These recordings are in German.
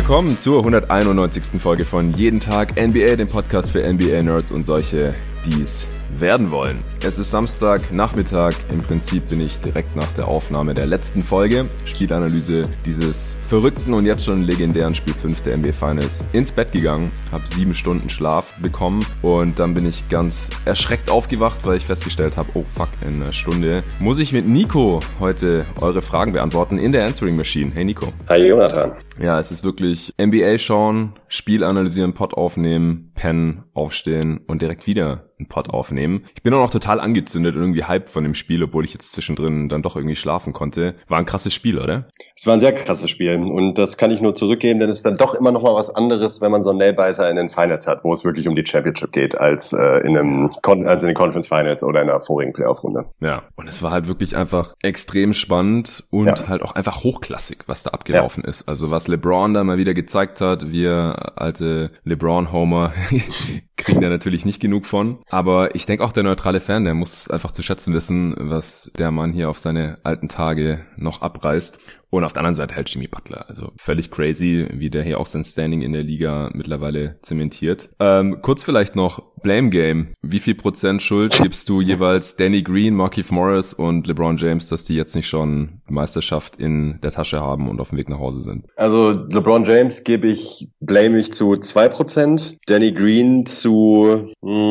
willkommen zur 191. Folge von Jeden Tag NBA, dem Podcast für NBA-Nerds und solche, die es werden wollen. Es ist Samstagnachmittag, im Prinzip bin ich direkt nach der Aufnahme der letzten Folge, Spielanalyse dieses verrückten und jetzt schon legendären Spiel 5 der NBA Finals, ins Bett gegangen, habe 7 Stunden Schlaf bekommen und dann bin ich ganz erschreckt aufgewacht, weil ich festgestellt habe, oh fuck, in einer Stunde muss ich mit Nico heute eure Fragen beantworten in der Answering Machine. Hey Nico. Hi Jonathan. Ja, es ist wirklich NBA schauen, Spiel analysieren, Pod aufnehmen, pennen, aufstehen und direkt wieder einen Pod aufnehmen. Ich bin auch noch total angezündet und irgendwie hyped von dem Spiel, obwohl ich jetzt zwischendrin dann doch irgendwie schlafen konnte. War ein krasses Spiel, oder? Es war ein sehr krasses Spiel und das kann ich nur zurückgeben, denn es ist dann doch immer noch mal was anderes, wenn man so einen Nailbiter in den Finals hat, wo es wirklich um die Championship geht, als in den Conference Finals oder in der vorigen Playoff-Runde. Ja, und es war halt wirklich einfach extrem spannend und halt auch einfach hochklassig, was da abgelaufen ist. Also was LeBron da mal wieder gezeigt hat, wir alte LeBron-Homer kriegen da natürlich nicht genug von. Aber ich denke auch der neutrale Fan, der muss einfach zu schätzen wissen, was der Mann hier auf seine alten Tage noch abreißt. Und auf der anderen Seite halt Jimmy Butler. Also völlig crazy, wie der hier auch sein Standing in der Liga mittlerweile zementiert. Kurz vielleicht noch Blame Game. Wie viel Prozent Schuld gibst du jeweils Danny Green, Markieff Morris und LeBron James, dass die jetzt nicht schon Meisterschaft in der Tasche haben und auf dem Weg nach Hause sind? Also LeBron James blame ich zu 2%, Danny Green zu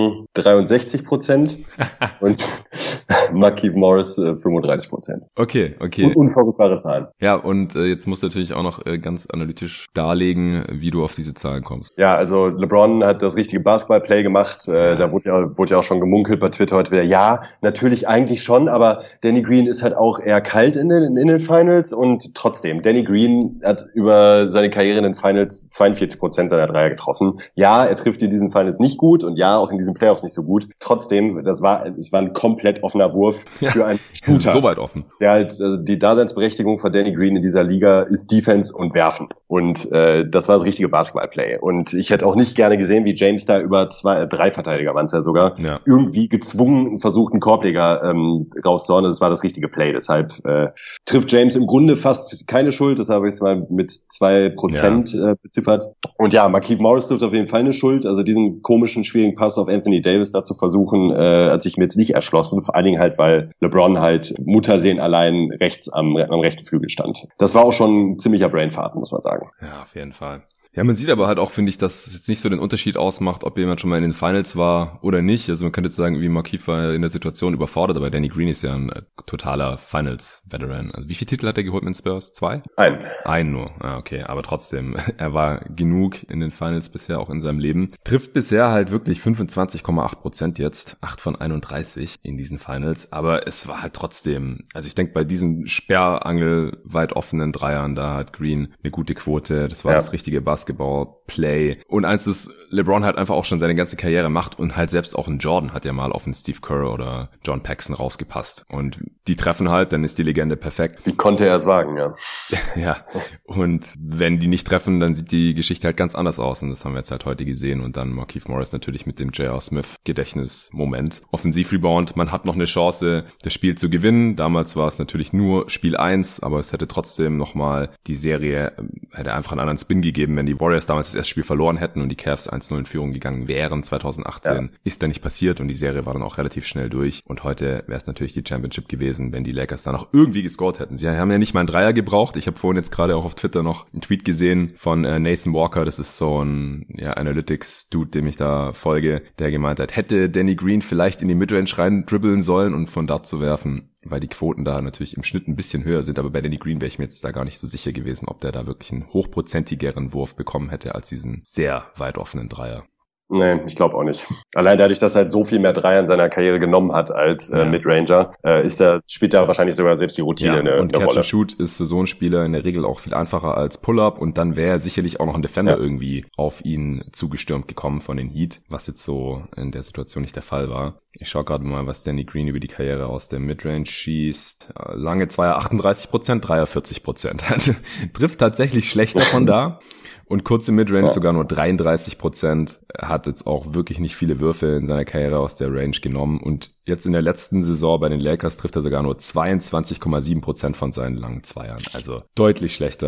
63% und Markieff Morris 35%. Okay. Unverrückbare Zahlen. Ja, und jetzt musst du natürlich auch noch ganz analytisch darlegen, wie du auf diese Zahlen kommst. Ja, also LeBron hat das richtige Basketball-Play gemacht. Da wurde ja auch schon gemunkelt bei Twitter heute wieder. Ja, natürlich eigentlich schon, aber Danny Green ist halt auch eher kalt in den Finals und trotzdem, Danny Green hat über seine Karriere in den Finals 42% seiner Dreier getroffen. Ja, er trifft in diesen Finals nicht gut und ja, auch in diesen Playoffs nicht so gut. Trotzdem, es war ein komplett offener Wurf für einen Shooter. So weit offen. Der halt, also die Daseinsberechtigung von Danny Green in dieser Liga ist Defense und Werfen. Und das war das richtige Basketball-Play. Und ich hätte auch nicht gerne gesehen, wie James da über 3 Verteidiger waren es ja sogar, irgendwie gezwungen versucht, einen Korbleger rauszuhauen. Das war das richtige Play. Deshalb trifft James im Grunde fast keine Schuld. Das habe ich mal mit 2% beziffert. Und ja, Markieff Morris trifft auf jeden Fall eine Schuld. Also diesen komischen, schwierigen Pass auf Anthony Davis da zu versuchen, hat sich mir jetzt nicht erschlossen. Vor allen Dingen halt, weil LeBron halt Muttersehen allein rechts am rechten Flügel stand. Das war auch schon ein ziemlicher Brainfart, muss man sagen. Ja, auf jeden Fall. Ja, man sieht aber halt auch, finde ich, dass es jetzt nicht so den Unterschied ausmacht, ob jemand schon mal in den Finals war oder nicht. Also man könnte jetzt sagen, wie Markieff war in der Situation überfordert, aber Danny Green ist ja ein totaler Finals-Veteran. Also wie viele Titel hat er geholt mit Spurs? 2? Einen nur. Ah, okay. Aber trotzdem, er war genug in den Finals bisher auch in seinem Leben. Trifft bisher halt wirklich 25,8% jetzt. 8 von 31 in diesen Finals. Aber es war halt trotzdem, also ich denke, bei diesen Sperrangel weit offenen Dreiern, da hat Green eine gute Quote. Das war das richtige Basketball-Play. Und eins, das LeBron halt einfach auch schon seine ganze Karriere macht und halt selbst auch ein Jordan hat ja mal auf einen Steve Kerr oder John Paxson rausgepasst. Und die treffen halt, dann ist die Legende perfekt. Wie konnte er es wagen, ja. Ja, und wenn die nicht treffen, dann sieht die Geschichte halt ganz anders aus. Und das haben wir jetzt halt heute gesehen. Und dann Markieff Morris natürlich mit dem J.R. Smith-Gedächtnismoment. Offensiv-Rebound, man hat noch eine Chance, das Spiel zu gewinnen. Damals war es natürlich nur Spiel 1, aber es hätte trotzdem nochmal die Serie, hätte einfach einen anderen Spin gegeben, wenn die Warriors damals das erste Spiel verloren hätten und die Cavs 1-0 in Führung gegangen wären 2018. Ja. Ist da nicht passiert und die Serie war dann auch relativ schnell durch. Und heute wäre es natürlich die Championship gewesen, wenn die Lakers da noch irgendwie gescored hätten. Sie haben ja nicht mal einen Dreier gebraucht. Ich habe vorhin jetzt gerade auch auf Twitter noch einen Tweet gesehen von Nathan Walker. Das ist so ein Analytics-Dude, dem ich da folge, der gemeint hat, hätte Danny Green vielleicht in die Midrange rein dribbeln sollen und von dort zu werfen, weil die Quoten da natürlich im Schnitt ein bisschen höher sind, aber bei Danny Green wäre ich mir jetzt da gar nicht so sicher gewesen, ob der da wirklich einen hochprozentigeren Wurf bekommen hätte als diesen sehr weit offenen Dreier. Nee, ich glaube auch nicht. Allein dadurch, dass er halt so viel mehr Dreier in seiner Karriere genommen hat als Midranger, spielt da wahrscheinlich sogar selbst die Routine eine Rolle. Und Catch and Shoot ist für so einen Spieler in der Regel auch viel einfacher als Pull-Up und dann wäre sicherlich auch noch ein Defender irgendwie auf ihn zugestürmt gekommen von den Heat, was jetzt so in der Situation nicht der Fall war. Ich schaue gerade mal, was Danny Green über die Karriere aus der Midrange schießt. Lange Zweier 38%, Dreier 40%. Also trifft tatsächlich schlechter von da. Und kurze Midrange sogar nur 33%. Er hat jetzt auch wirklich nicht viele Würfe in seiner Karriere aus der Range genommen. Und jetzt in der letzten Saison bei den Lakers trifft er sogar nur 22,7% von seinen langen Zweiern. Also deutlich schlechter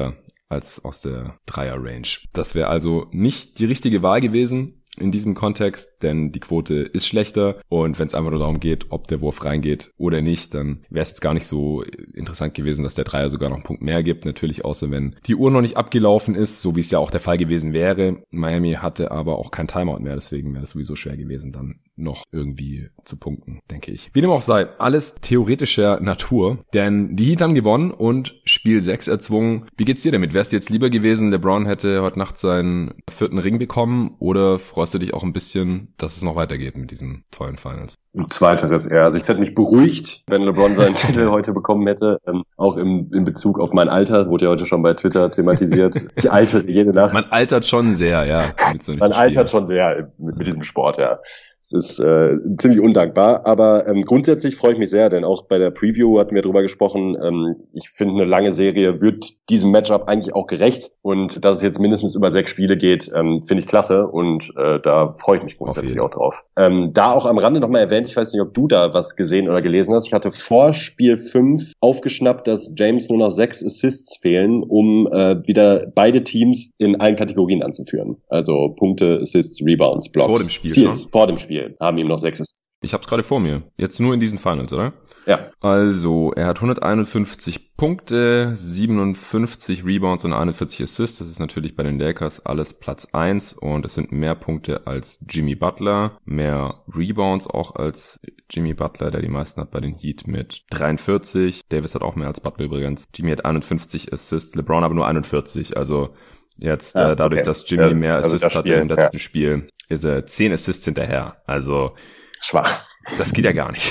als aus der Dreier-Range. Das wäre also nicht die richtige Wahl gewesen in diesem Kontext, denn die Quote ist schlechter und wenn es einfach nur darum geht, ob der Wurf reingeht oder nicht, dann wäre es jetzt gar nicht so interessant gewesen, dass der Dreier sogar noch einen Punkt mehr gibt. Natürlich außer wenn die Uhr noch nicht abgelaufen ist, so wie es ja auch der Fall gewesen wäre. Miami hatte aber auch kein Timeout mehr, deswegen wäre es sowieso schwer gewesen, dann noch irgendwie zu punkten, denke ich. Wie dem auch sei, alles theoretischer Natur, denn die Heat haben gewonnen und Spiel 6 erzwungen. Wie geht's dir damit? Wär's dir jetzt lieber gewesen, LeBron hätte heute Nacht seinen 4. Ring bekommen oder freust du dich auch ein bisschen, dass es noch weitergeht mit diesen tollen Finals? Zweiteres eher. Also ich hätte mich beruhigt, wenn LeBron seinen Titel heute bekommen hätte. Auch in Bezug auf mein Alter, wurde ja heute schon bei Twitter thematisiert. Ich altere jede Nacht. Man altert schon sehr, ja. Man altert schon sehr mit diesem Sport, ja. Es ist ziemlich undankbar, aber grundsätzlich freue ich mich sehr, denn auch bei der Preview hatten wir drüber gesprochen. Ich finde, eine lange Serie wird diesem Matchup eigentlich auch gerecht und dass es jetzt mindestens über 6 Spiele geht, finde ich klasse und da freue ich mich grundsätzlich auch drauf. Da auch am Rande nochmal erwähnt, ich weiß nicht, ob du da was gesehen oder gelesen hast. Ich hatte vor Spiel 5 aufgeschnappt, dass James nur noch 6 Assists fehlen, um wieder beide Teams in allen Kategorien anzuführen. Also Punkte, Assists, Rebounds, Blocks. Vor dem Spiel Steals, vor dem Spiel haben ihm noch 6 Assists. Ich hab's gerade vor mir. Jetzt nur in diesen Finals, oder? Ja. Also, er hat 151 Punkte, 57 Rebounds und 41 Assists. Das ist natürlich bei den Lakers alles Platz 1 und es sind mehr Punkte als Jimmy Butler, mehr Rebounds auch als Jimmy Butler, der die meisten hat bei den Heat mit 43. Davis hat auch mehr als Butler übrigens. Jimmy hat 51 Assists, LeBron aber nur 41. Also jetzt dadurch, dass Jimmy mehr Assists hatte im letzten Spiel, ist er 10 Assists hinterher. Also schwach. Das geht ja gar nicht.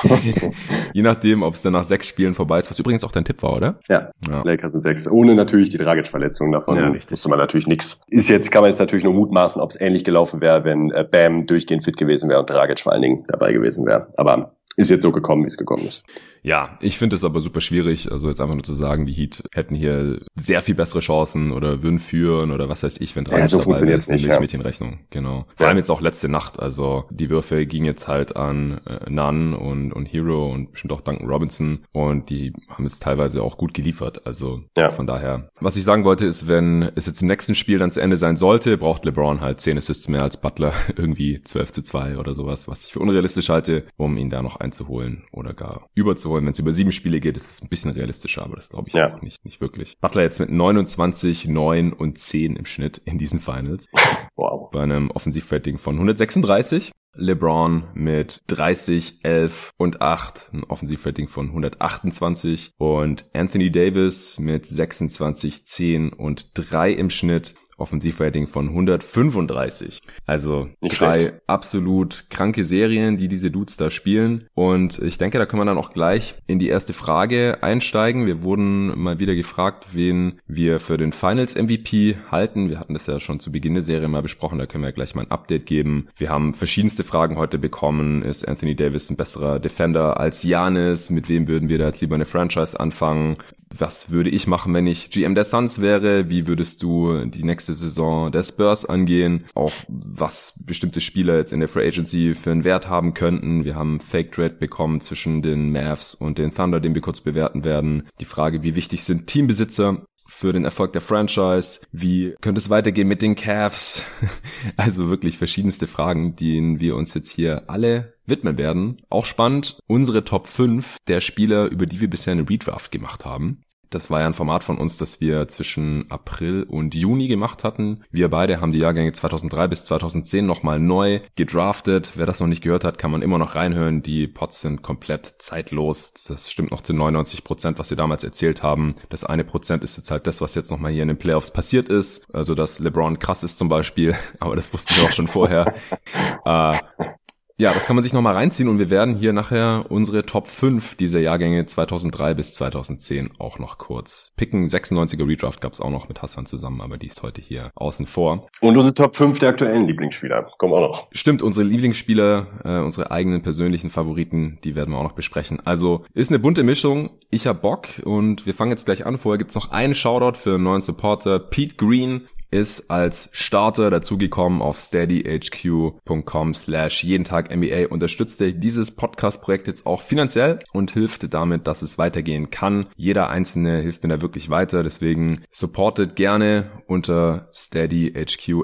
Je nachdem, ob es dann nach 6 Spielen vorbei ist, was übrigens auch dein Tipp war, oder? Ja. Lakers sind 6. Ohne natürlich die Dragic-Verletzung davon. Ja, wusste man natürlich nichts. Kann man jetzt natürlich nur mutmaßen, ob es ähnlich gelaufen wäre, wenn Bam durchgehend fit gewesen wäre und Dragic vor allen Dingen dabei gewesen wäre. Aber ist jetzt so gekommen, wie es gekommen ist. Ja, ich finde es aber super schwierig, also jetzt einfach nur zu sagen, die Heat hätten hier sehr viel bessere Chancen oder würden führen oder was weiß ich, wenn Dragic so dabei wäre, ist eine Milchmädchenrechnung, genau. Vor allem jetzt auch letzte Nacht, also die Würfe gingen jetzt halt an Nunn und Hero und bestimmt auch Duncan Robinson und die haben jetzt teilweise auch gut geliefert, also von daher. Was ich sagen wollte ist, wenn es jetzt im nächsten Spiel dann zu Ende sein sollte, braucht LeBron halt 10 Assists mehr als Butler, irgendwie 12-2 oder sowas, was ich für unrealistisch halte, um ihn da noch einzuholen oder gar überzuholen. Wenn es über 7 Spiele geht, ist es ein bisschen realistischer, aber das glaube ich auch nicht wirklich. Butler jetzt mit 29, 9 und 10 im Schnitt in diesen Finals. Wow. Bei einem Offensivrating von 136. LeBron mit 30, 11 und 8, ein Offensivrating von 128 und Anthony Davis mit 26, 10 und 3 im Schnitt. Offensivrating von 135. Also nicht 3 schlecht. Absolut kranke Serien, die diese Dudes da spielen. Und ich denke, da können wir dann auch gleich in die erste Frage einsteigen. Wir wurden mal wieder gefragt, wen wir für den Finals MVP halten. Wir hatten das ja schon zu Beginn der Serie mal besprochen. Da können wir gleich mal ein Update geben. Wir haben verschiedenste Fragen heute bekommen. Ist Anthony Davis ein besserer Defender als Giannis? Mit wem würden wir da jetzt lieber eine Franchise anfangen? Was würde ich machen, wenn ich GM der Suns wäre? Wie würdest du die nächste Saison der Spurs angehen? Auch was bestimmte Spieler jetzt in der Free Agency für einen Wert haben könnten. Wir haben Fake Trade bekommen zwischen den Mavs und den Thunder, den wir kurz bewerten werden. Die Frage, wie wichtig sind Teambesitzer für den Erfolg der Franchise? Wie könnte es weitergehen mit den Cavs? Also wirklich verschiedenste Fragen, denen wir uns jetzt hier alle widmen werden. Auch spannend, unsere Top 5 der Spieler, über die wir bisher eine Redraft gemacht haben. Das war ja ein Format von uns, das wir zwischen April und Juni gemacht hatten. Wir beide haben die Jahrgänge 2003 bis 2010 nochmal neu gedraftet. Wer das noch nicht gehört hat, kann man immer noch reinhören. Die Pods sind komplett zeitlos. Das stimmt noch zu 99%, was wir damals erzählt haben. Das 1% ist jetzt halt das, was jetzt nochmal hier in den Playoffs passiert ist. Also, dass LeBron krass ist zum Beispiel. Aber das wussten wir auch schon vorher. Ja, das kann man sich nochmal reinziehen und wir werden hier nachher unsere Top 5 dieser Jahrgänge 2003 bis 2010 auch noch kurz picken. 96er Redraft gab's auch noch mit Hassan zusammen, aber die ist heute hier außen vor. Und unsere Top 5 der aktuellen Lieblingsspieler kommen auch noch. Stimmt, unsere Lieblingsspieler, unsere eigenen persönlichen Favoriten, die werden wir auch noch besprechen. Also ist eine bunte Mischung. Ich hab Bock und wir fangen jetzt gleich an. Vorher gibt's noch einen Shoutout für einen neuen Supporter, Pete Green. ist als Starter dazugekommen auf steadyhq.com/jedentagNBA. Unterstützt er dieses Podcast-Projekt jetzt auch finanziell und hilft damit, dass es weitergehen kann. Jeder Einzelne hilft mir da wirklich weiter. Deswegen supportet gerne unter steadyhq,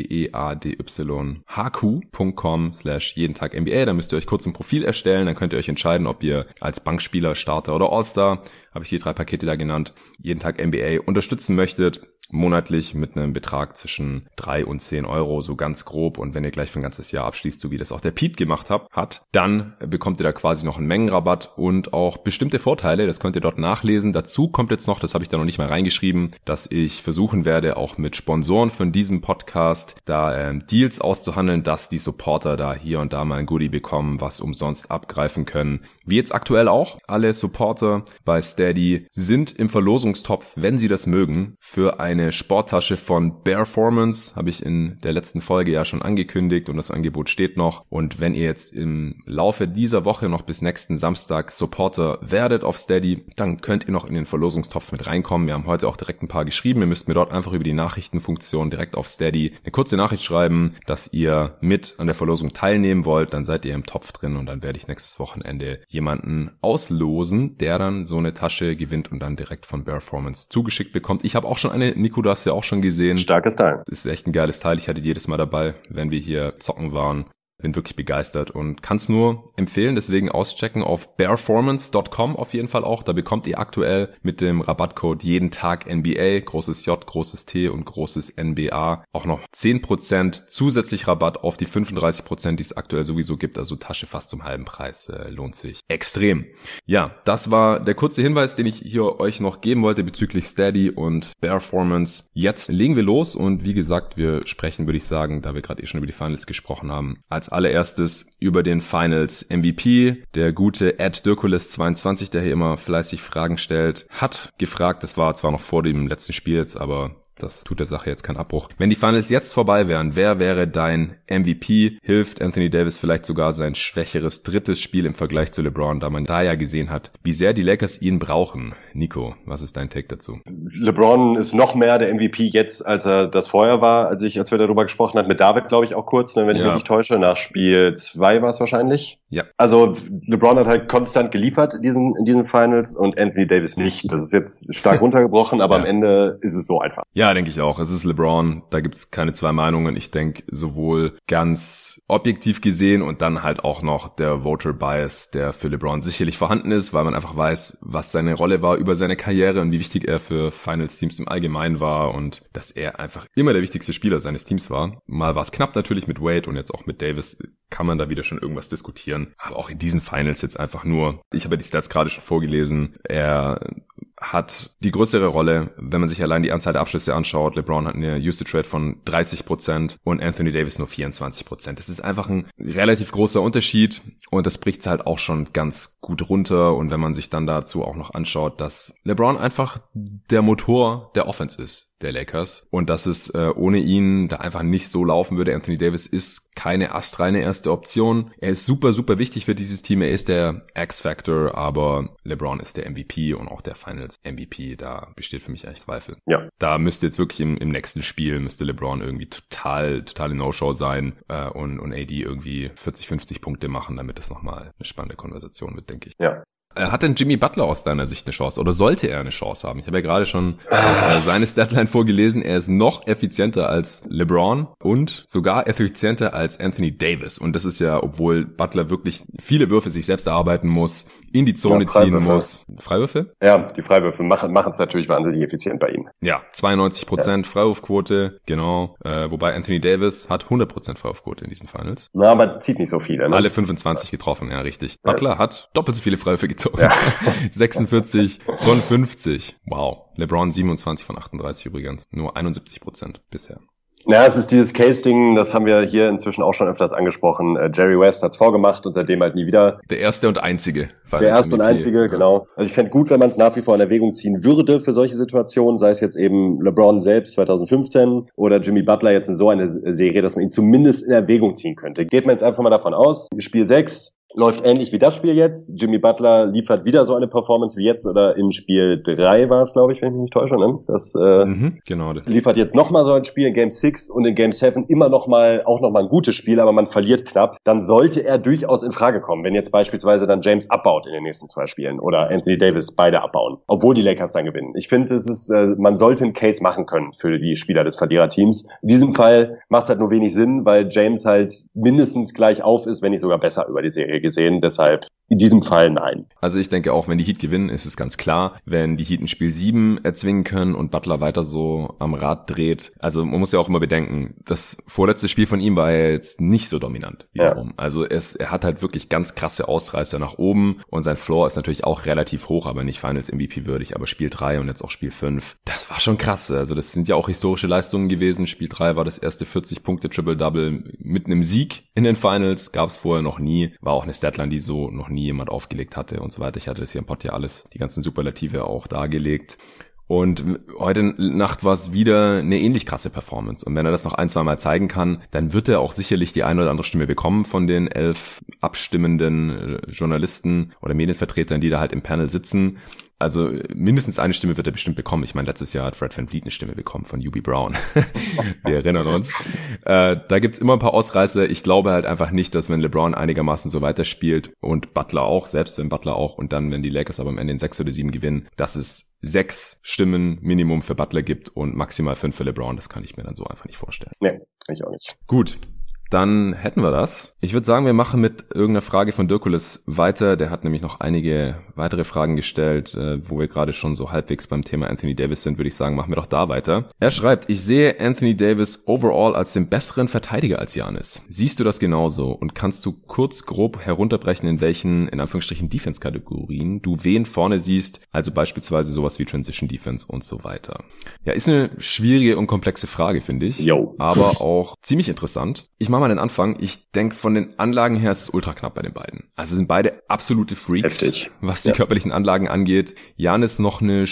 steadyhq.com/jedentagNBA. Da müsst ihr euch kurz ein Profil erstellen. Dann könnt ihr euch entscheiden, ob ihr als Bankspieler, Starter oder All-Star, habe ich die 3 Pakete da genannt, jeden Tag NBA unterstützen möchtet. Monatlich mit einem Betrag zwischen 3 und 10 Euro, so ganz grob. Und wenn ihr gleich für ein ganzes Jahr abschließt, so wie das auch der Pete gemacht hat, dann bekommt ihr da quasi noch einen Mengenrabatt und auch bestimmte Vorteile. Das könnt ihr dort nachlesen. Dazu kommt jetzt noch, das habe ich da noch nicht mal reingeschrieben, dass ich versuchen werde, auch mit Sponsoren von diesem Podcast da Deals auszuhandeln, dass die Supporter da hier und da mal ein Goodie bekommen, was umsonst abgreifen können. Wie jetzt aktuell auch. Alle Supporter bei Steady sind im Verlosungstopf, wenn sie das mögen, für eine Sporttasche von Bearformance, habe ich in der letzten Folge ja schon angekündigt und das Angebot steht noch. Und wenn ihr jetzt im Laufe dieser Woche noch bis nächsten Samstag Supporter werdet auf Steady, dann könnt ihr noch in den Verlosungstopf mit reinkommen. Wir haben heute auch direkt ein paar geschrieben. Ihr müsst mir dort einfach über die Nachrichtenfunktion direkt auf Steady eine kurze Nachricht schreiben, dass ihr mit an der Verlosung teilnehmen wollt. Dann seid ihr im Topf drin und dann werde ich nächstes Wochenende jemanden auslosen, der dann so eine Tasche gewinnt und dann direkt von Bearformance zugeschickt bekommt. Ich habe auch schon eine, Nico, du hast ja auch schon gesehen. Starkes Teil. Das ist echt ein geiles Teil. Ich hatte jedes Mal dabei, wenn wir hier zocken waren. Bin wirklich begeistert und kann es nur empfehlen, deswegen auschecken auf bearformance.com auf jeden Fall auch. Da bekommt ihr aktuell mit dem Rabattcode jeden Tag NBA, großes J, großes T und großes NBA auch noch 10% zusätzlich Rabatt auf die 35%, die es aktuell sowieso gibt. Also Tasche fast zum halben Preis, lohnt sich extrem. Ja, das war der kurze Hinweis, den ich hier euch noch geben wollte bezüglich Steady und Bearformance. Jetzt legen wir los und wie gesagt, wir sprechen, würde ich sagen, da wir gerade schon über die Finals gesprochen haben, als allererstes über den Finals MVP. Der gute Ed Dirkulis22, der hier immer fleißig Fragen stellt, hat gefragt, das war zwar noch vor dem letzten Spiel jetzt, aber das tut der Sache jetzt keinen Abbruch. Wenn die Finals jetzt vorbei wären, wer wäre dein MVP? Hilft Anthony Davis vielleicht sogar sein schwächeres drittes Spiel im Vergleich zu LeBron, da man da ja gesehen hat, wie sehr die Lakers ihn brauchen? Nico, was ist dein Take dazu? LeBron ist noch mehr der MVP jetzt, als er das vorher war, als wir darüber gesprochen haben. Mit David, glaube ich, auch kurz, wenn ich mich nicht täusche. Nach Spiel 2 war es wahrscheinlich. Ja. Also LeBron hat halt konstant geliefert in diesen Finals und Anthony Davis nicht. Das ist jetzt stark runtergebrochen, aber am Ende ist es so einfach. Ja, denke ich auch. Es ist LeBron, da gibt es keine zwei Meinungen. Ich denke, sowohl ganz objektiv gesehen und dann halt auch noch der Voter Bias, der für LeBron sicherlich vorhanden ist, weil man einfach weiß, was seine Rolle war über seine Karriere und wie wichtig er für Finals-Teams im Allgemeinen war und dass er einfach immer der wichtigste Spieler seines Teams war. Mal war es knapp natürlich mit Wade und jetzt auch mit Davis kann man da wieder schon irgendwas diskutieren. Aber auch in diesen Finals jetzt einfach nur, ich habe ja die Stats gerade schon vorgelesen, er hat die größere Rolle, wenn man sich allein die Anzahl der Abschlüsse anschaut. LeBron hat eine Usage Rate von 30% und Anthony Davis nur 24%. Das ist einfach ein relativ großer Unterschied und das bricht es halt auch schon ganz gut runter. Und wenn man sich dann dazu auch noch anschaut, dass LeBron einfach der Motor der Offense ist, der Lakers, und dass es ohne ihn da einfach nicht so laufen würde. Anthony Davis ist keine astreine erste Option. Er ist super, super wichtig für dieses Team. Er ist der X-Factor, aber LeBron ist der MVP und auch der Finals-MVP. Da besteht für mich eigentlich Zweifel. Ja. Da müsste jetzt wirklich im nächsten Spiel müsste LeBron irgendwie totale No-Show sein und AD irgendwie 40, 50 Punkte machen, damit das nochmal eine spannende Konversation wird, denke ich. Ja. Hat denn Jimmy Butler aus deiner Sicht eine Chance oder sollte er eine Chance haben? Ich habe ja gerade schon seine Statline vorgelesen. Er ist noch effizienter als LeBron und sogar effizienter als Anthony Davis. Und das ist ja, obwohl Butler wirklich viele Würfe sich selbst erarbeiten muss, in die Zone ziehen muss. Freiwürfe? Ja, die Freiwürfe machen es natürlich wahnsinnig effizient bei ihm. Ja, 92% Freiwurfquote, genau. Wobei Anthony Davis hat 100% Freiwurfquote in diesen Finals. Na, aber zieht nicht so viele. Ne? Alle 25 getroffen, ja, richtig. Butler hat doppelt so viele Freiwürfe gezogen. Ja. 46 von 50. Wow. LeBron 27 von 38 übrigens. Nur 71% bisher. Ja, es ist dieses Case-Ding, das haben wir hier inzwischen auch schon öfters angesprochen. Jerry West hat's vorgemacht und seitdem halt nie wieder. Der erste und einzige. Der erste und einzige, genau. Also ich fände gut, wenn man es nach wie vor in Erwägung ziehen würde für solche Situationen, sei es jetzt eben LeBron selbst 2015 oder Jimmy Butler jetzt in so eine Serie, dass man ihn zumindest in Erwägung ziehen könnte. Geht man jetzt einfach mal davon aus, Spiel 6, läuft ähnlich wie das Spiel jetzt. Jimmy Butler liefert wieder so eine Performance wie jetzt, oder in Spiel 3 war es, glaube ich, wenn ich mich nicht täusche. Ne? Das genau. Liefert jetzt nochmal so ein Spiel in Game 6 und in Game 7 immer noch mal ein gutes Spiel, aber man verliert knapp. Dann sollte er durchaus in Frage kommen, wenn jetzt beispielsweise dann James abbaut in den nächsten 2 Spielen oder Anthony Davis beide abbauen, obwohl die Lakers dann gewinnen. Ich finde, man sollte einen Case machen können für die Spieler des Verliererteams. In diesem Fall macht es halt nur wenig Sinn, weil James halt mindestens gleich auf ist, wenn nicht sogar besser über die Serie gesehen. Deshalb in diesem Fall nein. Also ich denke auch, wenn die Heat gewinnen, ist es ganz klar. Wenn die Heat ein Spiel 7 erzwingen können und Butler weiter so am Rad dreht. Also man muss ja auch immer bedenken, das vorletzte Spiel von ihm war ja jetzt nicht so dominant wiederum. Ja. Also er hat halt wirklich ganz krasse Ausreißer nach oben und sein Floor ist natürlich auch relativ hoch, aber nicht Finals MVP würdig. Aber Spiel 3 und jetzt auch Spiel 5, das war schon krass. Also das sind ja auch historische Leistungen gewesen. Spiel 3 war das erste 40-Punkte Triple-Double mit einem Sieg in den Finals. Gab es vorher noch nie. War auch eine Statline, die so noch nie jemand aufgelegt hatte und so weiter. Ich hatte das hier im Pod ja alles, die ganzen Superlative auch dargelegt. Und heute Nacht war es wieder eine ähnlich krasse Performance. Und wenn er das noch 1-2 Mal zeigen kann, dann wird er auch sicherlich die eine oder andere Stimme bekommen von den 11 abstimmenden Journalisten oder Medienvertretern, die da halt im Panel sitzen. Also mindestens eine Stimme wird er bestimmt bekommen. Ich meine, letztes Jahr hat Fred VanVleet eine Stimme bekommen von Hubie Brown. Wir erinnern uns. Da gibt's immer ein paar Ausreißer. Ich glaube halt einfach nicht, dass wenn LeBron einigermaßen so weiterspielt und Butler auch, selbst wenn Butler auch, und dann, wenn die Lakers aber am Ende in 6 oder 7 gewinnen, dass es 6 Stimmen Minimum für Butler gibt und maximal 5 für LeBron. Das kann ich mir dann so einfach nicht vorstellen. Nee, ich auch nicht. Gut. Dann hätten wir das. Ich würde sagen, wir machen mit irgendeiner Frage von Dirkulis weiter. Der hat nämlich noch einige weitere Fragen gestellt, wo wir gerade schon so halbwegs beim Thema Anthony Davis sind, würde ich sagen, machen wir doch da weiter. Er schreibt, ich sehe Anthony Davis overall als den besseren Verteidiger als Giannis. Siehst du das genauso? Und kannst du kurz grob herunterbrechen, in welchen, in Anführungsstrichen, Defense-Kategorien du wen vorne siehst? Also beispielsweise sowas wie Transition Defense und so weiter. Ja, ist eine schwierige und komplexe Frage, finde ich. Jo. Aber auch ziemlich interessant. Ich mache mal den Anfang. Ich denke, von den Anlagen her ist es ultra knapp bei den beiden. Also sind beide absolute Freaks, heftig, was die körperlichen Anlagen angeht. Giannis noch eine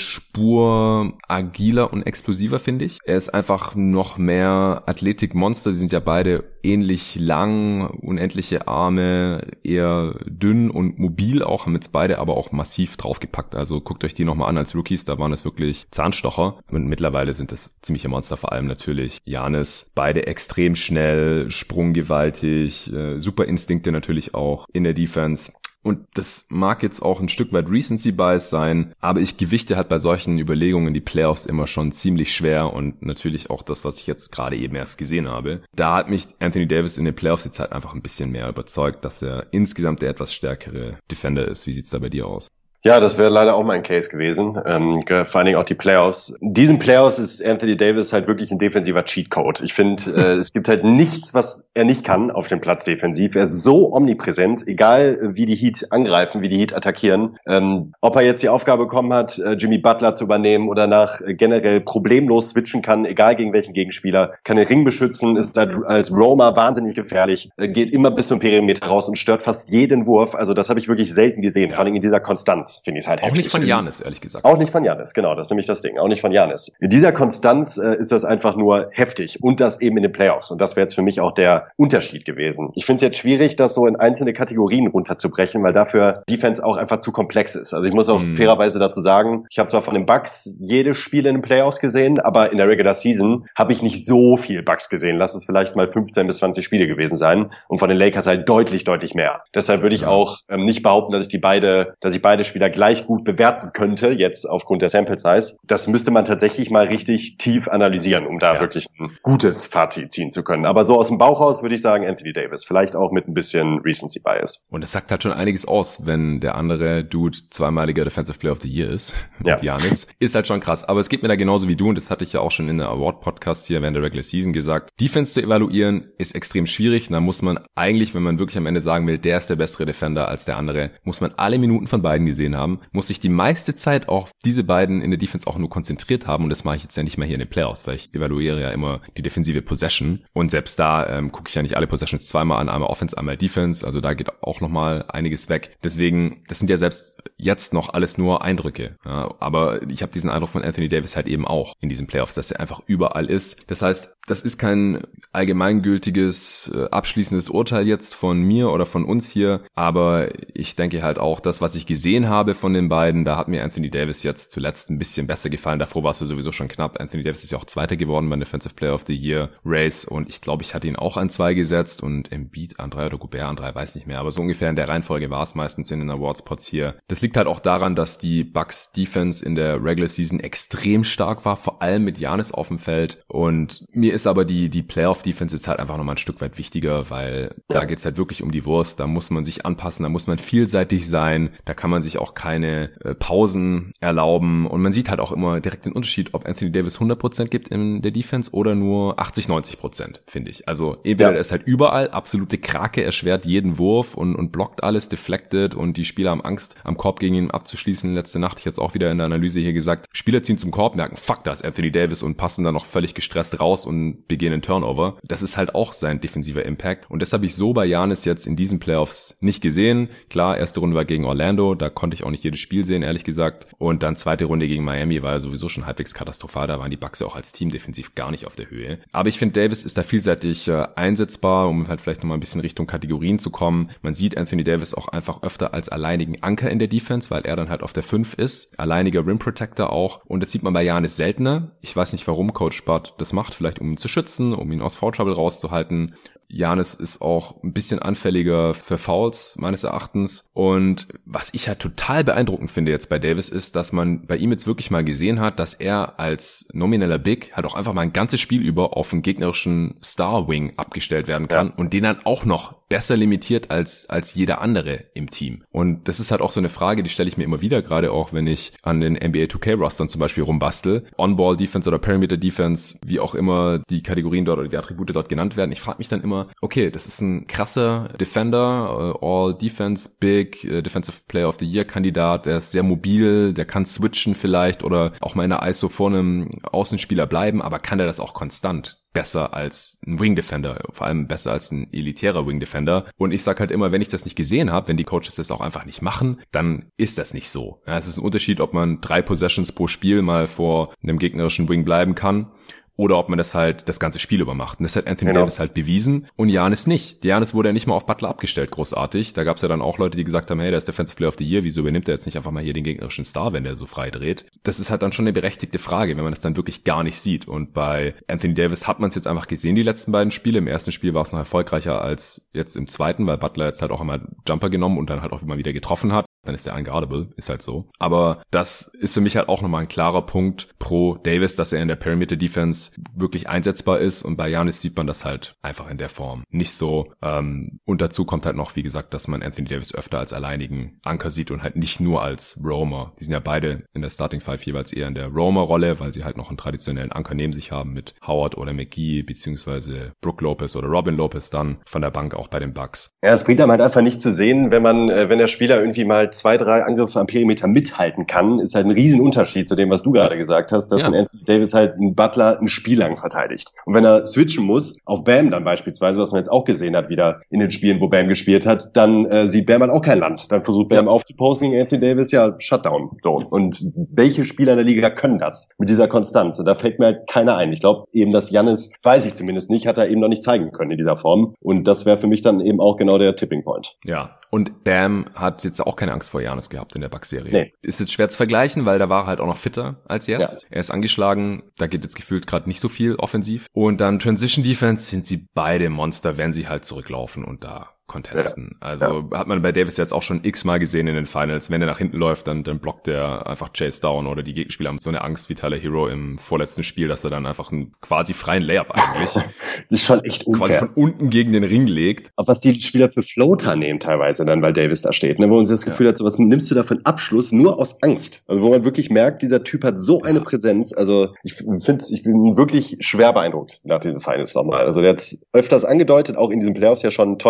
Spur agiler und explosiver, finde ich. Er ist einfach noch mehr Athletikmonster. Sie sind ja beide ähnlich lang, unendliche Arme, eher dünn und mobil auch, haben jetzt beide aber auch massiv draufgepackt. Also guckt euch die nochmal an als Rookies, da waren es wirklich Zahnstocher. Und mittlerweile sind das ziemliche Monster, vor allem natürlich Giannis. Beide extrem schnell, sprunggewaltig, super Instinkte natürlich auch in der Defense. Und das mag jetzt auch ein Stück weit Recency Bias sein, aber ich gewichte halt bei solchen Überlegungen die Playoffs immer schon ziemlich schwer und natürlich auch das, was ich jetzt gerade eben erst gesehen habe. Da hat mich Anthony Davis in den Playoffs jetzt halt einfach ein bisschen mehr überzeugt, dass er insgesamt der etwas stärkere Defender ist. Wie sieht's da bei dir aus? Ja, das wäre leider auch mein Case gewesen. Vor allen Dingen auch die Playoffs. In diesen Playoffs ist Anthony Davis halt wirklich ein defensiver Cheatcode. Ich finde, es gibt halt nichts, was er nicht kann auf dem Platz defensiv. Er ist so omnipräsent, egal wie die Heat angreifen, wie die Heat attackieren. Ob er jetzt die Aufgabe bekommen hat, Jimmy Butler zu übernehmen oder nach generell problemlos switchen kann, egal gegen welchen Gegenspieler, kann den Ring beschützen, ist als Roamer wahnsinnig gefährlich, geht immer bis zum Perimeter raus und stört fast jeden Wurf. Also das habe ich wirklich selten gesehen, vor allem in dieser Konstanz. Finde ich halt heftig. Auch nicht von Giannis, ehrlich gesagt. Auch nicht von Giannis, genau, das ist nämlich das Ding. Auch nicht von Giannis. In dieser Konstanz ist das einfach nur heftig und das eben in den Playoffs. Und das wäre jetzt für mich auch der Unterschied gewesen. Ich finde es jetzt schwierig, das so in einzelne Kategorien runterzubrechen, weil dafür Defense auch einfach zu komplex ist. Also ich muss auch fairerweise dazu sagen, ich habe zwar von den Bucks jedes Spiel in den Playoffs gesehen, aber in der Regular Season habe ich nicht so viel Bucks gesehen. Lass es vielleicht mal 15 bis 20 Spiele gewesen sein und von den Lakers halt deutlich, deutlich mehr. Deshalb würde ich auch nicht behaupten, dass ich beide Spieler gleich gut bewerten könnte, jetzt aufgrund der Sample Size. Das müsste man tatsächlich mal richtig tief analysieren, um da wirklich ein gutes Fazit ziehen zu können. Aber so aus dem Bauch raus würde ich sagen Anthony Davis. Vielleicht auch mit ein bisschen Recency Bias. Und es sagt halt schon einiges aus, wenn der andere Dude zweimaliger Defensive Player of the Year ist. Mit Giannis. Ist halt schon krass. Aber es geht mir da genauso wie du, und das hatte ich ja auch schon in der Award-Podcast hier während der Regular Season gesagt. Defense zu evaluieren ist extrem schwierig. Da muss man eigentlich, wenn man wirklich am Ende sagen will, der ist der bessere Defender als der andere, muss man alle Minuten von beiden gesehen gesehen haben, muss ich die meiste Zeit auch diese beiden in der Defense auch nur konzentriert haben und das mache ich jetzt ja nicht mehr hier in den Playoffs, weil ich evaluiere ja immer die defensive Possession und selbst da gucke ich ja nicht alle Possessions zweimal an, einmal Offense, einmal Defense, also da geht auch nochmal einiges weg. Deswegen, das sind ja selbst jetzt noch alles nur Eindrücke, ja, aber ich habe diesen Eindruck von Anthony Davis halt eben auch in diesen Playoffs, dass er einfach überall ist. Das heißt, das ist kein allgemeingültiges, abschließendes Urteil jetzt von mir oder von uns hier, aber ich denke halt auch, das, was ich gesehen habe von den beiden, da hat mir Anthony Davis jetzt zuletzt ein bisschen besser gefallen. Davor war es ja sowieso schon knapp. Anthony Davis ist ja auch Zweiter geworden beim Defensive Player of the Year Race und ich glaube, ich hatte ihn auch an 2 gesetzt und Embiid an 3 oder Gobert an 3, weiß nicht mehr, aber so ungefähr in der Reihenfolge war es meistens in den Awards-Pots hier. Das liegt halt auch daran, dass die Bucks Defense in der Regular Season extrem stark war, vor allem mit Giannis auf dem Feld und mir ist aber die Playoff-Defense jetzt halt einfach nochmal ein Stück weit wichtiger, weil da geht's halt wirklich um die Wurst, da muss man sich anpassen, da muss man vielseitig sein, da kann man sich auch keine Pausen erlauben und man sieht halt auch immer direkt den Unterschied, ob Anthony Davis 100% gibt in der Defense oder nur 80-90%, finde ich. Also entweder er ist halt überall, absolute Krake, er schwert jeden Wurf und blockt alles, deflected und die Spieler haben Angst, am Korb gegen ihn abzuschließen. Letzte Nacht, ich jetzt auch wieder in der Analyse hier gesagt, Spieler ziehen zum Korb, merken, fuck, da ist Anthony Davis und passen dann noch völlig gestresst raus und begehen einen Turnover. Das ist halt auch sein defensiver Impact und das habe ich so bei Giannis jetzt in diesen Playoffs nicht gesehen. Klar, erste Runde war gegen Orlando, da konnte ich auch nicht jedes Spiel sehen, ehrlich gesagt. Und dann zweite Runde gegen Miami war ja sowieso schon halbwegs katastrophal, da waren die Bucks ja auch als Team defensiv gar nicht auf der Höhe. Aber ich finde, Davis ist da vielseitig einsetzbar, um halt vielleicht nochmal ein bisschen Richtung Kategorien zu kommen. Man sieht Anthony Davis auch einfach öfter als alleinigen Anker in der Defense, weil er dann halt auf der 5 ist. Alleiniger Rim Protector auch. Und das sieht man bei Giannis seltener. Ich weiß nicht, warum Coach Bud das macht. Vielleicht um ihn zu schützen, um ihn aus Foul Trouble rauszuhalten. Giannis ist auch ein bisschen anfälliger für Fouls, meines Erachtens. Und was ich halt total beeindruckend finde jetzt bei Davis ist, dass man bei ihm jetzt wirklich mal gesehen hat, dass er als nomineller Big halt auch einfach mal ein ganzes Spiel über auf einen gegnerischen Star-Wing abgestellt werden kann und den dann auch noch besser limitiert als jeder andere im Team. Und das ist halt auch so eine Frage, die stelle ich mir immer wieder, gerade auch, wenn ich an den NBA 2K-Rostern zum Beispiel rumbastel. On-Ball-Defense oder Perimeter-Defense, wie auch immer die Kategorien dort oder die Attribute dort genannt werden. Ich frage mich dann immer, okay, das ist ein krasser Defender, All-Defense, Big, Defensive Player of the Year-Kandidat, der ist sehr mobil, der kann switchen vielleicht oder auch mal in der ISO vor einem Außenspieler bleiben, aber kann der das auch konstant? Besser als ein Wing Defender, vor allem besser als ein elitärer Wing Defender. Und ich sag halt immer, wenn ich das nicht gesehen habe, wenn die Coaches das auch einfach nicht machen, dann ist das nicht so. Ja, es ist ein Unterschied, ob man 3 Possessions pro Spiel mal vor einem gegnerischen Wing bleiben kann oder ob man das halt das ganze Spiel über macht. Und das hat Anthony Davis halt bewiesen und Giannis nicht. Giannis wurde ja nicht mal auf Butler abgestellt, großartig. Da gab es ja dann auch Leute, die gesagt haben, hey, der ist Defensive Player of the Year, wieso übernimmt er jetzt nicht einfach mal hier den gegnerischen Star, wenn der so frei dreht? Das ist halt dann schon eine berechtigte Frage, wenn man das dann wirklich gar nicht sieht. Und bei Anthony Davis hat man es jetzt einfach gesehen, die letzten beiden Spiele. Im ersten Spiel war es noch erfolgreicher als jetzt im zweiten, weil Butler jetzt halt auch immer Jumper genommen und dann halt auch immer wieder getroffen hat. Dann ist der unguardable, ist halt so. Aber das ist für mich halt auch nochmal ein klarer Punkt pro Davis, dass er in der Perimeter Defense wirklich einsetzbar ist und bei Giannis sieht man das halt einfach in der Form nicht so. Und dazu kommt halt noch, wie gesagt, dass man Anthony Davis öfter als alleinigen Anker sieht und halt nicht nur als Roamer. Die sind ja beide in der Starting Five jeweils eher in der Roamer-Rolle, weil sie halt noch einen traditionellen Anker neben sich haben mit Howard oder McGee, beziehungsweise Brook Lopez oder Robin Lopez dann von der Bank auch bei den Bucks. Ja, es bringt einem halt einfach nicht zu sehen, wenn der Spieler irgendwie mal 2, 3 Angriffe am Perimeter mithalten kann, ist halt ein Riesenunterschied zu dem, was du gerade gesagt hast, dass ein Anthony Davis halt einen Butler ein Spiel lang verteidigt. Und wenn er switchen muss, auf Bam dann beispielsweise, was man jetzt auch gesehen hat wieder in den Spielen, wo Bam gespielt hat, dann sieht Bam halt auch kein Land. Dann versucht Bam aufzuposten gegen Anthony Davis, ja, Shutdown. So. Und welche Spieler in der Liga können das mit dieser Konstanz? Und da fällt mir halt keiner ein. Ich glaube eben, dass Giannis, weiß ich zumindest nicht, hat er eben noch nicht zeigen können in dieser Form. Und das wäre für mich dann eben auch genau der Tipping Point. Ja, und Bam hat jetzt auch keine Angst vor Giannis gehabt in der Bucks-Serie. Nee. Ist jetzt schwer zu vergleichen, weil da war er halt auch noch fitter als jetzt. Ja. Er ist angeschlagen, da geht jetzt gefühlt gerade nicht so viel offensiv. Und dann Transition Defense sind sie beide Monster, wenn sie halt zurücklaufen und da contesten. Ja. Also hat man bei Davis jetzt auch schon x-mal gesehen in den Finals. Wenn er nach hinten läuft, dann blockt er einfach Chase down oder die Gegenspieler haben so eine Angst wie Tyler Hero im vorletzten Spiel, dass er dann einfach einen quasi freien Layup eigentlich das ist schon echt unfair. Quasi von unten gegen den Ring legt. Auf was die Spieler für Floater nehmen teilweise dann, weil Davis da steht. Ne? Wo man sich das Gefühl hat, so was nimmst du da für einen Abschluss nur aus Angst. Also wo man wirklich merkt, dieser Typ hat so eine Präsenz. Also ich bin wirklich schwer beeindruckt nach diesen Finals nochmal. Also der hat öfters angedeutet, auch in diesen Playoffs ja schon tolle Performance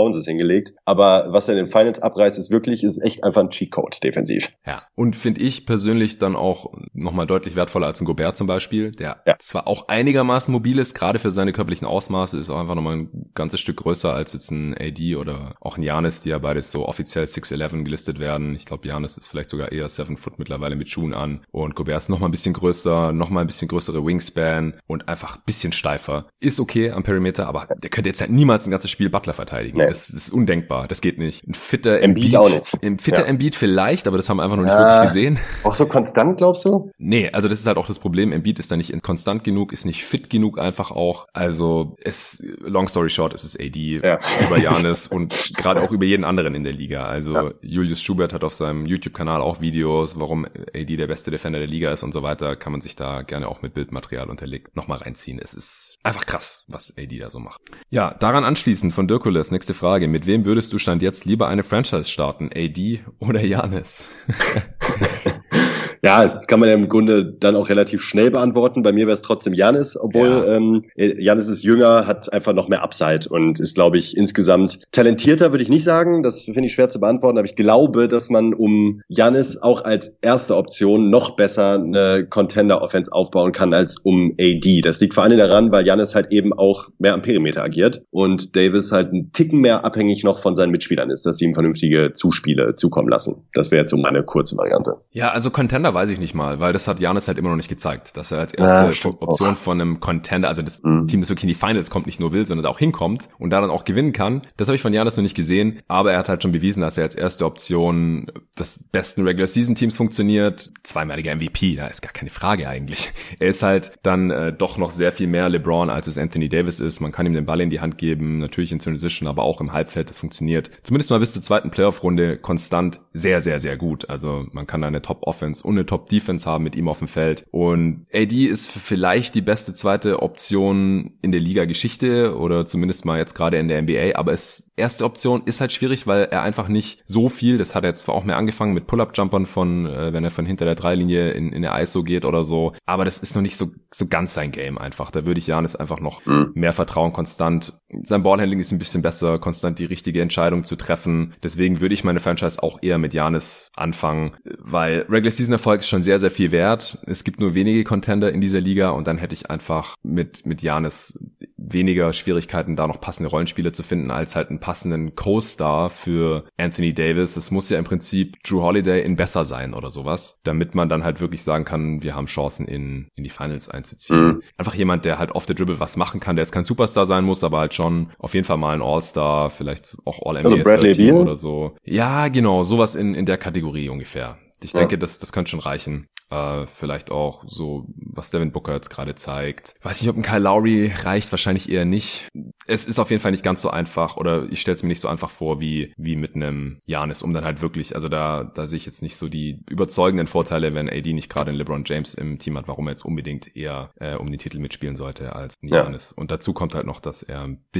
Joneses hingelegt. Aber was er in den Finals abreißt, ist echt einfach ein Cheatcode defensiv. Ja, und finde ich persönlich dann auch nochmal deutlich wertvoller als ein Gobert zum Beispiel, der zwar auch einigermaßen mobil ist, gerade für seine körperlichen Ausmaße, ist auch einfach nochmal ein ganzes Stück größer als jetzt ein AD oder auch ein Giannis, die ja beides so offiziell 6'11 gelistet werden. Ich glaube, Giannis ist vielleicht sogar eher 7 Foot mittlerweile mit Schuhen an und Gobert ist nochmal ein bisschen größer, nochmal ein bisschen größere Wingspan und einfach ein bisschen steifer. Ist okay am Perimeter, aber der könnte jetzt halt niemals ein ganzes Spiel Butler verteidigen. Nee. Das ist undenkbar, das geht nicht. Ein fitter Embiid auch nicht. Ein fitter Embiid vielleicht, aber das haben wir einfach noch nicht wirklich gesehen. Auch so konstant, glaubst du? Nee, also das ist halt auch das Problem. Embiid ist da nicht konstant genug, ist nicht fit genug einfach auch. Also long story short, es ist AD über Giannis und gerade auch über jeden anderen in der Liga. Also Julius Schubert hat auf seinem YouTube-Kanal auch Videos, warum AD der beste Defender der Liga ist und so weiter. Kann man sich da gerne auch mit Bildmaterial unterlegt nochmal reinziehen. Es ist einfach krass, was AD da so macht. Ja, daran anschließend von Dirkules, nächste Frage. Mit wem würdest du Stand jetzt lieber eine Franchise starten? AD oder Giannis? Ja, kann man ja im Grunde dann auch relativ schnell beantworten. Bei mir wäre es trotzdem Giannis, obwohl Giannis ist jünger, hat einfach noch mehr Upside und ist, glaube ich, insgesamt talentierter, würde ich nicht sagen. Das finde ich schwer zu beantworten, aber ich glaube, dass man um Giannis auch als erste Option noch besser eine Contender-Offense aufbauen kann als um AD. Das liegt vor allem daran, weil Giannis halt eben auch mehr am Perimeter agiert und Davis halt einen Ticken mehr abhängig noch von seinen Mitspielern ist, dass sie ihm vernünftige Zuspiele zukommen lassen. Das wäre jetzt so meine kurze Variante. Ja, also Contender weiß ich nicht mal, weil das hat Giannis halt immer noch nicht gezeigt, dass er als erste Option von einem Contender, also das Team, das wirklich in die Finals kommt, nicht nur will, sondern auch hinkommt und da dann auch gewinnen kann. Das habe ich von Giannis noch nicht gesehen, aber er hat halt schon bewiesen, dass er als erste Option des besten Regular-Season-Teams funktioniert. Zweimaliger MVP, da ist gar keine Frage eigentlich. Er ist halt dann doch noch sehr viel mehr LeBron, als es Anthony Davis ist. Man kann ihm den Ball in die Hand geben, natürlich in Transition, aber auch im Halbfeld, das funktioniert. Zumindest mal bis zur zweiten Playoff-Runde konstant sehr, sehr, sehr gut. Also man kann da eine Top-Offense und eine Top-Defense haben mit ihm auf dem Feld. Und AD ist vielleicht die beste zweite Option in der Liga-Geschichte oder zumindest mal jetzt gerade in der NBA, aber erste Option ist halt schwierig, weil er einfach nicht so viel, das hat er jetzt zwar auch mehr angefangen mit Pull-Up-Jumpern wenn er von hinter der Dreilinie in der ISO geht oder so, aber das ist noch nicht so ganz sein Game einfach. Da würde ich Giannis einfach noch mehr vertrauen, konstant. Sein Ballhandling ist ein bisschen besser, konstant die richtige Entscheidung zu treffen. Deswegen würde ich meine Franchise auch eher mit Giannis anfangen, weil Regular-Season-Erfolg ist schon sehr, sehr viel wert. Es gibt nur wenige Contender in dieser Liga und dann hätte ich einfach mit Giannis weniger Schwierigkeiten, da noch passende Rollenspieler zu finden, als halt einen passenden Co-Star für Anthony Davis. Es muss ja im Prinzip Jrue Holiday in besser sein oder sowas, damit man dann halt wirklich sagen kann, wir haben Chancen in die Finals einzuziehen. Einfach jemand, der halt off the dribble was machen kann, der jetzt kein Superstar sein muss, aber halt schon auf jeden Fall mal ein All-Star, vielleicht auch All-NBA oder so. Ja, genau, sowas in der Kategorie ungefähr. Ich denke, das könnte schon reichen. Vielleicht auch so, was Devin Booker jetzt gerade zeigt. Ich weiß nicht, ob ein Kyle Lowry reicht, wahrscheinlich eher nicht. Es ist auf jeden Fall nicht ganz so einfach, oder ich stelle es mir nicht so einfach vor wie mit einem Giannis, um dann halt wirklich, also da sehe ich jetzt nicht so die überzeugenden Vorteile, wenn AD nicht gerade einen LeBron James im Team hat, warum er jetzt unbedingt eher um den Titel mitspielen sollte als ein Giannis. Und dazu kommt halt noch, dass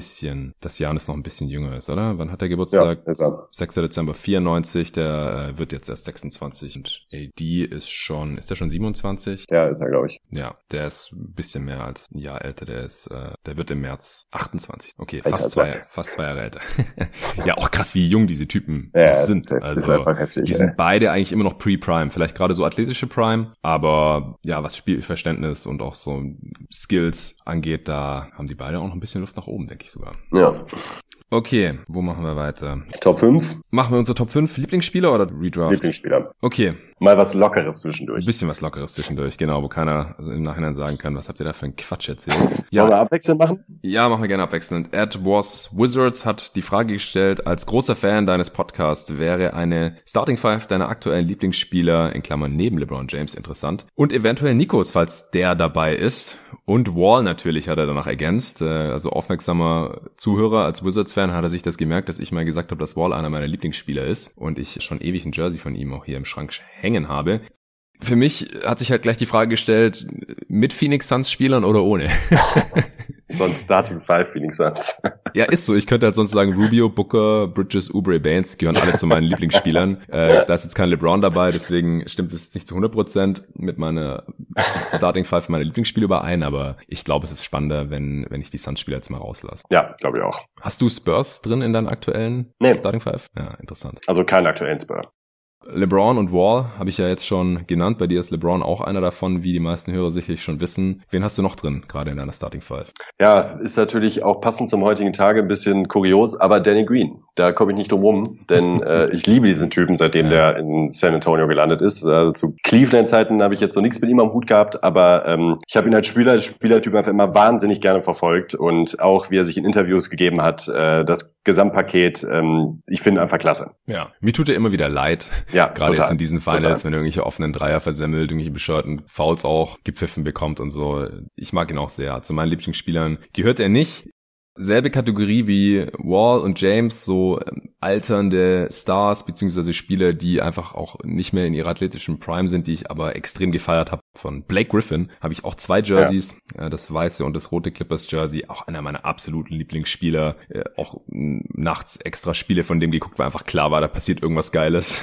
Giannis noch ein bisschen jünger ist, oder? Wann hat er Geburtstag? Ja, 6. Dezember 94, der wird jetzt erst 26 und AD ist der schon 27? Ja, ist er, glaube ich. Ja, der ist ein bisschen mehr als ein Jahr älter. Der wird im März 28. Okay, fast zwei Jahre älter. Ja, auch krass, wie jung diese Typen sind. Das ist einfach heftig. Die sind beide eigentlich immer noch Pre-Prime. Vielleicht gerade so athletische Prime, aber ja, was Spielverständnis und auch so Skills angeht, da haben die beide auch noch ein bisschen Luft nach oben, denke ich sogar. Ja. Okay, wo machen wir weiter? Top 5? Machen wir unsere Top 5 Lieblingsspieler oder Redraft? Lieblingsspieler. Okay. Mal was Lockeres zwischendurch. Ein bisschen was Lockeres zwischendurch, genau, wo keiner im Nachhinein sagen kann, was habt ihr da für einen Quatsch erzählt. Ja. Wollen wir abwechselnd machen? Ja, machen wir gerne abwechselnd. @was_wizards hat die Frage gestellt, als großer Fan deines Podcasts wäre eine Starting Five deiner aktuellen Lieblingsspieler, in Klammern neben LeBron James, interessant. Und eventuell Nikos, falls der dabei ist. Und Wall natürlich, hat er danach ergänzt. Also aufmerksamer Zuhörer als Wizards-Fan hat er sich das gemerkt, dass ich mal gesagt habe, dass Wall einer meiner Lieblingsspieler ist. Und ich schon ewig ein Jersey von ihm auch hier im Schrank hängen habe. Für mich hat sich halt gleich die Frage gestellt, mit Phoenix Suns Spielern oder ohne? So ein Starting Five Phoenix Suns. Ja, ist so. Ich könnte halt sonst sagen, Rubio, Booker, Bridges, Oubre, Baines gehören alle zu meinen Lieblingsspielern. Da ist jetzt kein LeBron dabei, deswegen stimmt es nicht zu 100% mit meiner Starting Five meiner Lieblingsspiele überein, aber ich glaube, es ist spannender, wenn ich die Suns-Spieler jetzt mal rauslasse. Ja, glaube ich auch. Hast du Spurs drin in deinen aktuellen Starting Five? Ja, interessant. Also keinen aktuellen Spurs. LeBron und Wall habe ich ja jetzt schon genannt. Bei dir ist LeBron auch einer davon, wie die meisten Hörer sicherlich schon wissen. Wen hast du noch drin, gerade in deiner Starting Five? Ja, ist natürlich auch passend zum heutigen Tage ein bisschen kurios, aber Danny Green, da komme ich nicht drum rum, denn ich liebe diesen Typen, seitdem der in San Antonio gelandet ist. Also zu Cleveland-Zeiten habe ich jetzt so nichts mit ihm am Hut gehabt, aber ich habe ihn als Spielertyp einfach immer wahnsinnig gerne verfolgt und auch, wie er sich in Interviews gegeben hat, das Gesamtpaket, ich finde einfach klasse. Ja, mir tut er immer wieder leid. Ja, gerade jetzt in diesen Finals, wenn er irgendwelche offenen Dreier versemmelt, irgendwelche bescheuerten Fouls auch gepfiffen bekommt und so. Ich mag ihn auch sehr. Zu meinen Lieblingsspielern gehört er nicht. Selbe Kategorie wie Wall und James, so alternde Stars beziehungsweise Spieler, die einfach auch nicht mehr in ihrer athletischen Prime sind, die ich aber extrem gefeiert habe. Von Blake Griffin habe ich auch 2 Jerseys, das weiße und das rote Clippers Jersey, auch einer meiner absoluten Lieblingsspieler. Auch nachts extra Spiele von dem geguckt, weil einfach klar war, da passiert irgendwas Geiles.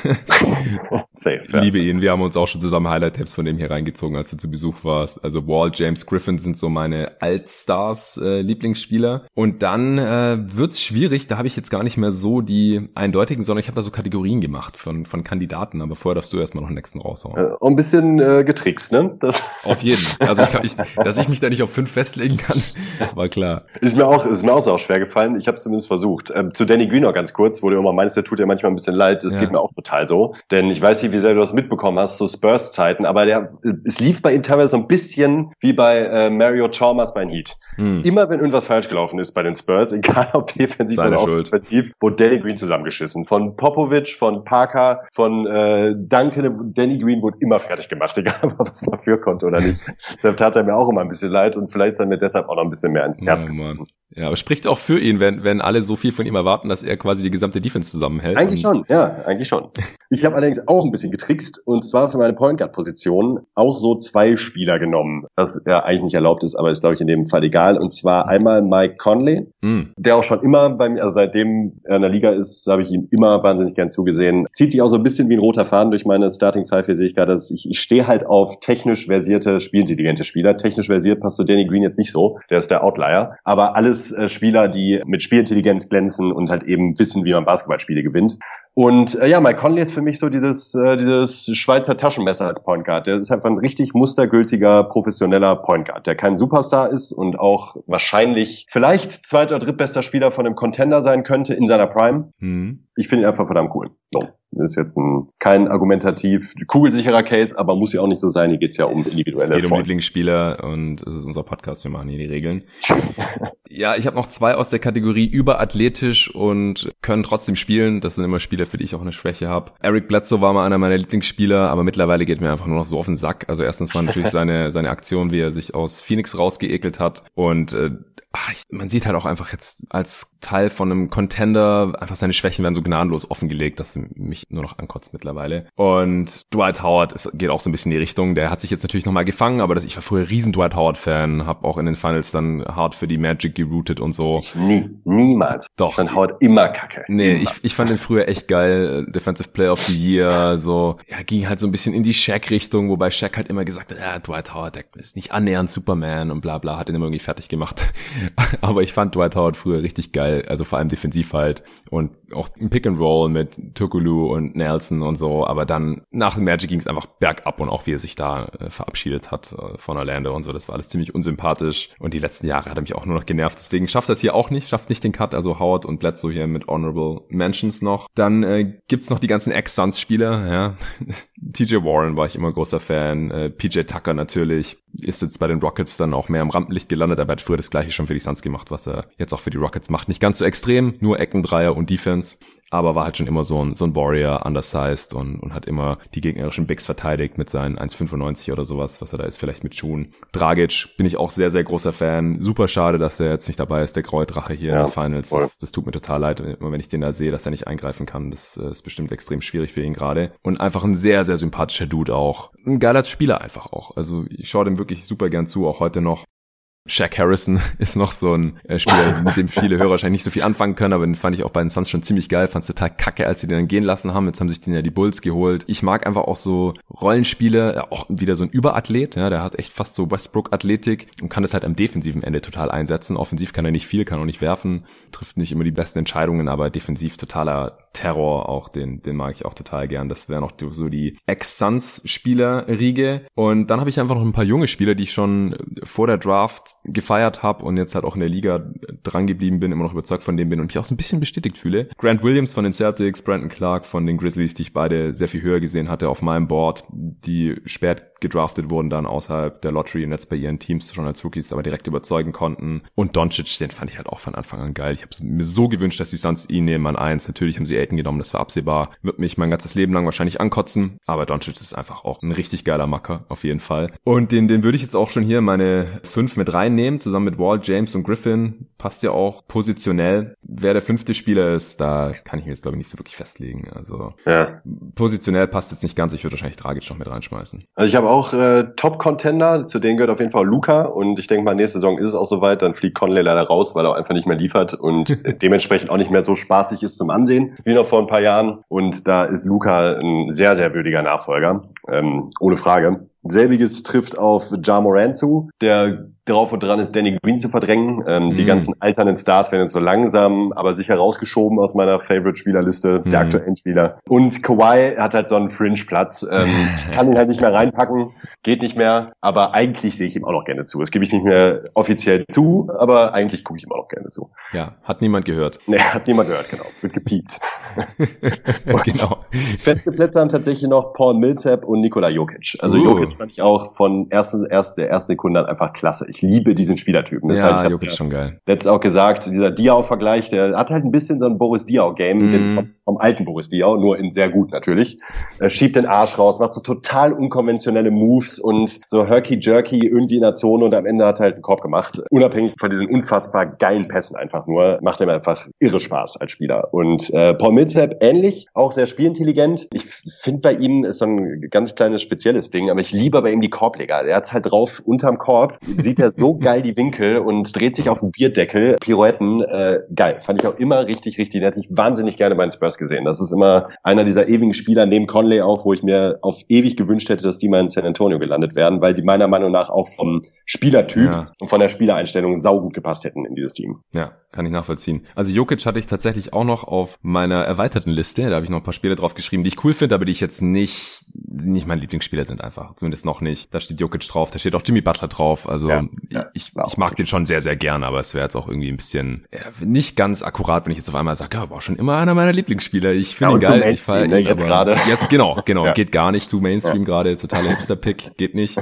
Safe, Liebe ihn, wir haben uns auch schon zusammen Highlight-Tapes von dem hier reingezogen, als du zu Besuch warst. Also Wall, James, Griffin sind so meine Altstars Lieblingsspieler. Und dann wird's schwierig, da habe ich jetzt gar nicht mehr so die eindeutigen, sondern ich habe da so Kategorien gemacht von Kandidaten, aber vorher darfst du erstmal noch den nächsten raushauen. Ein bisschen getrickst, ne? Das auf jeden. Also dass ich mich da nicht auf 5 festlegen kann, war klar. Ist mir auch so schwer gefallen. Ich habe es zumindest versucht. Zu Danny Green noch ganz kurz, wo du immer meinst, der tut dir manchmal ein bisschen leid. Das geht mir auch total so. Denn ich weiß nicht, wie sehr du das mitbekommen hast, so Spurs-Zeiten, aber es lief bei ihm teilweise so ein bisschen wie bei Mario Chalmers bei Heat. Immer wenn irgendwas falsch gelaufen ist bei den Spurs, egal ob defensiv oder offensiv, wurde Danny Green zusammengeschissen. Von Popovic, von Parker, von Duncan, Danny Green wurde immer fertig gemacht, egal ob er was dafür konnte oder nicht. Deshalb tat er mir auch immer ein bisschen leid und vielleicht ist er mir deshalb auch noch ein bisschen mehr ins Herz gekommen. Ja, aber spricht auch für ihn, wenn alle so viel von ihm erwarten, dass er quasi die gesamte Defense zusammenhält. Eigentlich schon. Ich habe allerdings auch ein bisschen getrickst und zwar für meine Point Guard Position auch so 2 Spieler genommen, was ja eigentlich nicht erlaubt ist, aber ist glaube ich in dem Fall egal. Und zwar einmal Mike Conley, der auch schon immer bei mir, also seitdem er in der Liga ist, habe ich ihm immer wahnsinnig gern zugesehen. Zieht sich auch so ein bisschen wie ein roter Faden durch meine Starting Five. Hier sehe ich gerade, dass ich stehe halt auf technisch versierte, spielintelligente Spieler. Technisch versiert passt zu Danny Green jetzt nicht so. Der ist der Outlier. Aber alles Spieler, die mit Spielintelligenz glänzen und halt eben wissen, wie man Basketballspiele gewinnt. Und Mike Conley ist für mich so dieses Schweizer Taschenmesser als Point Guard. Der ist einfach ein richtig mustergültiger, professioneller Point Guard, der kein Superstar ist und auch wahrscheinlich vielleicht 2. oder 3. bester Spieler von einem Contender sein könnte in seiner Prime. Ich finde ihn einfach verdammt cool. So. Das ist jetzt kein argumentativ kugelsicherer Case, aber muss ja auch nicht so sein. Hier geht's ja um individuelle. Es geht um Lieblingsspieler und es ist unser Podcast, wir machen hier die Regeln. Ja, ich habe noch 2 aus der Kategorie überathletisch und können trotzdem spielen. Das sind immer Spieler, für die ich auch eine Schwäche habe. Eric Bledsoe war mal einer meiner Lieblingsspieler, aber mittlerweile geht mir einfach nur noch so auf den Sack. Also erstens war natürlich seine Aktion, wie er sich aus Phoenix rausgeekelt hat und man sieht halt auch einfach jetzt als Teil von einem Contender einfach seine Schwächen werden so gnadenlos offengelegt, dass mich nur noch ankotzt mittlerweile. Und Dwight Howard, es geht auch so ein bisschen in die Richtung. Der hat sich jetzt natürlich nochmal gefangen, aber ich war früher riesen Dwight Howard-Fan, habe auch in den Finals dann hart für die Magic geroutet und so. Niemals. Doch. Ich fand Howard immer kacke. Nee, ich fand den früher echt geil. Defensive Player of the Year, so. Ja, ging halt so ein bisschen in die Shaq-Richtung, wobei Shaq halt immer gesagt hat, Dwight Howard, der ist nicht annähernd Superman und bla bla, hat ihn immer irgendwie fertig gemacht. Aber ich fand Dwight Howard früher richtig geil, also vor allem defensiv halt und auch im Pick and Roll mit Turkoglu und Nelson und so, aber dann nach Magic ging es einfach bergab und auch wie er sich da verabschiedet hat von Orlando und so, das war alles ziemlich unsympathisch und die letzten Jahre hat er mich auch nur noch genervt, deswegen schafft das hier auch nicht, schafft nicht den Cut, also Howard und Bledsoe hier mit Honorable Mentions noch. Dann gibt's noch die ganzen Ex-Suns-Spieler, ja. TJ Warren war ich immer großer Fan, PJ Tucker natürlich, ist jetzt bei den Rockets dann auch mehr im Rampenlicht gelandet, aber er hat früher das gleiche schon für die Suns gemacht, was er jetzt auch für die Rockets macht. Nicht ganz so extrem, nur Ecken, Dreier und Defense, aber war halt schon immer so ein Warrior, undersized und hat immer die gegnerischen Bigs verteidigt mit seinen 1,95 oder sowas, was er da ist, vielleicht mit Schuhen. Dragic bin ich auch sehr, sehr großer Fan. Super schade, dass er jetzt nicht dabei ist, der graue Drache hier in den Finals. Das tut mir total leid, immer wenn ich den da sehe, dass er nicht eingreifen kann. Das ist bestimmt extrem schwierig für ihn gerade. Und einfach ein sehr, sehr sympathischer Dude auch. Ein geiler Spieler einfach auch. Also ich schaue dem wirklich super gern zu, auch heute noch. Shaq Harrison ist noch so ein Spieler, mit dem viele Hörer wahrscheinlich nicht so viel anfangen können, aber den fand ich auch bei den Suns schon ziemlich geil, fand es total kacke, als sie den dann gehen lassen haben. Jetzt haben sich den ja die Bulls geholt. Ich mag einfach auch so Rollenspiele, auch wieder so ein Überathlet, ja, der hat echt fast so Westbrook-Athletik und kann das halt am defensiven Ende total einsetzen. Offensiv kann er nicht viel, kann auch nicht werfen, trifft nicht immer die besten Entscheidungen, aber defensiv totaler Terror, auch den mag ich auch total gern. Das wäre noch so die Ex-Suns-Spieler-Riege. Und dann habe ich einfach noch ein paar junge Spieler, die ich schon vor der Draft gefeiert habe und jetzt halt auch in der Liga dran geblieben bin, immer noch überzeugt von dem bin und mich auch so ein bisschen bestätigt fühle. Grant Williams von den Celtics, Brandon Clark von den Grizzlies, die ich beide sehr viel höher gesehen hatte auf meinem Board, die spät gedraftet wurden dann außerhalb der Lottery und jetzt bei ihren Teams schon als Rookies aber direkt überzeugen konnten. Und Doncic, den fand ich halt auch von Anfang an geil. Ich habe mir so gewünscht, dass die Suns ihn nehmen an 1. Natürlich haben sie Ayton genommen, das war absehbar. Wird mich mein ganzes Leben lang wahrscheinlich ankotzen, aber Doncic ist einfach auch ein richtig geiler Macker, auf jeden Fall. Und den würde ich jetzt auch schon hier meine 5 mit reinnehmen, zusammen mit Wall, James und Griffin. Passt ja auch positionell. Wer der 5. Spieler ist, da kann ich mir jetzt glaube ich nicht so wirklich festlegen. Also positionell passt jetzt nicht ganz. Ich würde wahrscheinlich Dragic noch mit reinschmeißen. Also ich habe auch Top-Contender, zu denen gehört auf jeden Fall Luka und ich denke mal, nächste Saison ist es auch soweit, dann fliegt Conley leider raus, weil er auch einfach nicht mehr liefert und dementsprechend auch nicht mehr so spaßig ist zum Ansehen wie noch vor ein paar Jahren und da ist Luka ein sehr, sehr würdiger Nachfolger, ohne Frage. Selbiges trifft auf Ja Morant zu, der drauf und dran ist, Danny Green zu verdrängen. Die ganzen alternden Stars werden jetzt so langsam, aber sicher rausgeschoben aus meiner Favorite-Spielerliste, der aktuellen Spieler. Und Kawhi hat halt so einen Fringe-Platz. Kann ihn halt nicht mehr reinpacken, geht nicht mehr, aber eigentlich sehe ich ihm auch noch gerne zu. Das gebe ich nicht mehr offiziell zu, aber eigentlich gucke ich ihm auch noch gerne zu. Ja, hat niemand gehört. Nee, hat niemand gehört, genau. Wird gepiept. Genau. Feste Plätze haben tatsächlich noch Paul Millsap und Nikola Jokic. Also Jokic fand ich auch von der ersten Sekunde an einfach klasse. Ich liebe diesen Spielertypen. Das ja, Jokic ist schon geil. Letztes auch gesagt, dieser Diaw-Vergleich, der hat halt ein bisschen so ein Boris Diaw-Game, vom alten Boris Diaw, nur in sehr gut natürlich. Er schiebt den Arsch raus, macht so total unkonventionelle Moves und so herky-jerky irgendwie in der Zone und am Ende hat er halt einen Korb gemacht. Unabhängig von diesen unfassbar geilen Pässen einfach nur, macht er mir einfach irre Spaß als Spieler. Und Paul Millsap ähnlich, auch sehr spielintelligent. Ich finde bei ihm ist so ein ganz kleines spezielles Ding, aber ich liebe bei ihm die Korbleger. Er hat's halt drauf unterm Korb, sieht er so geil die Winkel und dreht sich auf den Bierdeckel, Pirouetten, geil. Fand ich auch immer richtig, richtig nett. Ich wahnsinnig gerne bei den Spurs gesehen. Das ist immer einer dieser ewigen Spieler, neben Conley auch, wo ich mir auf ewig gewünscht hätte, dass die mal in San Antonio gelandet werden, weil sie meiner Meinung nach auch vom Spielertyp und von der Spielereinstellung saugut gepasst hätten in dieses Team. Ja, kann ich nachvollziehen. Also Jokic hatte ich tatsächlich auch noch auf meiner erweiterten Liste. Da habe ich noch ein paar Spiele drauf geschrieben, die ich cool finde, aber die ich jetzt nicht mein Lieblingsspieler sind einfach. Zumindest noch nicht. Da steht Jokic drauf, da steht auch Jimmy Butler drauf. Also ich mag den schon sehr, sehr gern, aber es wäre jetzt auch irgendwie ein bisschen nicht ganz akkurat, wenn ich jetzt auf einmal sage, ja, war schon immer einer meiner Lieblingsspieler. Ich finde ihn geil. Ich feiere ihn, jetzt gerade. Jetzt genau. Geht gar nicht zu Mainstream gerade. Totaler Hipster-Pick. Geht nicht.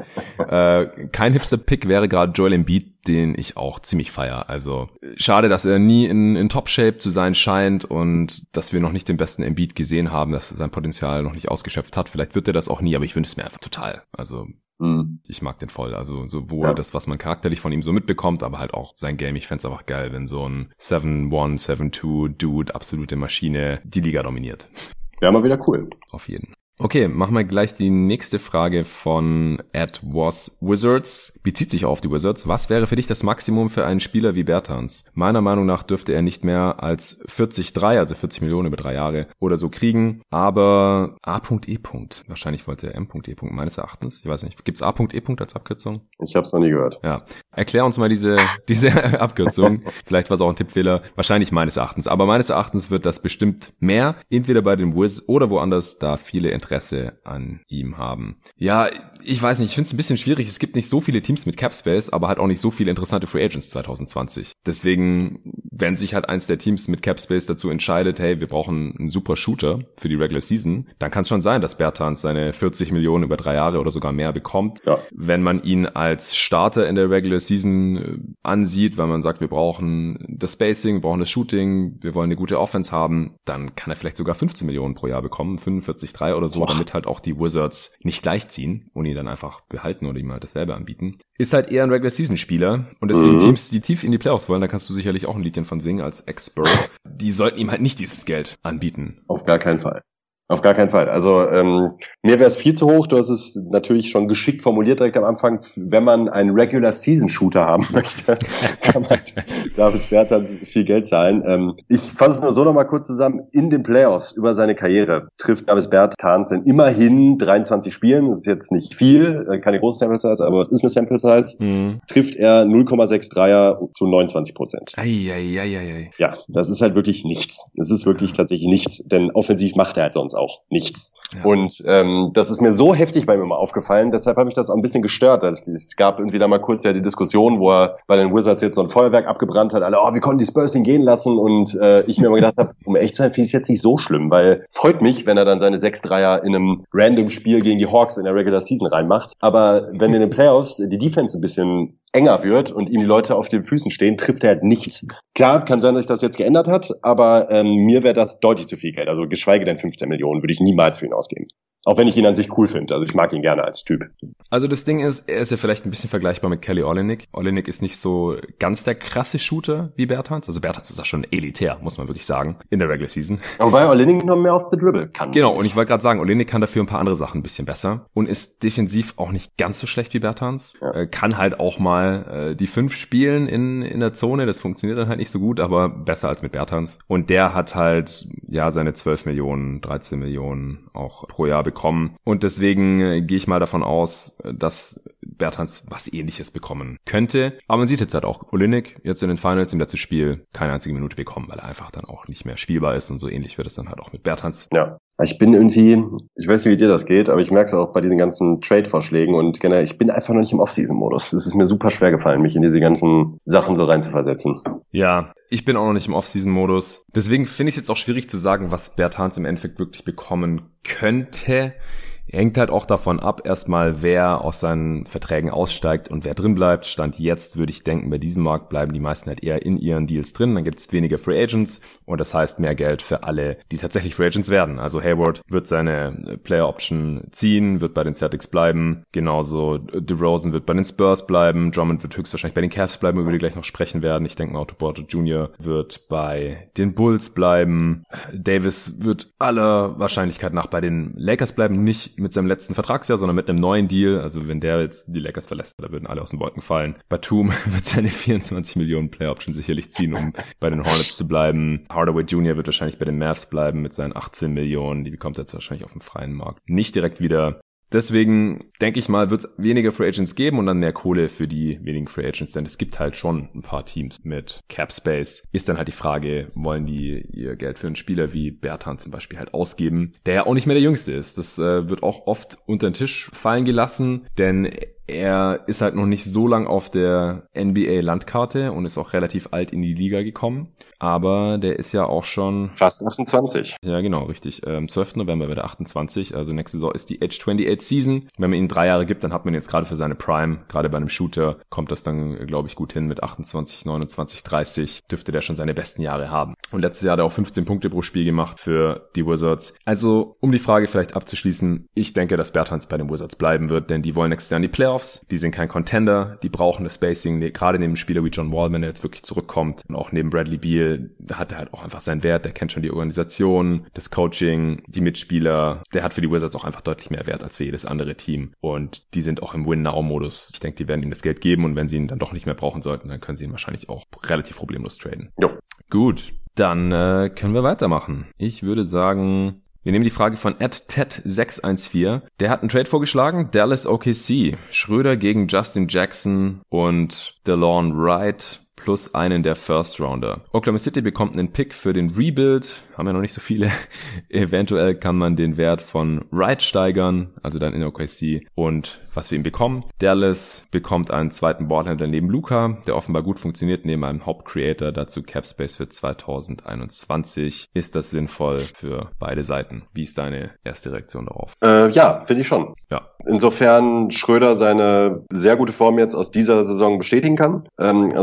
Kein Hipster-Pick wäre gerade Joel Embiid, den ich auch ziemlich feiere. Also schade, dass er nie in Top-Shape zu sein scheint und dass wir noch nicht den besten Embiid gesehen haben, dass er sein Potenzial noch nicht ausgeschöpft hat. Vielleicht wird er das auch nie, aber ich wünsche es mir einfach total. Also ich mag den voll. Also sowohl das, was man charakterlich von ihm so mitbekommt, aber halt auch sein Game. Ich fänd's einfach geil, wenn so ein 7-1, 7-2 Dude, absolute Maschine, die Liga dominiert. Wäre mal wieder cool. Auf jeden. Okay, machen wir gleich die nächste Frage von @waswizards. Bezieht sich auf die Wizards. Was wäre für dich das Maximum für einen Spieler wie Bertans? Meiner Meinung nach dürfte er nicht mehr als 40,3, also 40 Millionen über 3 Jahre oder so kriegen. Aber A.E. Wahrscheinlich wollte er M.E. meines Erachtens. Ich weiß nicht. Gibt's A.E. als Abkürzung? Ich hab's noch nie gehört. Ja. Erklär uns mal diese Abkürzung. Vielleicht war es auch ein Tippfehler. Wahrscheinlich meines Erachtens. Aber meines Erachtens wird das bestimmt mehr. Entweder bei den Wiz oder woanders, da viele Interesse an ihm haben. Ja, ich weiß nicht, ich finde es ein bisschen schwierig. Es gibt nicht so viele Teams mit Capspace, aber halt auch nicht so viele interessante Free Agents 2020. Deswegen, wenn sich halt eins der Teams mit Capspace dazu entscheidet, hey, wir brauchen einen super Shooter für die Regular Season, dann kann es schon sein, dass Bertans seine 40 Millionen über 3 Jahre oder sogar mehr bekommt. Ja. Wenn man ihn als Starter in der Regular Season ansieht, weil man sagt, wir brauchen das Spacing, wir brauchen das Shooting, wir wollen eine gute Offense haben, dann kann er vielleicht sogar 15 Millionen pro Jahr bekommen, 45,3 oder so, damit halt auch die Wizards nicht gleichziehen und ihn dann einfach behalten oder ihm halt dasselbe anbieten. Ist halt eher ein Regular-Season-Spieler und deswegen Teams, die tief in die Playoffs wollen, da kannst du sicherlich auch ein Liedchen von singen als Ex-Spur. Die sollten ihm halt nicht dieses Geld anbieten. Auf gar keinen Fall. Auf gar keinen Fall. Also mir wäre es viel zu hoch. Du hast es natürlich schon geschickt formuliert direkt am Anfang. Wenn man einen Regular-Season-Shooter haben möchte, kann man Davis Bertans viel Geld zahlen. Ich fasse es nur so nochmal kurz zusammen. In den Playoffs über seine Karriere trifft Davis Bertans in immerhin 23 Spielen. Das ist jetzt nicht viel, keine große Sample Size, aber es ist eine Sample Size. Trifft er 0,6 Dreier zu 29%. Ei. Ja, das ist halt wirklich nichts. Es ist wirklich tatsächlich nichts, denn offensiv macht er halt sonst auch nichts. Ja. Und das ist mir so heftig bei mir mal aufgefallen, deshalb habe ich das auch ein bisschen gestört. Also es gab irgendwie da mal kurz die Diskussion, wo er bei den Wizards jetzt so ein Feuerwerk abgebrannt hat, alle, wir konnten die Spurs ihn gehen lassen, und ich mir immer gedacht habe, um echt zu sein, finde ich es jetzt nicht so schlimm, weil freut mich, wenn er dann seine 6 Dreier in einem random Spiel gegen die Hawks in der Regular Season reinmacht, aber wenn in den Playoffs die Defense ein bisschen enger wird und ihm die Leute auf den Füßen stehen, trifft er halt nichts. Klar, kann sein, dass sich das jetzt geändert hat, aber mir wäre das deutlich zu viel Geld. Also geschweige denn 15 Millionen würde ich niemals für ihn ausgeben. Auch wenn ich ihn an sich cool finde. Also ich mag ihn gerne als Typ. Also das Ding ist, er ist ja vielleicht ein bisschen vergleichbar mit Kelly Olynyk. Olynyk ist nicht so ganz der krasse Shooter wie Bertans. Also Bertans ist auch schon elitär, muss man wirklich sagen, in der Regular Season. Aber weil Olynyk noch mehr auf the Dribble kann. Genau, und ich wollte gerade sagen, Olynyk kann dafür ein paar andere Sachen ein bisschen besser und ist defensiv auch nicht ganz so schlecht wie Bertans. Ja. Kann halt auch mal die 5 spielen in der Zone. Das funktioniert dann halt nicht so gut, aber besser als mit Bertans. Und der hat halt seine 12 Millionen, 13 Millionen auch pro Jahr bekommen. Und deswegen gehe ich mal davon aus, dass Bertans was Ähnliches bekommen könnte. Aber man sieht jetzt halt auch, Olynyk jetzt in den Finals im letzten Spiel keine einzige Minute bekommen, weil er einfach dann auch nicht mehr spielbar ist, und so ähnlich wird es dann halt auch mit Bertans. Ja. Ich bin irgendwie, ich weiß nicht, wie dir das geht, aber ich merke es auch bei diesen ganzen Trade-Vorschlägen und generell, ich bin einfach noch nicht im Off-Season-Modus. Es ist mir super schwer gefallen, mich in diese ganzen Sachen so reinzuversetzen. Ja, ich bin auch noch nicht im Off-Season-Modus. Deswegen finde ich es jetzt auch schwierig zu sagen, was Bertans im Endeffekt wirklich bekommen könnte. Hängt halt auch davon ab, erstmal, wer aus seinen Verträgen aussteigt und wer drin bleibt. Stand jetzt würde ich denken, bei diesem Markt bleiben die meisten halt eher in ihren Deals drin. Dann gibt es weniger Free Agents und das heißt mehr Geld für alle, die tatsächlich Free Agents werden. Also Hayward wird seine Player Option ziehen, wird bei den Celtics bleiben. Genauso DeRozan wird bei den Spurs bleiben. Drummond wird höchstwahrscheinlich bei den Cavs bleiben, über die gleich noch sprechen werden. Ich denke mal, Otto Porter Jr. wird bei den Bulls bleiben. Davis wird aller Wahrscheinlichkeit nach bei den Lakers bleiben, nicht mit seinem letzten Vertragsjahr, sondern mit einem neuen Deal. Also wenn der jetzt die Lakers verlässt, da würden alle aus den Wolken fallen. Batum wird seine 24 Millionen Player Option sicherlich ziehen, um bei den Hornets zu bleiben. Hardaway Jr. wird wahrscheinlich bei den Mavs bleiben mit seinen 18 Millionen. Die bekommt er jetzt wahrscheinlich auf dem freien Markt nicht direkt wieder. Deswegen denke ich mal, wird es weniger Free Agents geben und dann mehr Kohle für die wenigen Free Agents, denn es gibt halt schon ein paar Teams mit Cap Space. Ist dann halt die Frage, wollen die ihr Geld für einen Spieler wie Bertans zum Beispiel halt ausgeben, der ja auch nicht mehr der Jüngste ist. Das wird auch oft unter den Tisch fallen gelassen, denn er ist halt noch nicht so lang auf der NBA-Landkarte und ist auch relativ alt in die Liga gekommen. Aber der ist ja auch schon fast 28. Ja, genau, richtig. 12. November wird er 28. Also nächste Saison ist die Age 28 Season. Wenn man ihm 3 Jahre gibt, dann hat man jetzt gerade für seine Prime, gerade bei einem Shooter, kommt das dann, glaube ich, gut hin mit 28, 29, 30. Dürfte der schon seine besten Jahre haben. Und letztes Jahr hat er auch 15 Punkte pro Spiel gemacht für die Wizards. Also, um die Frage vielleicht abzuschließen, ich denke, dass Bertans bei den Wizards bleiben wird, denn die wollen nächstes Jahr in die Playoffs. Die sind kein Contender, die brauchen das Spacing, gerade neben einem Spieler wie John Wall, wenn er jetzt wirklich zurückkommt. Und auch neben Bradley Beal, da hat er halt auch einfach seinen Wert, der kennt schon die Organisation, das Coaching, die Mitspieler. Der hat für die Wizards auch einfach deutlich mehr Wert als für jedes andere Team. Und die sind auch im Win-Now-Modus. Ich denke, die werden ihm das Geld geben und wenn sie ihn dann doch nicht mehr brauchen sollten, dann können sie ihn wahrscheinlich auch relativ problemlos traden. Jo. Gut, dann können wir weitermachen. Ich würde sagen, wir nehmen die Frage von @ted614. Der hat einen Trade vorgeschlagen. Dallas OKC. Schröder gegen Justin Jackson und DeLon Wright plus einen der First Rounder. Oklahoma City bekommt einen Pick für den Rebuild. Haben ja noch nicht so viele. Eventuell kann man den Wert von Wright steigern, also dann in OKC. Und was wir ihm bekommen. Dallas bekommt einen zweiten Ballhändler neben Luka, der offenbar gut funktioniert, neben einem Hauptcreator, dazu Capspace für 2021. Ist das sinnvoll für beide Seiten? Wie ist deine erste Reaktion darauf? Ja, finde ich schon. Ja. Insofern Schröder seine sehr gute Form jetzt aus dieser Saison bestätigen kann. Also ähnlich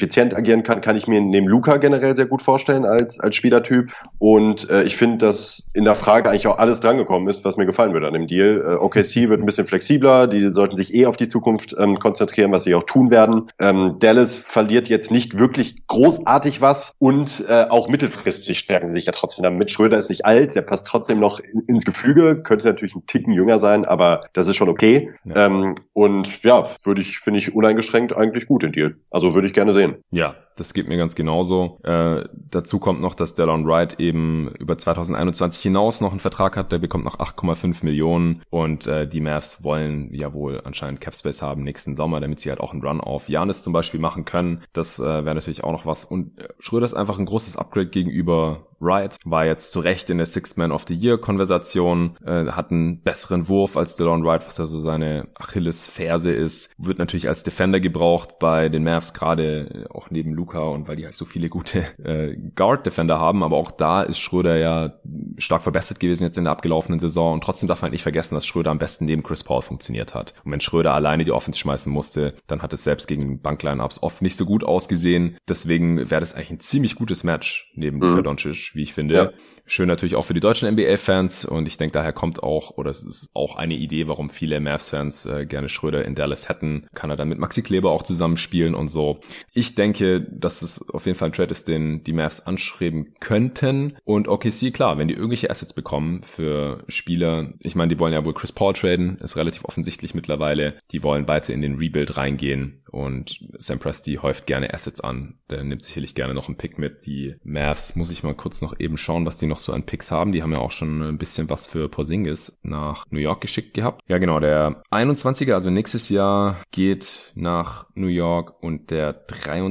effizient agieren kann ich mir neben Luka generell sehr gut vorstellen als Spielertyp. Und ich finde, dass in der Frage eigentlich auch alles drangekommen ist, was mir gefallen würde an dem Deal. OKC wird ein bisschen flexibler, die sollten sich auf die Zukunft konzentrieren, was sie auch tun werden. Dallas verliert jetzt nicht wirklich großartig was und auch mittelfristig stärken sie sich ja trotzdem damit. Schröder ist nicht alt, der passt trotzdem noch ins Gefüge, könnte natürlich ein Ticken jünger sein, aber das ist schon okay. Ja. Und ja, finde ich uneingeschränkt eigentlich gut, den Deal. Also würde ich gerne sehen. Ja, das geht mir ganz genauso. Dazu kommt noch, dass Delon Wright eben über 2021 hinaus noch einen Vertrag hat. Der bekommt noch 8,5 Millionen und die Mavs wollen ja wohl anscheinend Capspace haben nächsten Sommer, damit sie halt auch einen Run auf Giannis zum Beispiel machen können. Das wäre natürlich auch noch was. Und Schröder ist einfach ein großes Upgrade gegenüber Wright, war jetzt zu Recht in der Sixth Man of the Year Konversation, hat einen besseren Wurf als Delon Wright, was ja so seine Achillesferse ist, wird natürlich als Defender gebraucht bei den Mavs, gerade auch neben Luka und weil die halt so viele gute Guard-Defender haben, aber auch da ist Schröder ja stark verbessert gewesen jetzt in der abgelaufenen Saison und trotzdem darf man nicht vergessen, dass Schröder am besten neben Chris Paul funktioniert hat. Und wenn Schröder alleine die Offense schmeißen musste, dann hat es selbst gegen Bankline-Ups oft nicht so gut ausgesehen, deswegen wäre das eigentlich ein ziemlich gutes Match neben Luka Doncic, wie ich finde. Ja. Schön natürlich auch für die deutschen NBA-Fans und ich denke, daher kommt auch, oder es ist auch eine Idee, warum viele Mavs-Fans gerne Schröder in Dallas hätten. Kann er dann mit Maxi Kleber auch zusammenspielen und so. Ich denke, dass es auf jeden Fall ein Trade ist, den die Mavs anschreiben könnten. Und OKC, klar, wenn die irgendwelche Assets bekommen für Spieler, ich meine, die wollen ja wohl Chris Paul traden, ist relativ offensichtlich mittlerweile. Die wollen weiter in den Rebuild reingehen und Sam Presti häuft gerne Assets an. Der nimmt sicherlich gerne noch einen Pick mit. Die Mavs, muss ich mal kurz noch eben schauen, was die noch so an Picks haben. Die haben ja auch schon ein bisschen was für Porzingis nach New York geschickt gehabt. Ja genau, der 21er, also nächstes Jahr, geht nach New York und der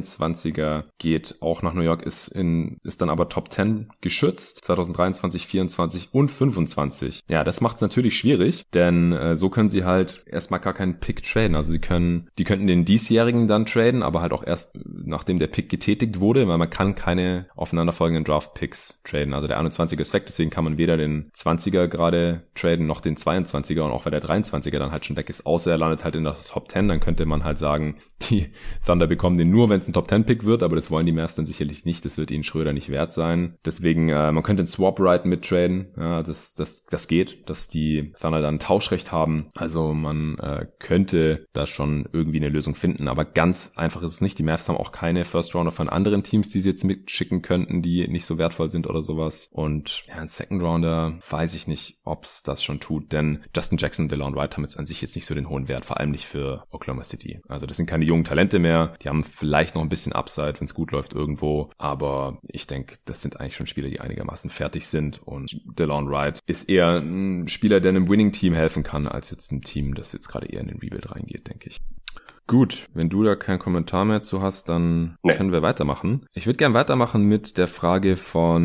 23er geht auch nach New York, ist dann aber Top 10 geschützt, 2023, 24 und 25. Ja, das macht es natürlich schwierig, denn so können sie halt erstmal gar keinen Pick traden. Also die könnten den diesjährigen dann traden, aber halt auch erst nachdem der Pick getätigt wurde, weil man kann keine aufeinanderfolgenden Draft-Picks traden. Also der 21er ist weg, deswegen kann man weder den 20er gerade traden, noch den 22er und auch weil der 23er dann halt schon weg ist, außer er landet halt in der Top 10, dann könnte man halt sagen, die Thunder bekommen den nur, wenn es ein Top 10 Pick wird, aber das wollen die Mavs dann sicherlich nicht, das wird ihnen Schröder nicht wert sein. Deswegen, man könnte den Swap-Right mittraden, ja, das geht, dass die Thunder dann ein Tauschrecht haben, also man könnte da schon irgendwie eine Lösung finden, aber ganz einfach ist es nicht. Die Mavs haben auch keine First-Rounder von anderen Teams, die sie jetzt mitschicken könnten, die nicht so wertvoll sind oder sowas. Und ja, ein Second-Rounder weiß ich nicht, ob es das schon tut, denn Justin Jackson und Delon Wright haben jetzt an sich jetzt nicht so den hohen Wert, vor allem nicht für Oklahoma City. Also das sind keine jungen Talente mehr, die haben vielleicht noch ein bisschen Upside, wenn es gut läuft irgendwo, aber ich denke, das sind eigentlich schon Spieler, die einigermaßen fertig sind und Delon Wright ist eher ein Spieler, der einem Winning-Team helfen kann, als jetzt ein Team, das jetzt gerade eher in den Rebuild reingeht, denke ich. Gut, wenn du da keinen Kommentar mehr zu hast, dann können wir weitermachen. Ich würde gerne weitermachen mit der Frage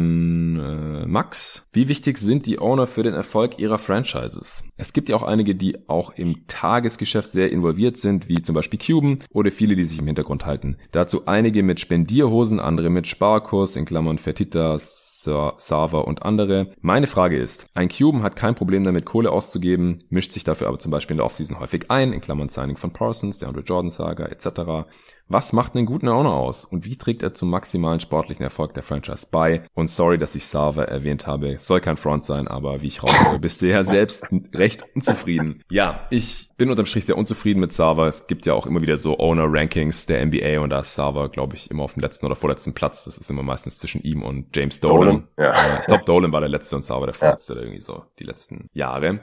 von Max. Wie wichtig sind die Owner für den Erfolg ihrer Franchises? Es gibt ja auch einige, die auch im Tagesgeschäft sehr involviert sind, wie zum Beispiel Cuban oder viele, die sich im Hintergrund halten. Dazu einige mit Spendierhosen, andere mit Sparkurs, in Klammern Fertitta, Sava und andere. Meine Frage ist, ein Cuban hat kein Problem damit, Kohle auszugeben, mischt sich dafür aber zum Beispiel in der Offseason häufig ein, in Klammern Signing von Parsons, der Jordan-Saga etc. Was macht einen guten Owner aus und wie trägt er zum maximalen sportlichen Erfolg der Franchise bei? Und sorry, dass ich Sava erwähnt habe. Es soll kein Front sein, aber wie ich raushöre, bist du ja selbst recht unzufrieden. Ja, ich bin unterm Strich sehr unzufrieden mit Sava. Es gibt ja auch immer wieder so Owner-Rankings der NBA und da ist Sava, glaube ich, immer auf dem letzten oder vorletzten Platz. Das ist immer meistens zwischen ihm und James Dolan. Ja. Ich glaube, Dolan war der letzte und Sava der vorletzte oder irgendwie so die letzten Jahre.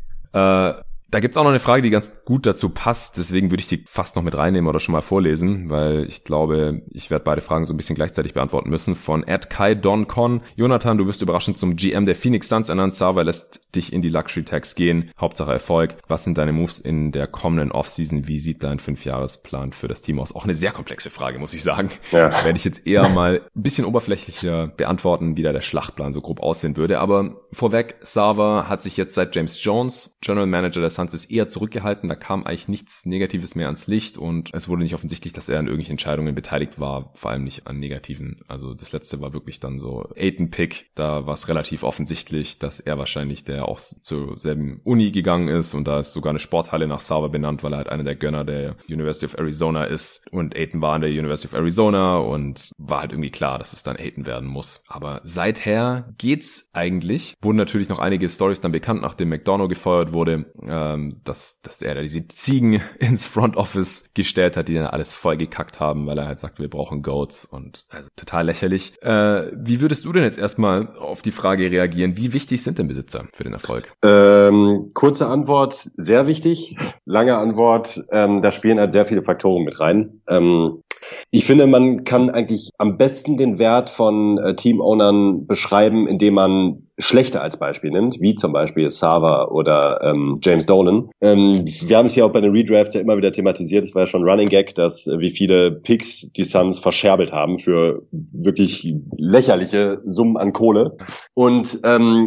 Da gibt's auch noch eine Frage, die ganz gut dazu passt. Deswegen würde ich die fast noch mit reinnehmen oder schon mal vorlesen, weil ich glaube, ich werde beide Fragen so ein bisschen gleichzeitig beantworten müssen. Von @kai_don_con. Jonathan, du wirst überraschend zum GM der Phoenix Suns ernannt. Sava lässt dich in die Luxury Tax gehen. Hauptsache Erfolg. Was sind deine Moves in der kommenden Offseason? Wie sieht dein 5-Jahresplan für das Team aus? Auch eine sehr komplexe Frage, muss ich sagen. Ja. Werde ich jetzt eher mal ein bisschen oberflächlicher beantworten, wie da der Schlachtplan so grob aussehen würde. Aber vorweg, Sava hat sich jetzt seit James Jones, General Manager der Suns, Suns ist eher zurückgehalten, da kam eigentlich nichts Negatives mehr ans Licht und es wurde nicht offensichtlich, dass er an irgendwelchen Entscheidungen beteiligt war, vor allem nicht an negativen. Also das letzte war wirklich dann so Ayton-Pick, da war es relativ offensichtlich, dass er wahrscheinlich, der auch zur selben Uni gegangen ist und da ist sogar eine Sporthalle nach Sarver benannt, weil er halt einer der Gönner der University of Arizona ist und Ayton war an der University of Arizona und war halt irgendwie klar, dass es dann Ayton werden muss. Aber seither geht's eigentlich. Wurden natürlich noch einige Storys dann bekannt, nachdem McDonough gefeuert wurde, dass er da diese Ziegen ins Front Office gestellt hat, die dann alles voll gekackt haben, weil er halt sagt, wir brauchen Goats und also total lächerlich. Wie würdest du denn jetzt erstmal auf die Frage reagieren, wie wichtig sind denn Besitzer für den Erfolg? Kurze Antwort, sehr wichtig. Lange Antwort, da spielen halt sehr viele Faktoren mit rein. Ich finde, man kann eigentlich am besten den Wert von Teamownern beschreiben, indem man schlechte als Beispiel nimmt, wie zum Beispiel Sarver oder James Dolan. Wir haben es hier auch bei den Redrafts ja immer wieder thematisiert. Es war ja schon Running Gag, dass wie viele Picks die Suns verscherbelt haben für wirklich lächerliche Summen an Kohle. Und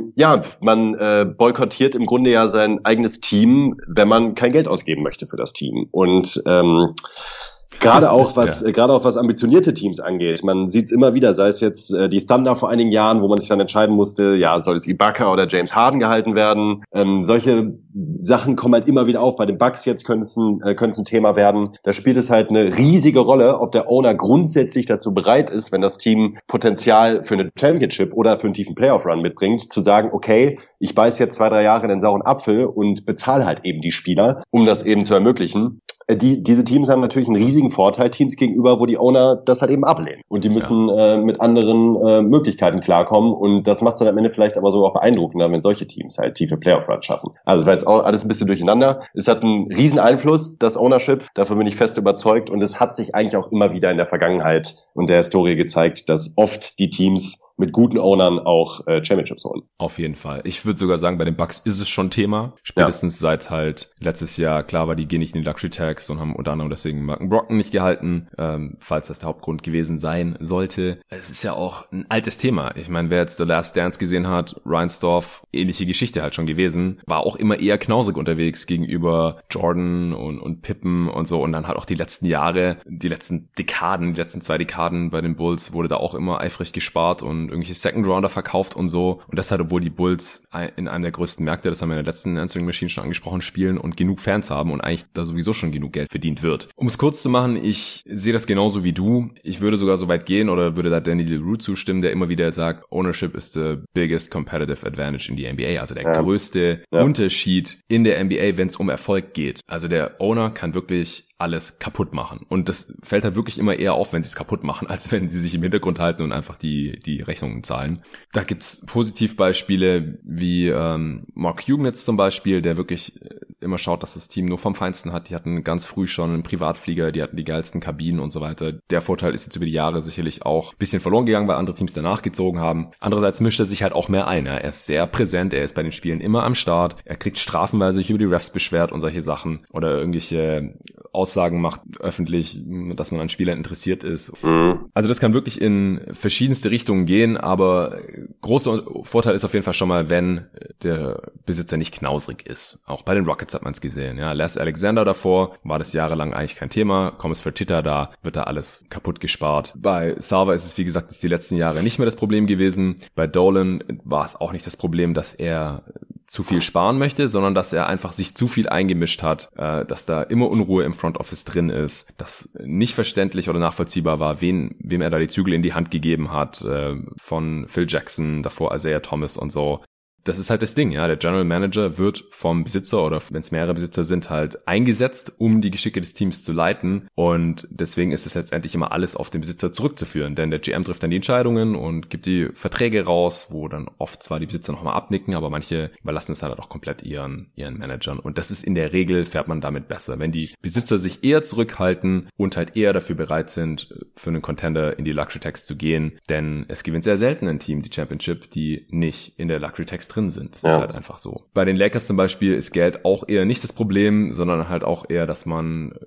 man boykottiert im Grunde ja sein eigenes Team, wenn man kein Geld ausgeben möchte für das Team. Und Gerade auch was ambitionierte Teams angeht. Man sieht es immer wieder, sei es jetzt die Thunder vor einigen Jahren, wo man sich dann entscheiden musste, ja, soll es Ibaka oder James Harden gehalten werden. Solche Sachen kommen halt immer wieder auf. Bei den Bucks jetzt könnte es ein Thema werden. Da spielt es halt eine riesige Rolle, ob der Owner grundsätzlich dazu bereit ist, wenn das Team Potenzial für eine Championship oder für einen tiefen Playoff-Run mitbringt, zu sagen, okay, ich beiß jetzt 2-3 Jahre in den sauren Apfel und bezahle halt eben die Spieler, um das eben zu ermöglichen. Diese Teams haben natürlich einen riesigen Vorteil Teams gegenüber, wo die Owner das halt eben ablehnen. Und die müssen mit anderen Möglichkeiten klarkommen. Und das macht es dann am Ende vielleicht aber so auch beeindruckender, wenn solche Teams halt tiefe Playoff-Runs schaffen. Also war jetzt auch alles ein bisschen durcheinander. Es hat einen riesen Einfluss, das Ownership. Davon bin ich fest überzeugt. Und es hat sich eigentlich auch immer wieder in der Vergangenheit und der Historie gezeigt, dass oft die Teams mit guten Ownern auch Championships holen. Auf jeden Fall. Ich würde sogar sagen, bei den Bucks ist es schon Thema. Spätestens seit halt letztes Jahr klar war, die gehen nicht in die Luxury Tax und haben unter anderem deswegen Malcolm Brogdon nicht gehalten, falls das der Hauptgrund gewesen sein sollte. Es ist ja auch ein altes Thema. Ich meine, wer jetzt The Last Dance gesehen hat, Reinsdorf, ähnliche Geschichte halt schon gewesen, war auch immer eher knausrig unterwegs gegenüber Jordan und Pippen und so. Und dann halt auch die letzten Jahre, die letzten 2 Dekaden bei den Bulls wurde da auch immer eifrig gespart und irgendwelche Second-Rounder verkauft und so. Und das halt, obwohl die Bulls in einem der größten Märkte, das haben wir in der letzten Answering Machine schon angesprochen, spielen und genug Fans haben und eigentlich da sowieso schon genug Geld verdient wird. Um es kurz zu machen, ich sehe das genauso wie du. Ich würde sogar so weit gehen oder würde da Danny Leroux zustimmen, der immer wieder sagt, Ownership is the biggest competitive advantage in the NBA. Also der größte Unterschied in der NBA, wenn es um Erfolg geht. Also der Owner kann wirklich alles kaputt machen. Und das fällt halt wirklich immer eher auf, wenn sie es kaputt machen, als wenn sie sich im Hintergrund halten und einfach die Rechnungen zahlen. Da gibt's Positivbeispiele wie Mark Cuban jetzt zum Beispiel, der wirklich immer schaut, dass das Team nur vom Feinsten hat. Die hatten ganz früh schon einen Privatflieger, die hatten die geilsten Kabinen und so weiter. Der Vorteil ist jetzt über die Jahre sicherlich auch ein bisschen verloren gegangen, weil andere Teams danach gezogen haben. Andererseits mischt er sich halt auch mehr ein. Er ist sehr präsent, er ist bei den Spielen immer am Start. Er kriegt Strafen, weil er sich über die Refs beschwert und solche Sachen oder irgendwelche Aussagen macht öffentlich, dass man an Spielern interessiert ist. Also das kann wirklich in verschiedenste Richtungen gehen, aber großer Vorteil ist auf jeden Fall schon mal, wenn der Besitzer nicht knausrig ist. Auch bei den Rockets hat man es gesehen. Ja, Les Alexander davor war das jahrelang eigentlich kein Thema. Komm es für Titter, da wird da alles kaputt gespart. Bei Sarver ist es, wie gesagt, jetzt die letzten Jahre nicht mehr das Problem gewesen. Bei Dolan war es auch nicht das Problem, dass er zu viel sparen möchte, sondern dass er einfach sich zu viel eingemischt hat, dass da immer Unruhe im Front Office drin ist, dass nicht verständlich oder nachvollziehbar war, wem er da die Zügel in die Hand gegeben hat, von Phil Jackson, davor Isaiah Thomas und so. Das ist halt das Ding, ja. Der General Manager wird vom Besitzer oder wenn es mehrere Besitzer sind, halt eingesetzt, um die Geschicke des Teams zu leiten. Und deswegen ist es letztendlich immer alles auf den Besitzer zurückzuführen. Denn der GM trifft dann die Entscheidungen und gibt die Verträge raus, wo dann oft zwar die Besitzer nochmal abnicken, aber manche überlassen es halt auch komplett ihren Managern. Und das ist in der Regel, fährt man damit besser. Wenn die Besitzer sich eher zurückhalten und halt eher dafür bereit sind, für einen Contender in die Luxury Tax zu gehen. Denn es gewinnt sehr selten ein Team die Championship, die nicht in der Luxury Tax drin sind. Das ist halt einfach so. Bei den Lakers zum Beispiel ist Geld auch eher nicht das Problem, sondern halt auch eher, dass man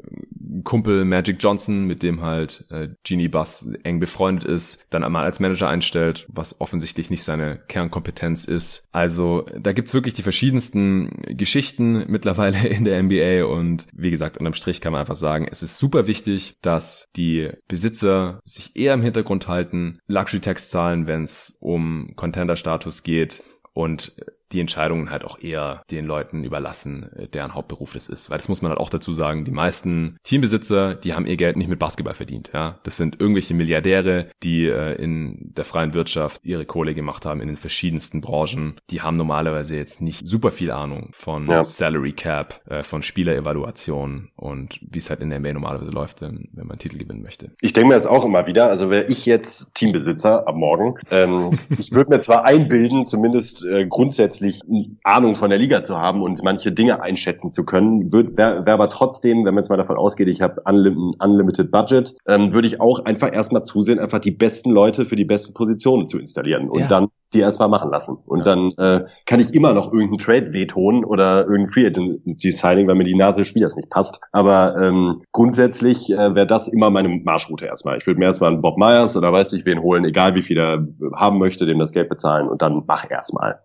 Kumpel Magic Johnson, mit dem halt Jeanie Buss eng befreundet ist, dann einmal als Manager einstellt, was offensichtlich nicht seine Kernkompetenz ist. Also da gibt's wirklich die verschiedensten Geschichten mittlerweile in der NBA und wie gesagt, unterm Strich kann man einfach sagen, es ist super wichtig, dass die Besitzer sich eher im Hintergrund halten, Luxury-Tax zahlen, wenn es um Contender-Status geht und die Entscheidungen halt auch eher den Leuten überlassen, deren Hauptberuf das ist. Weil das muss man halt auch dazu sagen, die meisten Teambesitzer, die haben ihr Geld nicht mit Basketball verdient. Ja, das sind irgendwelche Milliardäre, die in der freien Wirtschaft ihre Kohle gemacht haben in den verschiedensten Branchen. Die haben normalerweise jetzt nicht super viel Ahnung von Salary Cap, von Spielerevaluation und wie es halt in der NBA normalerweise läuft, wenn man einen Titel gewinnen möchte. Ich denke mir das auch immer wieder, also wäre ich jetzt Teambesitzer ab morgen, ich würde mir zwar einbilden, zumindest grundsätzlich Ahnung von der Liga zu haben und manche Dinge einschätzen zu können, wäre aber trotzdem, wenn man jetzt mal davon ausgeht, ich habe unlimited Budget, würde ich auch einfach erstmal zusehen, einfach die besten Leute für die besten Positionen zu installieren und dann die erstmal machen lassen. Und dann kann ich immer noch irgendeinen Trade wehtun oder irgendein Free Agency Signing, weil mir die Nase des Spielers nicht passt. Aber grundsätzlich wäre das immer meine Marschroute erstmal. Ich würde mir erstmal einen Bob Myers oder weiß nicht wen holen, egal wie viel er haben möchte, dem das Geld bezahlen und dann mach erstmal.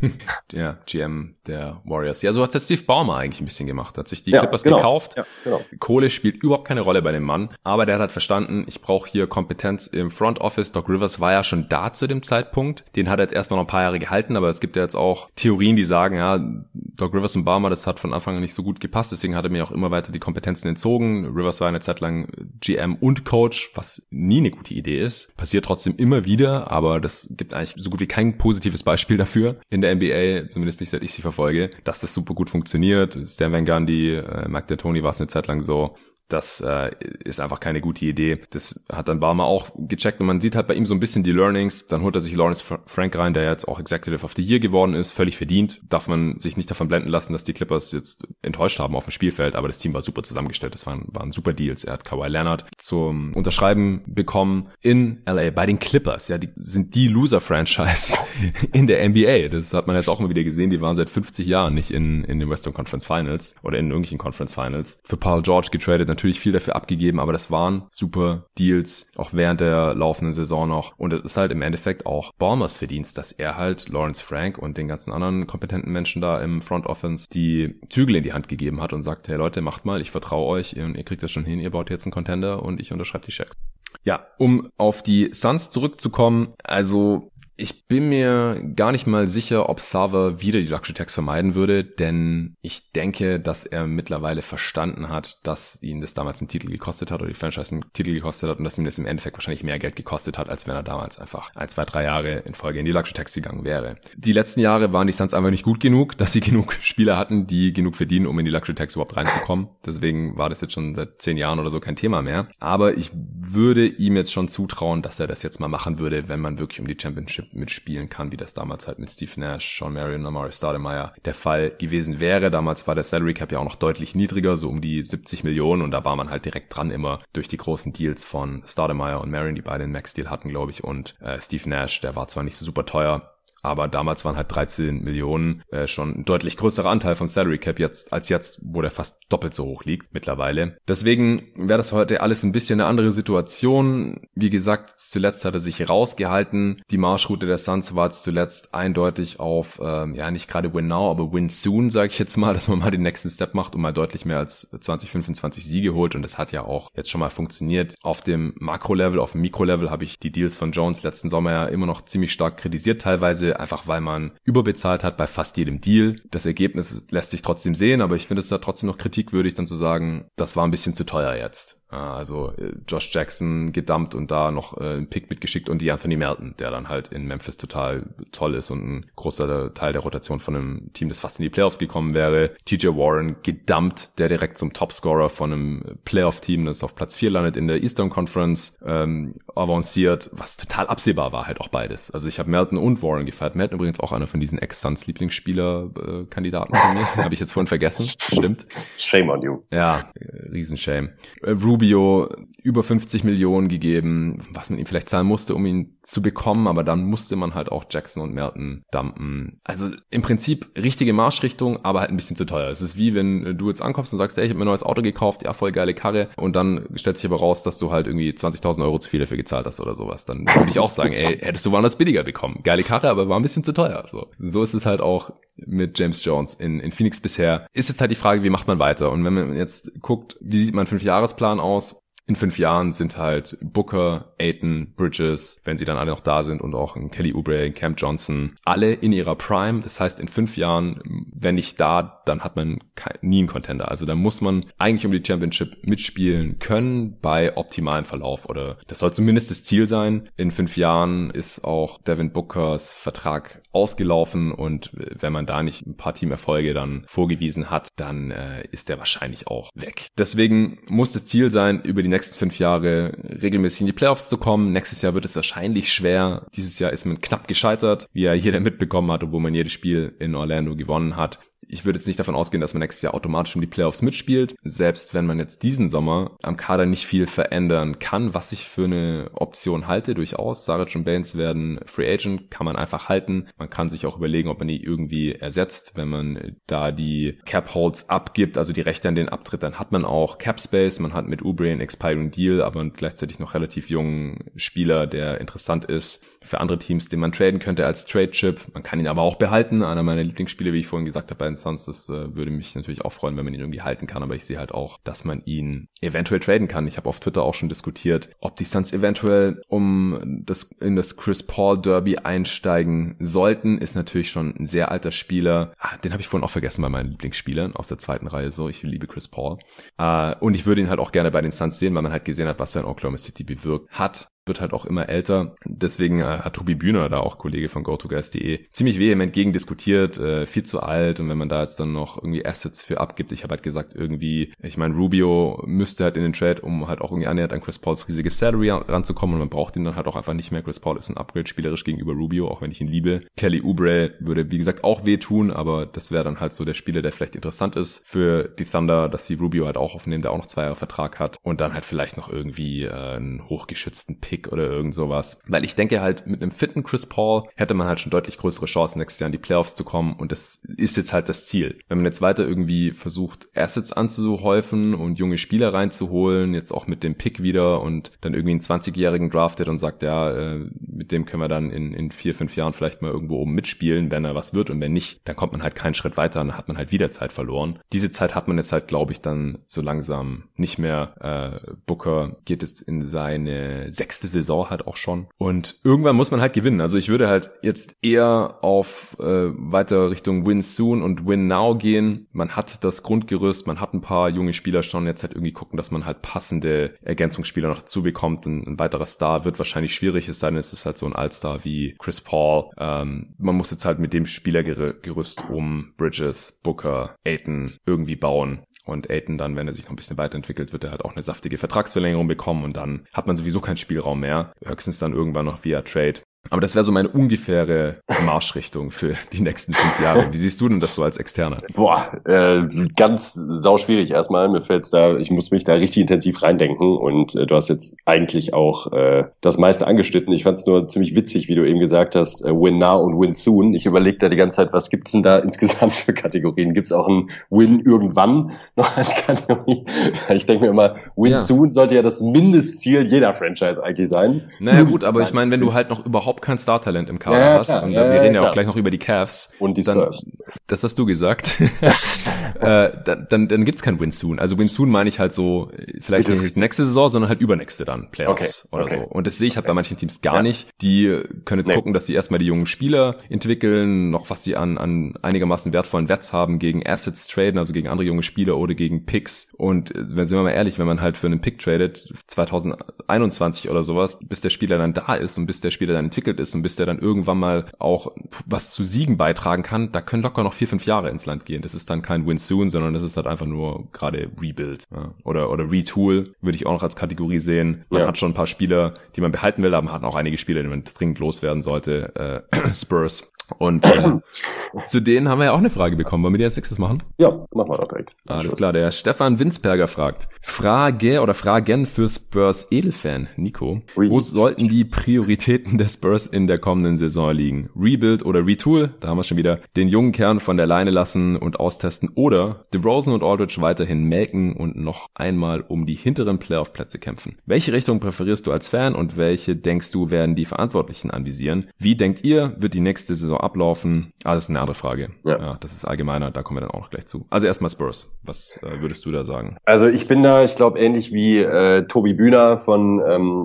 Ja, GM der Warriors. Ja, so hat es Steve Ballmer eigentlich ein bisschen gemacht. Hat sich die Clippers gekauft. Ja, genau. Kohle spielt überhaupt keine Rolle bei dem Mann. Aber der hat halt verstanden, ich brauche hier Kompetenz im Front Office. Doc Rivers war ja schon da zu dem Zeitpunkt. Den hat er jetzt erstmal noch ein paar Jahre gehalten. Aber es gibt ja jetzt auch Theorien, die sagen, ja, Doc Rivers und Ballmer, das hat von Anfang an nicht so gut gepasst. Deswegen hat er mir auch immer weiter die Kompetenzen entzogen. Rivers war eine Zeit lang GM und Coach, was nie eine gute Idee ist. Passiert trotzdem immer wieder. Aber das gibt eigentlich so gut wie kein positives Beispiel dafür in der NBA, zumindest nicht seit ich sie verfolge, dass das super gut funktioniert. Stan Van Gundy, Mike D'Antoni war es eine Zeit lang so. Das ist einfach keine gute Idee. Das hat dann Ballmer auch gecheckt und man sieht halt bei ihm so ein bisschen die Learnings. Dann holt er sich Lawrence Frank rein, der jetzt auch Executive of the Year geworden ist, völlig verdient. Darf man sich nicht davon blenden lassen, dass die Clippers jetzt enttäuscht haben auf dem Spielfeld, aber das Team war super zusammengestellt. Das waren super Deals. Er hat Kawhi Leonard zum Unterschreiben bekommen in LA bei den Clippers. Ja, die sind die Loser-Franchise in der NBA. Das hat man jetzt auch mal wieder gesehen. Die waren seit 50 Jahren nicht in den Western Conference Finals oder in irgendwelchen Conference Finals. Für Paul George getradet, natürlich viel dafür abgegeben, aber das waren super Deals, auch während der laufenden Saison noch. Und es ist halt im Endeffekt auch Ballmers Verdienst, dass er halt Lawrence Frank und den ganzen anderen kompetenten Menschen da im Front Offense die Zügel in die Hand gegeben hat und sagt, hey Leute, macht mal, ich vertraue euch und ihr kriegt das schon hin, ihr baut jetzt einen Contender und ich unterschreibe die Checks. Ja, um auf die Suns zurückzukommen, also ich bin mir gar nicht mal sicher, ob Sarver wieder die Luxury Tax vermeiden würde, denn ich denke, dass er mittlerweile verstanden hat, dass ihn das damals einen Titel gekostet hat oder die Franchise einen Titel gekostet hat und dass ihm das im Endeffekt wahrscheinlich mehr Geld gekostet hat, als wenn er damals einfach 1, 2, 3 Jahre in Folge in die Luxury Tax gegangen wäre. Die letzten Jahre waren die Suns einfach nicht gut genug, dass sie genug Spieler hatten, die genug verdienen, um in die Luxury Tax überhaupt reinzukommen. Deswegen war das jetzt schon seit 10 Jahren oder so kein Thema mehr. Aber ich würde ihm jetzt schon zutrauen, dass er das jetzt mal machen würde, wenn man wirklich um die Championship mitspielen kann, wie das damals halt mit Steve Nash, Sean Marion, Amar'e Stoudemire der Fall gewesen wäre. Damals war der Salary Cap ja auch noch deutlich niedriger, so um die 70 Millionen und da war man halt direkt dran immer durch die großen Deals von Stoudemire und Marion, die beide einen Max-Deal hatten, glaube ich, und Steve Nash, der war zwar nicht so super teuer, aber damals waren halt 13 Millionen schon ein deutlich größerer Anteil vom Salary Cap als jetzt, wo der fast doppelt so hoch liegt mittlerweile. Deswegen wäre das heute alles ein bisschen eine andere Situation. Wie gesagt, zuletzt hat er sich rausgehalten. Die Marschroute der Suns war jetzt zuletzt eindeutig auf, nicht gerade Win Now, aber Win Soon, sage ich jetzt mal, dass man mal den nächsten Step macht und mal deutlich mehr als 20, 25 Siege holt. Und das hat ja auch jetzt schon mal funktioniert. Auf dem Makro-Level, auf dem Mikro-Level habe ich die Deals von Jones letzten Sommer ja immer noch ziemlich stark kritisiert, teilweise einfach weil man überbezahlt hat bei fast jedem Deal. Das Ergebnis lässt sich trotzdem sehen, aber ich finde es da trotzdem noch kritikwürdig, dann zu sagen, das war ein bisschen zu teuer jetzt. Also Josh Jackson gedumpt und da noch einen Pick mitgeschickt und die Anthony Melton, der dann halt in Memphis total toll ist und ein großer Teil der Rotation von einem Team, das fast in die Playoffs gekommen wäre. TJ Warren gedumpt, der direkt zum Topscorer von einem Playoff-Team, das auf Platz 4 landet in der Eastern Conference, avanciert, was total absehbar war halt auch beides. Also ich habe Melton und Warren gefeiert. Melton übrigens auch einer von diesen Ex-Suns-Lieblingsspieler-Kandidaten von mir. Habe ich jetzt vorhin vergessen. Stimmt. Shame on you. Ja, Riesenshame. Rubio über 50 Millionen gegeben, was man ihm vielleicht zahlen musste, um ihn zu bekommen, aber dann musste man halt auch Jackson und Melton dumpen. Also im Prinzip richtige Marschrichtung, aber halt ein bisschen zu teuer. Es ist wie, wenn du jetzt ankommst und sagst, ey, ich habe mir ein neues Auto gekauft, ja, voll geile Karre, und dann stellt sich aber raus, dass du halt irgendwie 20.000 Euro zu viel dafür gezahlt hast oder sowas. Dann würde ich auch sagen, ey, hättest du woanders billiger bekommen. Geile Karre, aber war ein bisschen zu teuer. So ist es halt auch mit James Jones in Phoenix bisher. Ist jetzt halt die Frage, wie macht man weiter? Und wenn man jetzt guckt, wie sieht mein 5-Jahresplan aus? In 5 Jahren sind halt Booker, Ayton, Bridges, wenn sie dann alle noch da sind, und auch Kelly Oubre, Cam Johnson, alle in ihrer Prime. Das heißt, in 5 Jahren, wenn nicht da, dann hat man nie einen Contender. Also da muss man eigentlich um die Championship mitspielen können bei optimalem Verlauf, oder das soll zumindest das Ziel sein. In 5 Jahren ist auch Devin Bookers Vertrag ausgelaufen, und wenn man da nicht ein paar Teamerfolge dann vorgewiesen hat, dann ist der wahrscheinlich auch weg. Deswegen muss das Ziel sein, über die nächsten 5 Jahre regelmäßig in die Playoffs zu kommen. Nächstes Jahr wird es wahrscheinlich schwer. Dieses Jahr ist man knapp gescheitert, wie ja jeder mitbekommen hat, obwohl man jedes Spiel in Orlando gewonnen hat. Ich würde jetzt nicht davon ausgehen, dass man nächstes Jahr automatisch um die Playoffs mitspielt. Selbst wenn man jetzt diesen Sommer am Kader nicht viel verändern kann, was ich für eine Option halte, durchaus. Saric und Baines werden Free Agent, kann man einfach halten. Man kann sich auch überlegen, ob man die irgendwie ersetzt. Wenn man da die Cap Holds abgibt, also die Rechte an den abtritt, dann hat man auch Cap Space. Man hat mit Oubre einen Expiring Deal, aber gleichzeitig noch relativ jungen Spieler, der interessant ist für andere Teams, den man traden könnte als Trade-Chip. Man kann ihn aber auch behalten. Einer meiner Lieblingsspiele, wie ich vorhin gesagt habe, bei den Suns. Das würde mich natürlich auch freuen, wenn man ihn irgendwie halten kann. Aber ich sehe halt auch, dass man ihn eventuell traden kann. Ich habe auf Twitter auch schon diskutiert, ob die Suns eventuell in das Chris Paul Derby einsteigen sollten. Ist natürlich schon ein sehr alter Spieler. Den habe ich vorhin auch vergessen bei meinen Lieblingsspielern aus der zweiten Reihe. So, ich liebe Chris Paul. Und ich würde ihn halt auch gerne bei den Suns sehen, weil man halt gesehen hat, was er in Oklahoma City bewirkt hat. Wird halt auch immer älter. Deswegen hat Tobi Bühner, da auch Kollege von GoToGuys.de, ziemlich vehement gegen diskutiert, viel zu alt, und wenn man da jetzt dann noch irgendwie Assets für abgibt, ich habe halt gesagt, irgendwie, ich meine, Rubio müsste halt in den Trade, um halt auch irgendwie annähernd an Chris Pauls riesiges Salary ranzukommen, und man braucht ihn dann halt auch einfach nicht mehr. Chris Paul ist ein Upgrade spielerisch gegenüber Rubio, auch wenn ich ihn liebe. Kelly Oubre würde, wie gesagt, auch wehtun, aber das wäre dann halt so der Spieler, der vielleicht interessant ist für die Thunder, dass sie Rubio halt auch aufnehmen, der auch noch 2 Jahre Vertrag hat, und dann halt vielleicht noch irgendwie einen hochgeschützten Pick oder irgend sowas. Weil ich denke halt, mit einem fitten Chris Paul hätte man halt schon deutlich größere Chancen, nächstes Jahr in die Playoffs zu kommen, und das ist jetzt halt das Ziel. Wenn man jetzt weiter irgendwie versucht, Assets anzuhäufen und junge Spieler reinzuholen, jetzt auch mit dem Pick wieder, und dann irgendwie einen 20-Jährigen draftet und sagt, ja, mit dem können wir dann in 4-5 Jahren vielleicht mal irgendwo oben mitspielen, wenn er was wird, und wenn nicht, dann kommt man halt keinen Schritt weiter, und dann hat man halt wieder Zeit verloren. Diese Zeit hat man jetzt halt, glaube ich, dann so langsam nicht mehr. Booker geht jetzt in seine 6. Saison halt auch schon. Und irgendwann muss man halt gewinnen. Also ich würde halt jetzt eher auf weiter Richtung Win Soon und Win Now gehen. Man hat das Grundgerüst, man hat ein paar junge Spieler schon. Jetzt halt irgendwie gucken, dass man halt passende Ergänzungsspieler noch dazu bekommt. Ein weiterer Star wird wahrscheinlich schwierig, es sei denn, es ist halt so ein Allstar wie Chris Paul. Man muss jetzt halt mit dem Spielergerüst um Bridges, Booker, Ayton irgendwie bauen. Und Ayton dann, wenn er sich noch ein bisschen weiterentwickelt, wird er halt auch eine saftige Vertragsverlängerung bekommen, und dann hat man sowieso keinen Spielraum mehr. Höchstens dann irgendwann noch via Trade. Aber das wäre so meine ungefähre Marschrichtung für die nächsten 5 Jahre. Wie siehst du denn das so als Externer? Ganz sauschwierig erstmal. Mir fällt's da, ich muss mich da richtig intensiv reindenken, und du hast jetzt eigentlich auch das meiste angeschnitten. Ich fand's nur ziemlich witzig, wie du eben gesagt hast, Win Now und Win Soon. Ich überlege da die ganze Zeit, was gibt's denn da insgesamt für Kategorien? Gibt's auch ein Win irgendwann noch als Kategorie? Ich denke mir immer, Win Soon sollte ja das Mindestziel jeder Franchise eigentlich sein. Naja gut, aber ich meine, wenn du halt noch überhaupt kein Star-Talent im Kader hast, und wir reden ja auch gleich noch über die Cavs, und die Spurs. Das hast du gesagt, dann gibt's kein Win Soon. Also Win Soon meine ich halt so, vielleicht nicht nächste Saison, sondern halt übernächste dann, Playoffs oder so. Und das sehe ich halt bei manchen Teams gar nicht. Die können jetzt gucken, dass sie erstmal die jungen Spieler entwickeln, noch was sie an einigermaßen wertvollen Wets haben, gegen Assets traden, also gegen andere junge Spieler oder gegen Picks. Und sind wir mal ehrlich, wenn man halt für einen Pick tradet, 2021 oder sowas, bis der Spieler dann da ist und bis der Spieler dann entwickelt ist und bis der dann irgendwann mal auch was zu Siegen beitragen kann, da können locker noch 4-5 Jahre ins Land gehen. Das ist dann kein Win Soon, sondern das ist halt einfach nur gerade Rebuild. Ja. Oder Retool würde ich auch noch als Kategorie sehen. Man hat schon ein paar Spieler, die man behalten will, aber man hat auch einige Spieler, die man dringend loswerden sollte. Spurs Und zu denen haben wir ja auch eine Frage bekommen. Wollen wir die als nächstes machen? Ja, machen wir doch direkt. Alles klar, der Stefan Winsberger fragt. Fragen für Spurs Edelfan, Nico. Wo sollten die Prioritäten der Spurs in der kommenden Saison liegen? Rebuild oder Retool? Da haben wir schon wieder den jungen Kern von der Leine lassen und austesten. Oder DeRozan und Aldridge weiterhin melken und noch einmal um die hinteren Playoff-Plätze kämpfen. Welche Richtung präferierst du als Fan und welche denkst du werden die Verantwortlichen anvisieren? Wie denkt ihr, wird die nächste Saison ablaufen? Das ist eine andere Frage. Ja, das ist allgemeiner, da kommen wir dann auch noch gleich zu. Also erstmal Spurs. Was würdest du da sagen? Also ich bin da, ich glaube, ähnlich wie Tobi Bühner von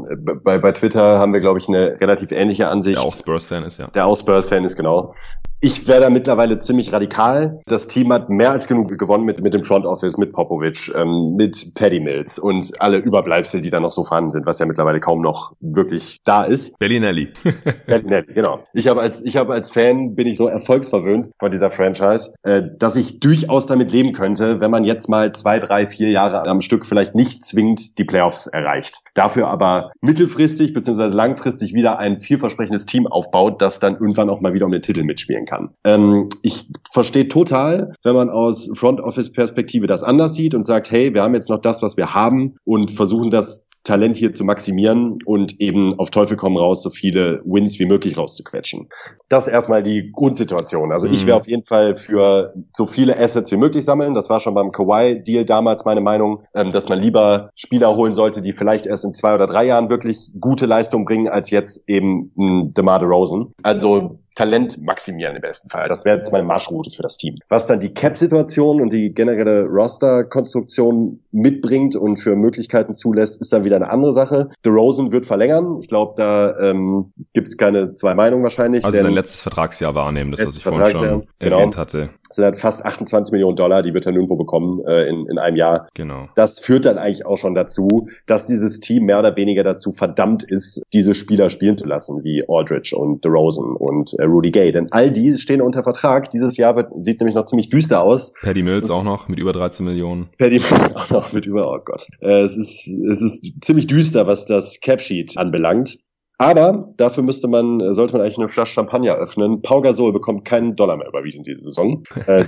bei Twitter haben wir, glaube ich, eine relativ ähnliche Ansicht. Der auch Spurs-Fan ist, ja. Der auch Spurs-Fan ist, genau. Ich wäre da mittlerweile ziemlich radikal. Das Team hat mehr als genug gewonnen mit dem Front Office, mit Popovich, mit Patty Mills und alle Überbleibsel, die da noch so vorhanden sind, was ja mittlerweile kaum noch wirklich da ist. Bellinelli. Bellinelli, genau. Ich habe als Fan bin ich so erfolgsverwöhnt von dieser Franchise, dass ich durchaus damit leben könnte, wenn man jetzt mal 2, 3, 4 Jahre am Stück vielleicht nicht zwingend die Playoffs erreicht. Dafür aber mittelfristig bzw. langfristig wieder ein vielversprechendes Team aufbaut, das dann irgendwann auch mal wieder um den Titel mitspielen kann. Ich verstehe total, wenn man aus Front-Office-Perspektive das anders sieht und sagt, hey, wir haben jetzt noch das, was wir haben und versuchen das Talent hier zu maximieren und eben auf Teufel komm raus so viele Wins wie möglich rauszuquetschen. Das ist erstmal die Grundsituation. Also ich wäre auf jeden Fall für so viele Assets wie möglich sammeln. Das war schon beim Kawhi-Deal damals meine Meinung, dass man lieber Spieler holen sollte, die vielleicht erst in 2 oder 3 Jahren wirklich gute Leistung bringen, als jetzt eben ein DeMar DeRozan. Also Talent maximieren im besten Fall. Das wäre jetzt meine Marschroute für das Team. Was dann die Cap-Situation und die generelle Roster-Konstruktion mitbringt und für Möglichkeiten zulässt, ist dann wieder eine andere Sache. DeRozan wird verlängern. Ich glaube, da gibt es keine zwei Meinungen wahrscheinlich. Also sein letztes Vertragsjahr wahrnehmen, das was ich vorhin schon erwähnt hatte. Das sind halt fast $28 Millionen, die wird er nirgendwo bekommen in einem Jahr. Genau. Das führt dann eigentlich auch schon dazu, dass dieses Team mehr oder weniger dazu verdammt ist, diese Spieler spielen zu lassen, wie Aldridge und DeRozan und Rudy Gay. Denn all die stehen unter Vertrag. Dieses Jahr sieht nämlich noch ziemlich düster aus. Patty Mills auch noch mit über 13 Millionen. Patty Mills auch noch mit über, oh Gott. Es ist ziemlich düster, was das Capsheet anbelangt. Aber dafür sollte man eigentlich eine Flasche Champagner öffnen. Pau Gasol bekommt keinen $1 mehr überwiesen diese Saison.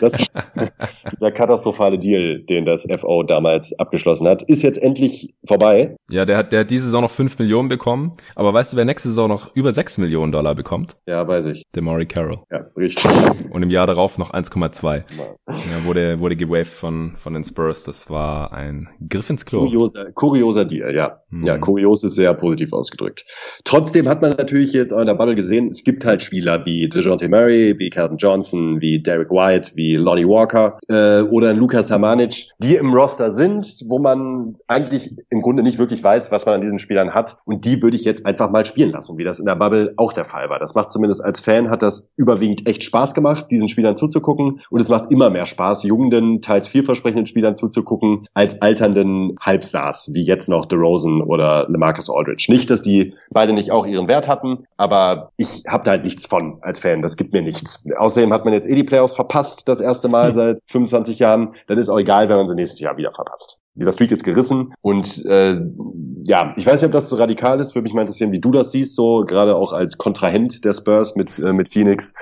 Dieser katastrophale Deal, den das FO damals abgeschlossen hat, ist jetzt endlich vorbei. Ja, der hat diese Saison noch 5 Millionen bekommen. Aber weißt du, wer nächste Saison noch über $6 Millionen bekommt? Ja, weiß ich. DeMarre Carroll. Ja, richtig. Und im Jahr darauf noch 1,2. Ja, wurde gewaved von den Spurs. Das war ein Griff ins Klo. Kurioser Deal, ja. Ja, kurios ist sehr positiv ausgedrückt. Trotzdem hat man natürlich jetzt auch in der Bubble gesehen, es gibt halt Spieler wie DeJounte Murray, wie Keldon Johnson, wie Derek White, wie Lonnie Walker oder Luka Samanic, die im Roster sind, wo man eigentlich im Grunde nicht wirklich weiß, was man an diesen Spielern hat. Und die würde ich jetzt einfach mal spielen lassen, wie das in der Bubble auch der Fall war. Das macht zumindest als Fan, hat das überwiegend echt Spaß gemacht, diesen Spielern zuzugucken. Und es macht immer mehr Spaß, jungen, teils vielversprechenden Spielern zuzugucken, als alternden Halbstars, wie jetzt noch DeRozan oder LaMarcus Aldridge. Nicht, dass die beide nicht auch ihren Wert hatten, aber ich habe da halt nichts von als Fan. Das gibt mir nichts. Außerdem hat man jetzt die Playoffs verpasst, das erste Mal seit 25 Jahren. Dann ist auch egal, wenn man sie nächstes Jahr wieder verpasst. Dieser Streak ist gerissen und ich weiß nicht, ob das so radikal ist. Würde mich mal interessieren, wie du das siehst, so gerade auch als Kontrahent der Spurs mit Phoenix.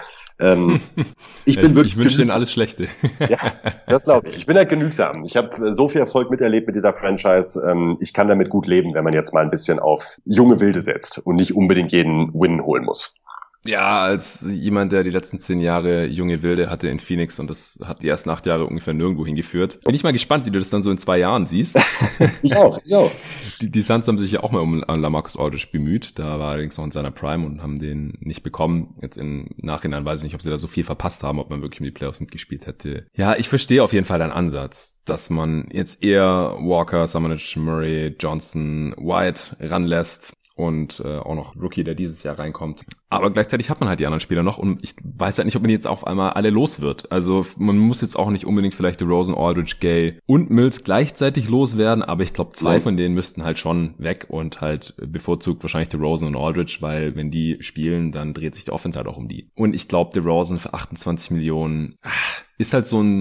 Ich wünsche denen alles Schlechte. Ja, das glaube ich. Ich bin halt genügsam. Ich habe so viel Erfolg miterlebt mit dieser Franchise. Ich kann damit gut leben, wenn man jetzt mal ein bisschen auf junge Wilde setzt und nicht unbedingt jeden Win holen muss. Ja, als jemand, der die letzten 10 Jahre junge Wilde hatte in Phoenix und das hat die ersten 8 Jahre ungefähr nirgendwo hingeführt. Bin ich mal gespannt, wie du das dann so in 2 Jahren siehst. Ich auch. Die Suns haben sich ja auch mal um LaMarcus Aldridge bemüht. Da war er allerdings noch in seiner Prime und haben den nicht bekommen. Jetzt im Nachhinein weiß ich nicht, ob sie da so viel verpasst haben, ob man wirklich um die Playoffs mitgespielt hätte. Ja, ich verstehe auf jeden Fall deinen Ansatz, dass man jetzt eher Walker, Samanic, Murray, Johnson, White ranlässt. Und auch noch Rookie, der dieses Jahr reinkommt. Aber gleichzeitig hat man halt die anderen Spieler noch und ich weiß halt nicht, ob man jetzt auf einmal alle los wird. Also man muss jetzt auch nicht unbedingt vielleicht DeRozan, Aldridge, Gay und Mills gleichzeitig loswerden, aber ich glaube 2 von denen müssten halt schon weg und halt bevorzugt wahrscheinlich DeRozan und Aldridge, weil wenn die spielen, dann dreht sich die Offense halt auch um die. Und ich glaube DeRozan für 28 Millionen ist halt so ein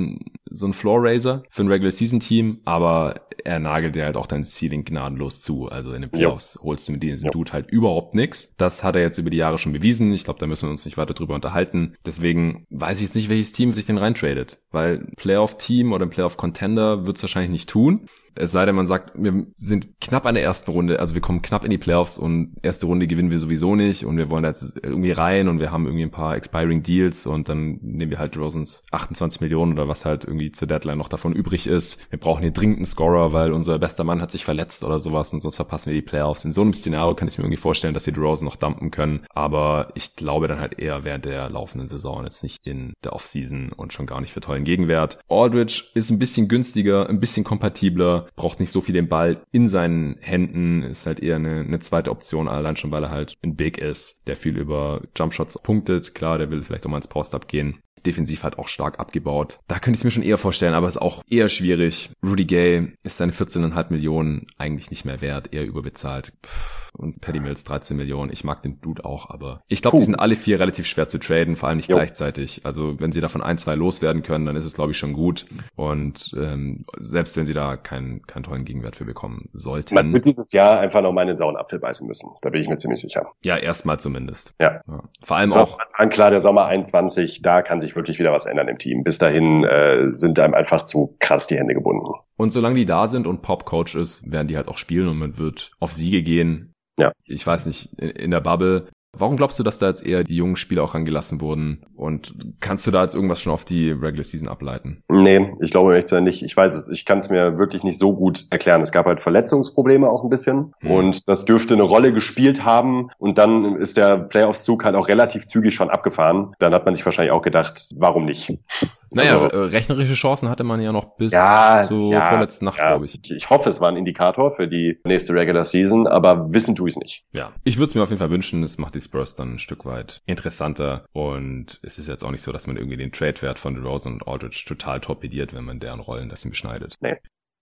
so ein Floor-Raiser für ein Regular-Season-Team, aber er nagelt dir halt auch dein Ceiling gnadenlos zu. Also in den Playoffs holst du mit diesem Dude halt überhaupt nichts. Das hat er jetzt über die Jahre schon bewiesen. Ich glaube, da müssen wir uns nicht weiter drüber unterhalten. Deswegen weiß ich jetzt nicht, welches Team sich den reintradet, weil ein Playoff-Team oder ein Playoff-Contender wird es wahrscheinlich nicht tun. Es sei denn, man sagt, wir sind knapp an der ersten Runde, also wir kommen knapp in die Playoffs und erste Runde gewinnen wir sowieso nicht und wir wollen da jetzt irgendwie rein und wir haben irgendwie ein paar expiring Deals und dann nehmen wir halt DeRozans 28 Millionen oder was halt irgendwie zur Deadline noch davon übrig ist. Wir brauchen hier dringend einen Scorer, weil unser bester Mann hat sich verletzt oder sowas und sonst verpassen wir die Playoffs. In so einem Szenario kann ich mir irgendwie vorstellen, dass wir DeRozan noch dumpen können, aber ich glaube dann halt eher während der laufenden Saison und jetzt nicht in der Offseason und schon gar nicht für tollen Gegenwert. Aldridge ist ein bisschen günstiger, ein bisschen kompatibler, braucht nicht so viel den Ball in seinen Händen, ist halt eher eine zweite Option, allein schon, weil er halt ein Big ist, der viel über Jumpshots punktet. Klar, der will vielleicht auch mal ins Post-Up gehen. Defensiv halt auch stark abgebaut. Da könnte ich mir schon eher vorstellen, aber ist auch eher schwierig. Rudy Gay ist seine 14,5 Millionen eigentlich nicht mehr wert, eher überbezahlt. Und Patty Mills 13 Millionen. Ich mag den Dude auch, aber ich glaube, die sind alle vier relativ schwer zu traden, vor allem nicht gleichzeitig. Also wenn sie davon 1, 2 loswerden können, dann ist es, glaube ich, schon gut. Und selbst wenn sie da keinen tollen Gegenwert für bekommen sollten. Man wird dieses Jahr einfach noch mal in den sauren Apfel beißen müssen. Da bin ich mir ziemlich sicher. Ja, erstmal zumindest. Ja. Vor allem auch klar, der Sommer 21, da kann sich wirklich wieder was ändern im Team. Bis dahin sind einem einfach zu krass die Hände gebunden. Und solange die da sind und Pop Coach ist, werden die halt auch spielen und man wird auf Siege gehen. Ja. Ich weiß nicht, in der Bubble. Warum glaubst du, dass da jetzt eher die jungen Spieler auch rangelassen wurden? Und kannst du da jetzt irgendwas schon auf die Regular Season ableiten? Nee, ich glaube echt nicht. Ich weiß es, ich kann es mir wirklich nicht so gut erklären. Es gab halt Verletzungsprobleme auch ein bisschen und das dürfte eine Rolle gespielt haben und dann ist der Playoffs-Zug halt auch relativ zügig schon abgefahren. Dann hat man sich wahrscheinlich auch gedacht, warum nicht? Naja, rechnerische Chancen hatte man ja noch bis zur vorletzten Nacht, glaube ich. Ich hoffe, es war ein Indikator für die nächste Regular Season, aber wissen tue ich es nicht. Ja, ich würde es mir auf jeden Fall wünschen. Es macht die Spurs dann ein Stück weit interessanter und es ist jetzt auch nicht so, dass man irgendwie den Trade-Wert von DeRozan und Aldridge total torpediert, wenn man deren Rollen das beschneidet. Nee.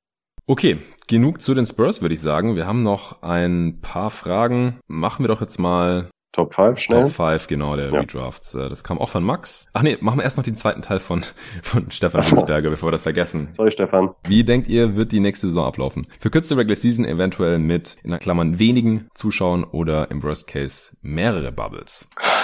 Okay, genug zu den Spurs, würde ich sagen. Wir haben noch ein paar Fragen. Machen wir doch jetzt mal Top 5 schnell. Top 5, genau, der Redrafts. Das kam auch von Max. Ach nee, machen wir erst noch den zweiten Teil von Stefan Hinsberger, bevor wir das vergessen. Sorry, Stefan. Wie denkt ihr, wird die nächste Saison ablaufen? Verkürzte Regular Season eventuell mit, in Klammern, wenigen Zuschauern oder im Worst Case mehrere Bubbles?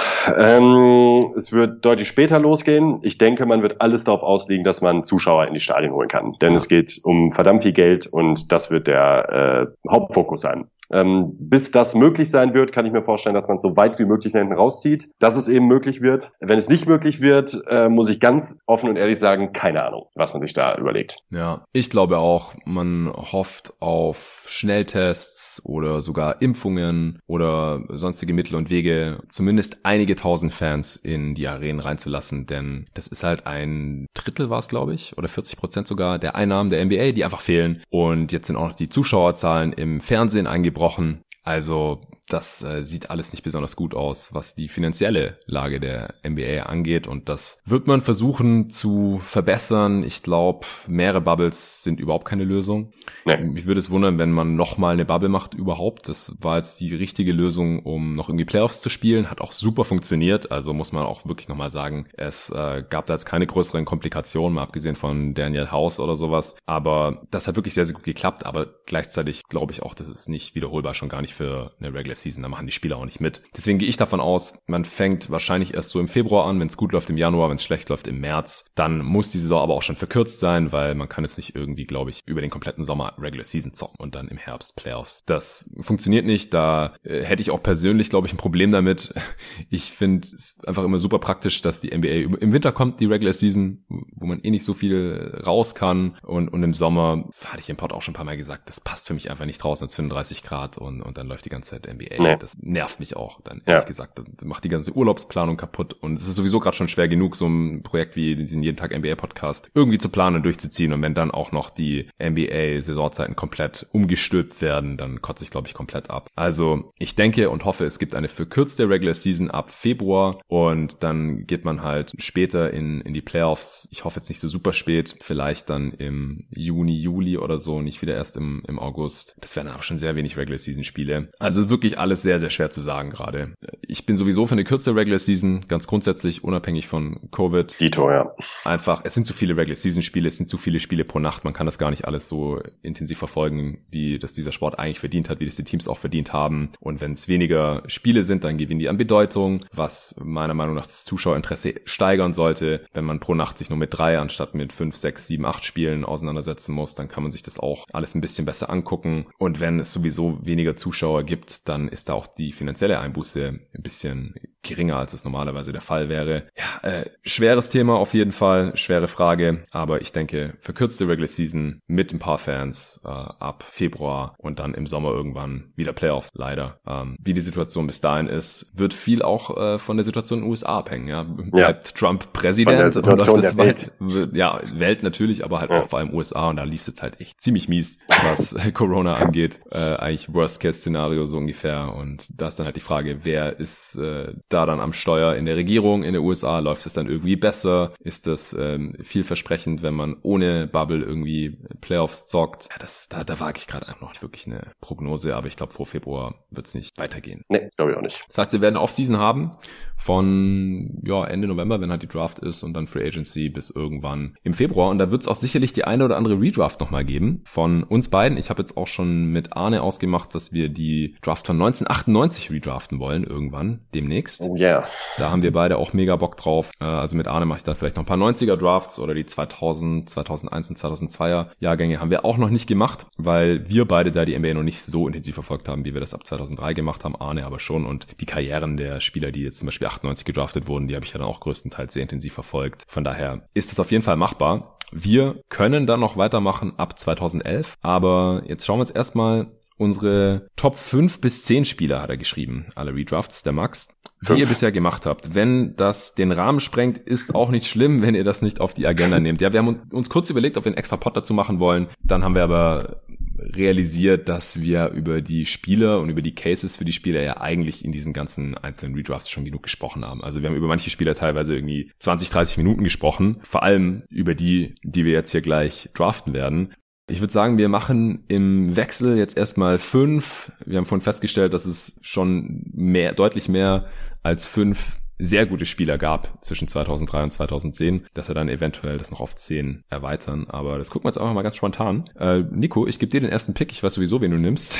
Es wird deutlich später losgehen. Ich denke, man wird alles darauf auslegen, dass man Zuschauer in die Stadien holen kann. Denn es geht um verdammt viel Geld und das wird der Hauptfokus sein. Bis das möglich sein wird, kann ich mir vorstellen, dass man es so weit wie möglich nach hinten rauszieht, dass es eben möglich wird. Wenn es nicht möglich wird, muss ich ganz offen und ehrlich sagen, keine Ahnung, was man sich da überlegt. Ja, ich glaube auch, man hofft auf Schnelltests oder sogar Impfungen oder sonstige Mittel und Wege, zumindest einige tausend Fans in die Arenen reinzulassen, denn das ist halt ein Drittel war es, glaube ich, oder 40% sogar der Einnahmen der NBA, die einfach fehlen. Und jetzt sind auch noch die Zuschauerzahlen im Fernsehen eingebrochen. Also das sieht alles nicht besonders gut aus, was die finanzielle Lage der NBA angeht. Und das wird man versuchen zu verbessern. Ich glaube, mehrere Bubbles sind überhaupt keine Lösung. Nee. Mich würde es wundern, wenn man nochmal eine Bubble macht überhaupt. Das war jetzt die richtige Lösung, um noch irgendwie Playoffs zu spielen. Hat auch super funktioniert. Also muss man auch wirklich nochmal sagen, es gab da jetzt keine größeren Komplikationen, mal abgesehen von Daniel House oder sowas. Aber das hat wirklich sehr, sehr gut geklappt. Aber gleichzeitig glaube ich auch, das ist nicht wiederholbar, schon gar nicht für eine Regular Season, da machen die Spieler auch nicht mit. Deswegen gehe ich davon aus, man fängt wahrscheinlich erst so im Februar an, wenn es gut läuft im Januar, wenn es schlecht läuft im März. Dann muss die Saison aber auch schon verkürzt sein, weil man kann es nicht irgendwie, glaube ich, über den kompletten Sommer Regular Season zocken und dann im Herbst Playoffs. Das funktioniert nicht, da hätte ich auch persönlich, glaube ich, ein Problem damit. Ich finde es einfach immer super praktisch, dass die NBA im Winter kommt, die Regular Season, wo man eh nicht so viel raus kann und im Sommer, hatte ich im Pod auch schon ein paar Mal gesagt, das passt für mich einfach nicht draußen, 35 Grad und dann läuft die ganze Zeit NBA. Nee. Das nervt mich auch, dann ehrlich gesagt. Das macht die ganze Urlaubsplanung kaputt und es ist sowieso gerade schon schwer genug, so ein Projekt wie diesen jeden Tag NBA-Podcast irgendwie zu planen und durchzuziehen. Und wenn dann auch noch die NBA-Saisonzeiten komplett umgestülpt werden, dann kotze ich, glaube ich, komplett ab. Also ich denke und hoffe, es gibt eine verkürzte Regular Season ab Februar und dann geht man halt später in die Playoffs. Ich hoffe jetzt nicht so super spät, vielleicht dann im Juni, Juli oder so, nicht wieder erst im August. Das wären aber schon sehr wenig Regular Season Spiele. Also wirklich ich alles sehr, sehr schwer zu sagen gerade. Ich bin sowieso für eine kürzere Regular Season, ganz grundsätzlich, unabhängig von Covid. Dito, ja. Einfach, es sind zu viele Regular Season Spiele, es sind zu viele Spiele pro Nacht, man kann das gar nicht alles so intensiv verfolgen, wie das dieser Sport eigentlich verdient hat, wie das die Teams auch verdient haben. Und wenn es weniger Spiele sind, dann gewinnen die an Bedeutung, was meiner Meinung nach das Zuschauerinteresse steigern sollte. Wenn man pro Nacht sich nur mit 3 anstatt mit 5, 6, 7, 8 Spielen auseinandersetzen muss, dann kann man sich das auch alles ein bisschen besser angucken. Und wenn es sowieso weniger Zuschauer gibt, dann ist da auch die finanzielle Einbuße ein bisschen geringer, als es normalerweise der Fall wäre. Ja, schweres Thema auf jeden Fall, schwere Frage, aber ich denke, verkürzte Regular Season mit ein paar Fans ab Februar und dann im Sommer irgendwann wieder Playoffs, leider. Wie die Situation bis dahin ist, wird viel auch von der Situation in den USA abhängen. Ja? Bleibt Trump Präsident oder läuft das Welt? Ja, Welt natürlich, aber halt auch vor allem USA, und da lief es jetzt halt echt ziemlich mies, was Corona angeht. Eigentlich Worst-Case-Szenario so ungefähr, und da ist dann halt die Frage, wer ist da dann am Steuer in der Regierung in den USA? Läuft es dann irgendwie besser? Ist das vielversprechend, wenn man ohne Bubble irgendwie Playoffs zockt? Ja, da wage ich gerade noch nicht wirklich eine Prognose, aber ich glaube, vor Februar wird es nicht weitergehen. Nee, glaube ich auch nicht. Das heißt, wir werden Offseason haben von Ende November, wenn halt die Draft ist, und dann Free Agency bis irgendwann im Februar, und da wird es auch sicherlich die eine oder andere Redraft nochmal geben von uns beiden. Ich habe jetzt auch schon mit Arne ausgemacht, dass wir die Draft von 1998 redraften wollen, irgendwann, demnächst. Oh yeah. Da haben wir beide auch mega Bock drauf. Also mit Arne mache ich dann vielleicht noch ein paar 90er Drafts, oder die 2000, 2001 und 2002er Jahrgänge haben wir auch noch nicht gemacht, weil wir beide da die NBA noch nicht so intensiv verfolgt haben, wie wir das ab 2003 gemacht haben, Arne aber schon, und die Karrieren der Spieler, die jetzt zum Beispiel 98 gedraftet wurden, die habe ich ja dann auch größtenteils sehr intensiv verfolgt. Von daher ist es auf jeden Fall machbar. Wir können dann noch weitermachen ab 2011, aber jetzt schauen wir uns erstmal unsere Top 5 bis 10 Spieler, hat er geschrieben, alle Redrafts, der Max, die ihr bisher gemacht habt. Wenn das den Rahmen sprengt, ist auch nicht schlimm, wenn ihr das nicht auf die Agenda nehmt. Ja, wir haben uns kurz überlegt, ob wir einen extra Pod dazu machen wollen. Dann haben wir aber realisiert, dass wir über die Spieler und über die Cases für die Spieler ja eigentlich in diesen ganzen einzelnen Redrafts schon genug gesprochen haben. Also wir haben über manche Spieler teilweise irgendwie 20, 30 Minuten gesprochen, vor allem über die wir jetzt hier gleich draften werden. Ich würde sagen, wir machen im Wechsel jetzt erstmal 5. Wir haben vorhin festgestellt, dass es schon deutlich mehr als 5 sehr gute Spieler gab zwischen 2003 und 2010, dass wir dann eventuell das noch auf 10 erweitern. Aber das gucken wir jetzt einfach mal ganz spontan. Nico, ich gebe dir den ersten Pick. Ich weiß sowieso, wen du nimmst.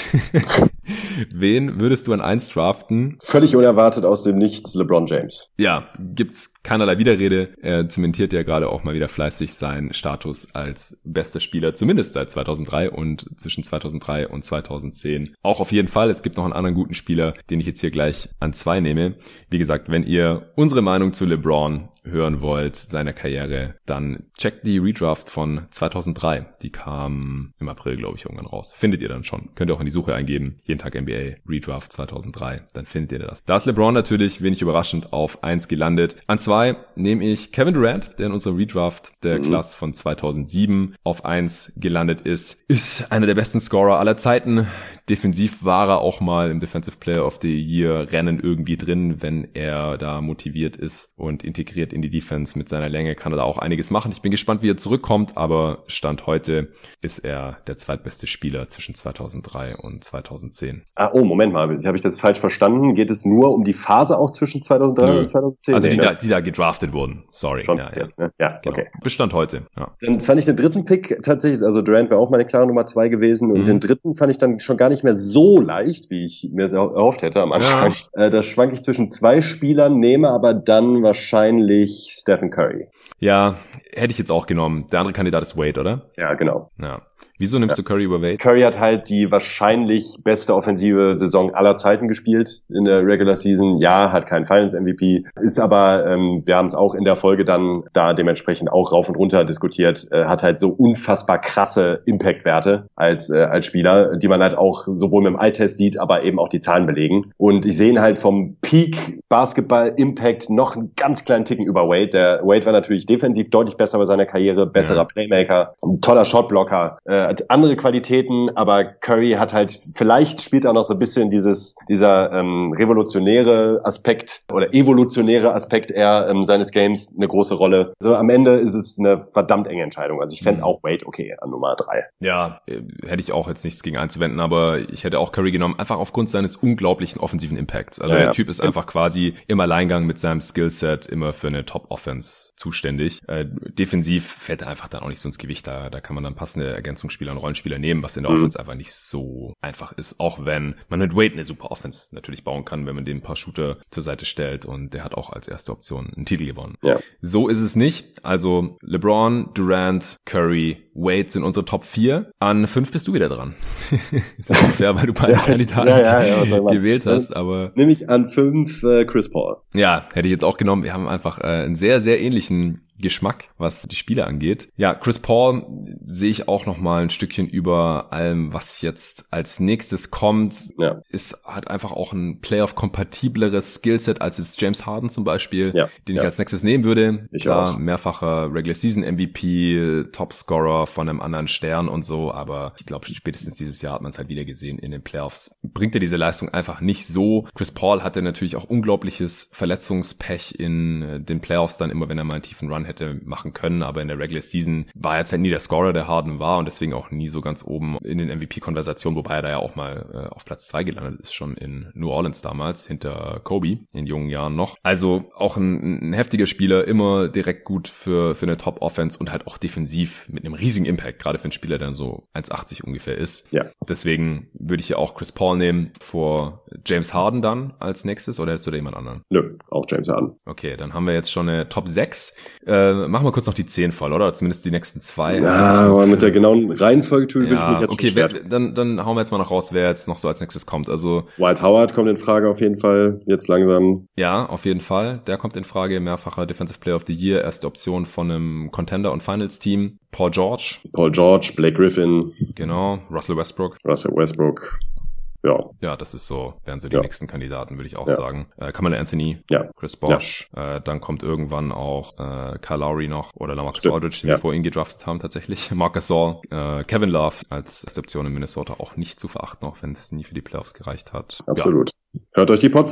Wen würdest du an 1 draften? Völlig unerwartet aus dem Nichts, LeBron James. Ja, gibt's keinerlei Widerrede. Er zementiert ja gerade auch mal wieder fleißig seinen Status als bester Spieler, zumindest seit 2003 und zwischen 2003 und 2010. Auch auf jeden Fall. Es gibt noch einen anderen guten Spieler, den ich jetzt hier gleich an 2 nehme. Wie gesagt, wenn ihr unsere Meinung zu LeBron hören wollt, seiner Karriere, dann checkt die Redraft von 2003. Die kam im April, glaube ich, irgendwann raus. Findet ihr dann schon. Könnt ihr auch in die Suche eingeben. Jeden Tag NBA Redraft 2003. Dann findet ihr das. Da ist LeBron natürlich, wenig überraschend, auf 1 gelandet. An 2 nehme ich Kevin Durant, der in unserer Redraft der Class von 2007 auf 1 gelandet ist. Ist einer der besten Scorer aller Zeiten. Defensiv war er auch mal im Defensive Player of the Year Rennen irgendwie drin, wenn er da motiviert ist und integriert in die Defense mit seiner Länge, kann er da auch einiges machen. Ich bin gespannt, wie er zurückkommt, aber Stand heute ist er der zweitbeste Spieler zwischen 2003 und 2010. Oh, Moment mal, habe ich das falsch verstanden? Geht es nur um die Phase auch zwischen 2003 und 2010? Also die da gedraftet wurden, sorry. Schon bis jetzt, ne? Ja, genau. Okay. Bis Stand heute, ja. Dann fand ich den dritten Pick tatsächlich, also Durant wäre auch meine klare Nummer 2 gewesen, und den dritten fand ich dann schon gar nicht mehr so leicht, wie ich mir erhofft hätte am Anfang. Ja. Da schwank ich zwischen 2 Spielern, nehme aber dann wahrscheinlich Stephen Curry. Ja, hätte ich jetzt auch genommen. Der andere Kandidat ist Wade, oder? Ja, genau. Ja. Wieso nimmst du Curry über Wade? Curry hat halt die wahrscheinlich beste offensive Saison aller Zeiten gespielt in der Regular Season. Ja, hat keinen Finals-MVP, ist aber, wir haben es auch in der Folge dann da dementsprechend auch rauf und runter diskutiert, hat halt so unfassbar krasse Impact-Werte als Spieler, die man halt auch sowohl mit dem Eye-Test sieht, aber eben auch die Zahlen belegen. Und ich sehe ihn halt vom Peak-Basketball-Impact noch einen ganz kleinen Ticken über Wade. Der Wade war natürlich defensiv deutlich besser bei seiner Karriere, besserer Playmaker, ein toller Shotblocker, hat andere Qualitäten, aber Curry hat halt, vielleicht spielt auch noch so ein bisschen dieser revolutionäre Aspekt oder evolutionäre Aspekt eher seines Games eine große Rolle. Also am Ende ist es eine verdammt enge Entscheidung. Also ich fände auch Wade okay an Nummer 3. Ja, hätte ich auch jetzt nichts gegen einzuwenden, aber ich hätte auch Curry genommen, einfach aufgrund seines unglaublichen offensiven Impacts. Also der Typ ist einfach quasi im Alleingang mit seinem Skillset immer für eine Top-Offense zuständig. Defensiv fällt er einfach dann auch nicht so ins Gewicht. Da kann man dann passende Ergänzungsspieler und Rollenspieler nehmen, was in der Offense einfach nicht so einfach ist. Auch wenn man mit Wade eine super Offense natürlich bauen kann, wenn man den ein paar Shooter zur Seite stellt, und der hat auch als erste Option einen Titel gewonnen. Ja. So ist es nicht. Also LeBron, Durant, Curry, Wade sind unsere Top 4. An 5 bist du wieder dran. Ist ja unfair, weil du beide Kandidaten gewählt hast, aber... Nehme ich an 5 Chris Paul. Ja, hätte ich jetzt auch genommen. Wir haben einfach einen sehr, sehr ähnlichen Geschmack, was die Spiele angeht. Ja, Chris Paul sehe ich auch noch mal ein Stückchen über allem, was jetzt als nächstes kommt. Ja. Hat einfach auch ein Playoff-kompatibleres Skillset als jetzt James Harden zum Beispiel, den ich als nächstes nehmen würde. Klar, mehrfacher Regular-Season-MVP, Topscorer von einem anderen Stern und so, aber ich glaube, spätestens dieses Jahr hat man es halt wieder gesehen in den Playoffs. Bringt er diese Leistung einfach nicht so. Chris Paul hatte natürlich auch unglaubliches Verletzungspech in den Playoffs dann immer, wenn er mal einen tiefen Run hätte machen können, aber in der Regular Season war er jetzt halt nie der Scorer, der Harden war, und deswegen auch nie so ganz oben in den MVP-Konversationen, wobei er da ja auch mal auf Platz 2 gelandet ist, schon in New Orleans damals, hinter Kobe, in jungen Jahren noch. Also auch ein heftiger Spieler, immer direkt gut für eine Top-Offense und halt auch defensiv mit einem riesigen Impact, gerade für einen Spieler, der so 1,80 ungefähr ist. Ja. Deswegen würde ich ja auch Chris Paul nehmen vor James Harden dann als nächstes, oder hättest du da jemand anderen? Nö, auch James Harden. Okay, dann haben wir jetzt schon eine Top 6. Machen wir kurz noch die 10 voll, oder? Zumindest die nächsten 2. Ja, aber mit der genauen Reihenfolge würde ich mich jetzt schon schwer. Dann hauen wir jetzt mal noch raus, wer jetzt noch so als nächstes kommt. Also Dwight Howard kommt in Frage auf jeden Fall, jetzt langsam. Ja, auf jeden Fall. Der kommt in Frage, mehrfacher Defensive Player of the Year, erste Option von einem Contender- und Finals-Team. Paul George, Blake Griffin. Genau, Russell Westbrook. Ja, das ist so, wären so die nächsten Kandidaten, würde ich auch sagen. Carmelo Anthony, Chris Bosh, dann kommt irgendwann auch Kyle Lowry noch, oder LaMarcus Aldridge, den wir vor ihm gedraftet haben tatsächlich. Marc Gasol, Kevin Love als erste Option in Minnesota auch nicht zu verachten, auch wenn es nie für die Playoffs gereicht hat. Absolut. Ja. Hört euch die Pods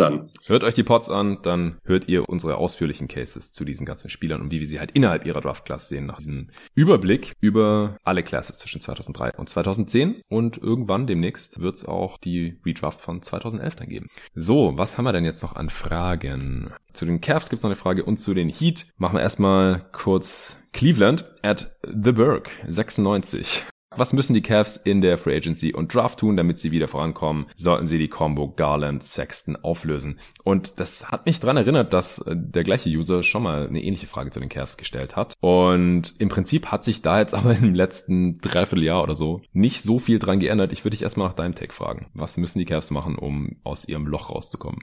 an, dann hört ihr unsere ausführlichen Cases zu diesen ganzen Spielern und wie wir sie halt innerhalb ihrer Draft-Class sehen, nach diesem Überblick über alle Classes zwischen 2003 und 2010, und irgendwann demnächst wird es auch die Redraft von 2011 dann geben. So, was haben wir denn jetzt noch an Fragen? Zu den Cavs gibt's noch eine Frage und zu den Heat machen wir erstmal kurz Cleveland at The Berg 96. Was müssen die Cavs in der Free Agency und Draft tun, damit sie wieder vorankommen? Sollten sie die Combo Garland-Sexton auflösen? Und das hat mich dran erinnert, dass der gleiche User schon mal eine ähnliche Frage zu den Cavs gestellt hat. Und im Prinzip hat sich da jetzt aber im letzten Dreivierteljahr oder so nicht so viel dran geändert. Ich würde dich erstmal nach deinem Take fragen. Was müssen die Cavs machen, um aus ihrem Loch rauszukommen?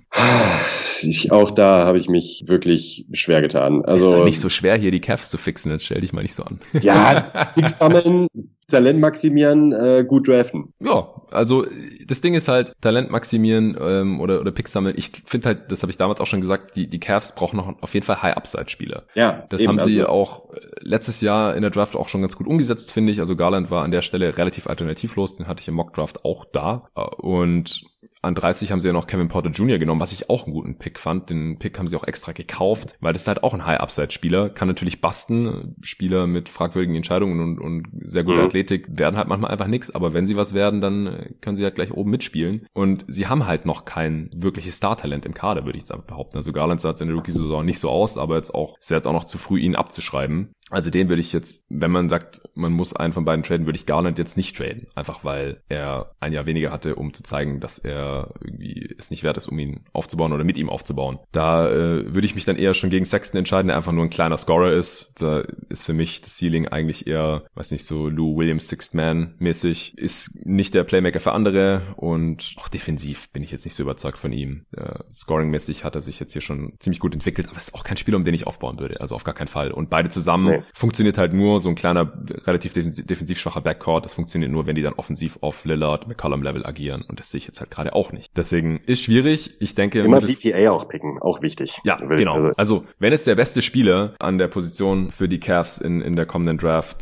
Auch da habe ich mich wirklich schwer getan. Also ist dann nicht so schwer, hier die Cavs zu fixen. Jetzt stell dich mal nicht so an. Ja, Fix sammeln, Talent maximieren, gut draften. Ja, also das Ding ist halt, Talent maximieren oder Picks sammeln. Ich finde halt, das habe ich damals auch schon gesagt, die Cavs brauchen noch auf jeden Fall High-Upside-Spieler. Ja, das eben, haben sie auch letztes Jahr in der Draft auch schon ganz gut umgesetzt, finde ich. Also Garland war an der Stelle relativ alternativlos, den hatte ich im Mock-Draft auch da. Und an 30 haben sie ja noch Kevin Porter Jr. genommen, was ich auch einen guten Pick fand. Den Pick haben sie auch extra gekauft, weil das ist halt auch ein High-Upside-Spieler. Kann natürlich basten. Spieler mit fragwürdigen Entscheidungen und sehr guter Athletik werden halt manchmal einfach nichts. Aber wenn sie was werden, dann können sie halt gleich oben mitspielen. Und sie haben halt noch kein wirkliches Star-Talent im Kader, würde ich jetzt behaupten. Also Garland sah jetzt in der Rookie-Saison nicht so aus, aber ist jetzt auch noch zu früh, ihn abzuschreiben. Also den würde ich jetzt, wenn man sagt, man muss einen von beiden traden, würde ich Garland jetzt nicht traden. Einfach weil er ein Jahr weniger hatte, um zu zeigen, dass er irgendwie es nicht wert ist, um ihn aufzubauen oder mit ihm aufzubauen. Da würde ich mich dann eher schon gegen Sexton entscheiden, der einfach nur ein kleiner Scorer ist. Da ist für mich das Ceiling eigentlich eher, weiß nicht, so Lou Williams Sixth Man mäßig. Ist nicht der Playmaker für andere und auch defensiv bin ich jetzt nicht so überzeugt von ihm. Scoring-mäßig hat er sich jetzt hier schon ziemlich gut entwickelt, aber ist auch kein Spieler, um den ich aufbauen würde. Also auf gar keinen Fall. Und beide zusammen funktioniert halt nur so ein kleiner, relativ defensiv schwacher Backcourt. Das funktioniert nur, wenn die dann offensiv auf Lillard, McCollum-Level agieren. Und das sehe ich jetzt halt gerade auch nicht. Deswegen ist schwierig. Ich denke, immer BPA auch picken, auch wichtig. Ja, genau. Also wenn es der beste Spieler an der Position für die Cavs in der kommenden Draft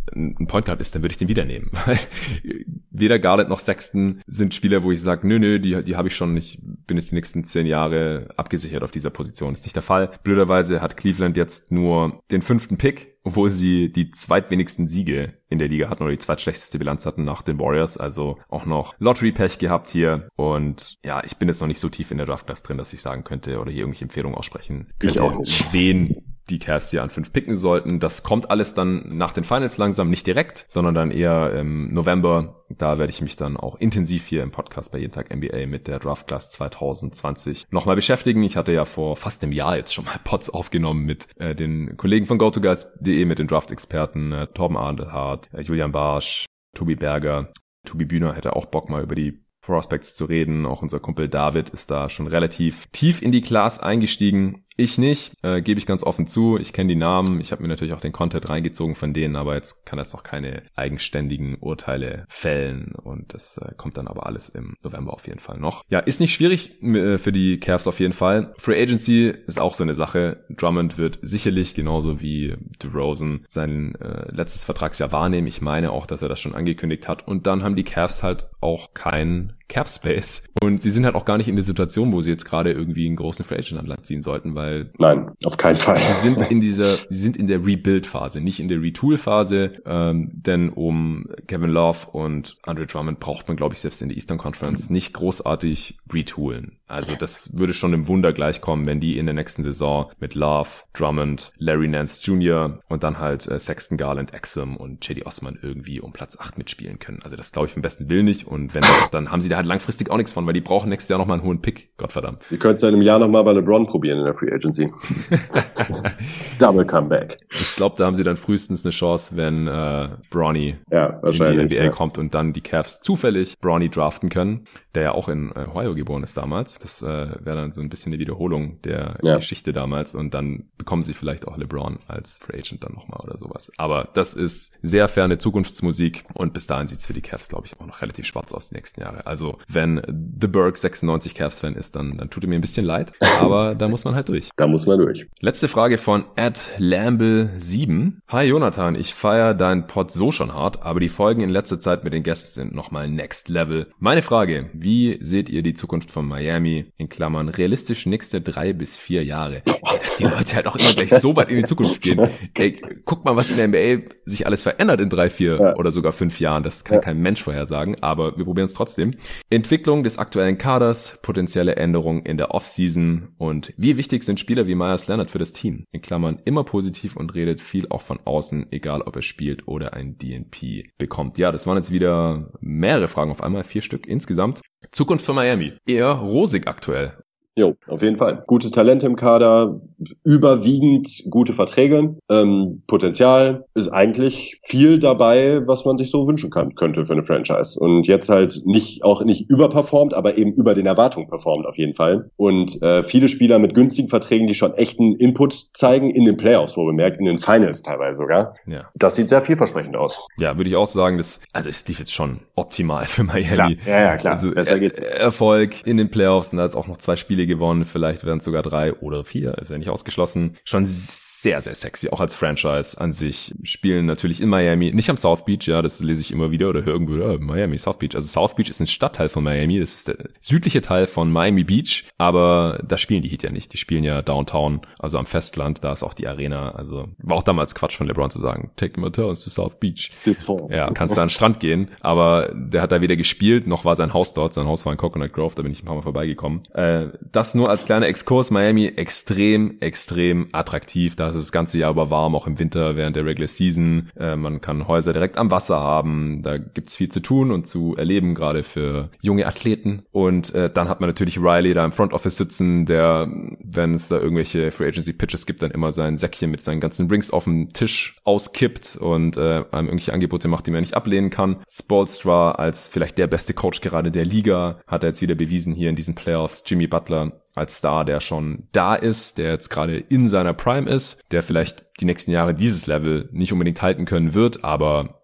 ein Point Guard ist, dann würde ich den wieder nehmen. Weil weder Garland noch Sexton sind Spieler, wo ich sage, nö, die habe ich schon, ich bin jetzt die nächsten 10 Jahre abgesichert auf dieser Position. Das ist nicht der Fall. Blöderweise hat Cleveland jetzt nur den 5. Pick, obwohl sie die zweitwenigsten Siege in der Liga hatten oder die zweitschlechteste Bilanz hatten nach den Warriors, also auch noch Lottery-Pech gehabt hier. Und ja, ich bin jetzt noch nicht so tief in der Draft-Class drin, dass ich sagen könnte oder hier irgendwelche Empfehlungen aussprechen könnte, ich auch nicht. wen die Cavs hier an 5 picken sollten. Das kommt alles dann nach den Finals langsam, nicht direkt, sondern dann eher im November. Da werde ich mich dann auch intensiv hier im Podcast bei Jeden Tag NBA mit der Draft Class 2020 nochmal beschäftigen. Ich hatte ja vor fast einem Jahr jetzt schon mal Pods aufgenommen mit den Kollegen von GoToGuys.de, mit den Draft-Experten Torben Adelhardt, Julian Barsch, Tobi Berger. Tobi Bühner hätte auch Bock, mal über die Prospects zu reden. Auch unser Kumpel David ist da schon relativ tief in die Class eingestiegen. Ich nicht, gebe ich ganz offen zu. Ich kenne die Namen, ich habe mir natürlich auch den Content reingezogen von denen, aber jetzt kann das noch keine eigenständigen Urteile fällen und das kommt dann aber alles im November auf jeden Fall noch. Ja, ist nicht schwierig für die Cavs auf jeden Fall. Free Agency ist auch so eine Sache. Drummond wird sicherlich genauso wie DeRozan sein letztes Vertragsjahr wahrnehmen. Ich meine auch, dass er das schon angekündigt hat und dann haben die Cavs halt auch keinen Cap Space und sie sind halt auch gar nicht in der Situation, wo sie jetzt gerade irgendwie einen großen Free Agent an Land ziehen sollten, weil nein, auf keinen Fall. Sie sind in der Rebuild-Phase, nicht in der Retool-Phase, denn um Kevin Love und Andre Drummond braucht man, glaube ich, selbst in der Eastern Conference nicht großartig retoolen. Also das würde schon im Wunder gleichkommen, wenn die in der nächsten Saison mit Love, Drummond, Larry Nance Jr. und dann halt Sexton, Garland, Exum und Cedi Osman irgendwie um Platz 8 mitspielen können. Also das glaube ich im besten Willen nicht und wenn dann haben sie da halt langfristig auch nichts von, weil die brauchen nächstes Jahr nochmal einen hohen Pick, Gottverdammt. Wir können es ja in einem Jahr nochmal bei LeBron probieren in der Free Agency. Double Comeback. Ich glaube, da haben sie dann frühestens eine Chance, wenn Bronny in die NBA kommt und dann die Cavs zufällig Bronny draften können, der ja auch in Ohio geboren ist damals. Das wäre dann so ein bisschen eine Wiederholung der Geschichte damals und dann bekommen sie vielleicht auch LeBron als Free Agent dann nochmal oder sowas. Aber das ist sehr ferne Zukunftsmusik und bis dahin sieht's für die Cavs, glaube ich, auch noch relativ schwarz aus die nächsten Jahre. Also wenn The Berg 96 Cavs-Fan ist, dann tut er mir ein bisschen leid, aber da muss man halt durch. Da muss man durch. Letzte Frage von @Lamble7. Hi Jonathan, ich feiere deinen Pod so schon hart, aber die Folgen in letzter Zeit mit den Gästen sind nochmal next level. Meine Frage, wie seht ihr die Zukunft von Miami, in Klammern realistisch nächste 3 bis 4 Jahre? Ey, dass die Leute halt auch immer gleich so weit in die Zukunft gehen. Ey, guck mal, was in der NBA sich alles verändert in 3, 4 oder sogar 5 Jahren. Das kann kein Mensch vorhersagen, aber wir probieren es trotzdem. Entwicklung des aktuellen Kaders, potenzielle Änderungen in der Offseason und wie wichtig sind Spieler wie Myers Leonard für das Team? In Klammern immer positiv und redet viel auch von außen, egal ob er spielt oder ein DNP bekommt. Ja, das waren jetzt wieder mehrere Fragen auf einmal, 4 Stück insgesamt. Zukunft für Miami. Eher rosig aktuell. Jo, auf jeden Fall. Gute Talente im Kader, überwiegend gute Verträge, Potenzial, ist eigentlich viel dabei, was man sich so wünschen könnte für eine Franchise. Und jetzt halt nicht überperformt, aber eben über den Erwartungen performt auf jeden Fall. Und viele Spieler mit günstigen Verträgen, die schon echten Input zeigen in den Playoffs, wo bemerkt, in den Finals teilweise sogar. Ja. Das sieht sehr vielversprechend aus. Ja, würde ich auch sagen, es lief jetzt schon optimal für Miami. Klar. Also besser geht's. Erfolg in den Playoffs und da jetzt auch noch 2 Spiele gewonnen, vielleicht werden es sogar 3 oder 4, ist ja nicht ausgeschlossen. Schon sehr, sehr sexy, auch als Franchise an sich. Spielen natürlich in Miami, nicht am South Beach, ja, das lese ich immer wieder oder höre irgendwo, Miami, South Beach. Also South Beach ist ein Stadtteil von Miami, das ist der südliche Teil von Miami Beach, aber da spielen die Heat ja nicht. Die spielen ja Downtown, also am Festland, da ist auch die Arena. Also war auch damals Quatsch von LeBron zu sagen, take my turns to South Beach. Ja, kannst da an den Strand gehen, aber der hat da weder gespielt, noch war sein Haus dort. Sein Haus war in Coconut Grove, da bin ich ein paar Mal vorbeigekommen. Das nur als kleiner Exkurs. Miami extrem, extrem attraktiv. Da ist es das ganze Jahr über warm, auch im Winter während der Regular Season. Man kann Häuser direkt am Wasser haben. Da gibt's viel zu tun und zu erleben, gerade für junge Athleten. Und dann hat man natürlich Riley da im Front Office sitzen, der, wenn es da irgendwelche Free Agency Pitches gibt, dann immer sein Säckchen mit seinen ganzen Rings auf dem Tisch auskippt und einem irgendwelche Angebote macht, die man nicht ablehnen kann. Spoelstra als vielleicht der beste Coach gerade der Liga hat er jetzt wieder bewiesen hier in diesen Playoffs. Jimmy Butler als Star, der schon da ist, der jetzt gerade in seiner Prime ist, der vielleicht die nächsten Jahre dieses Level nicht unbedingt halten können wird, aber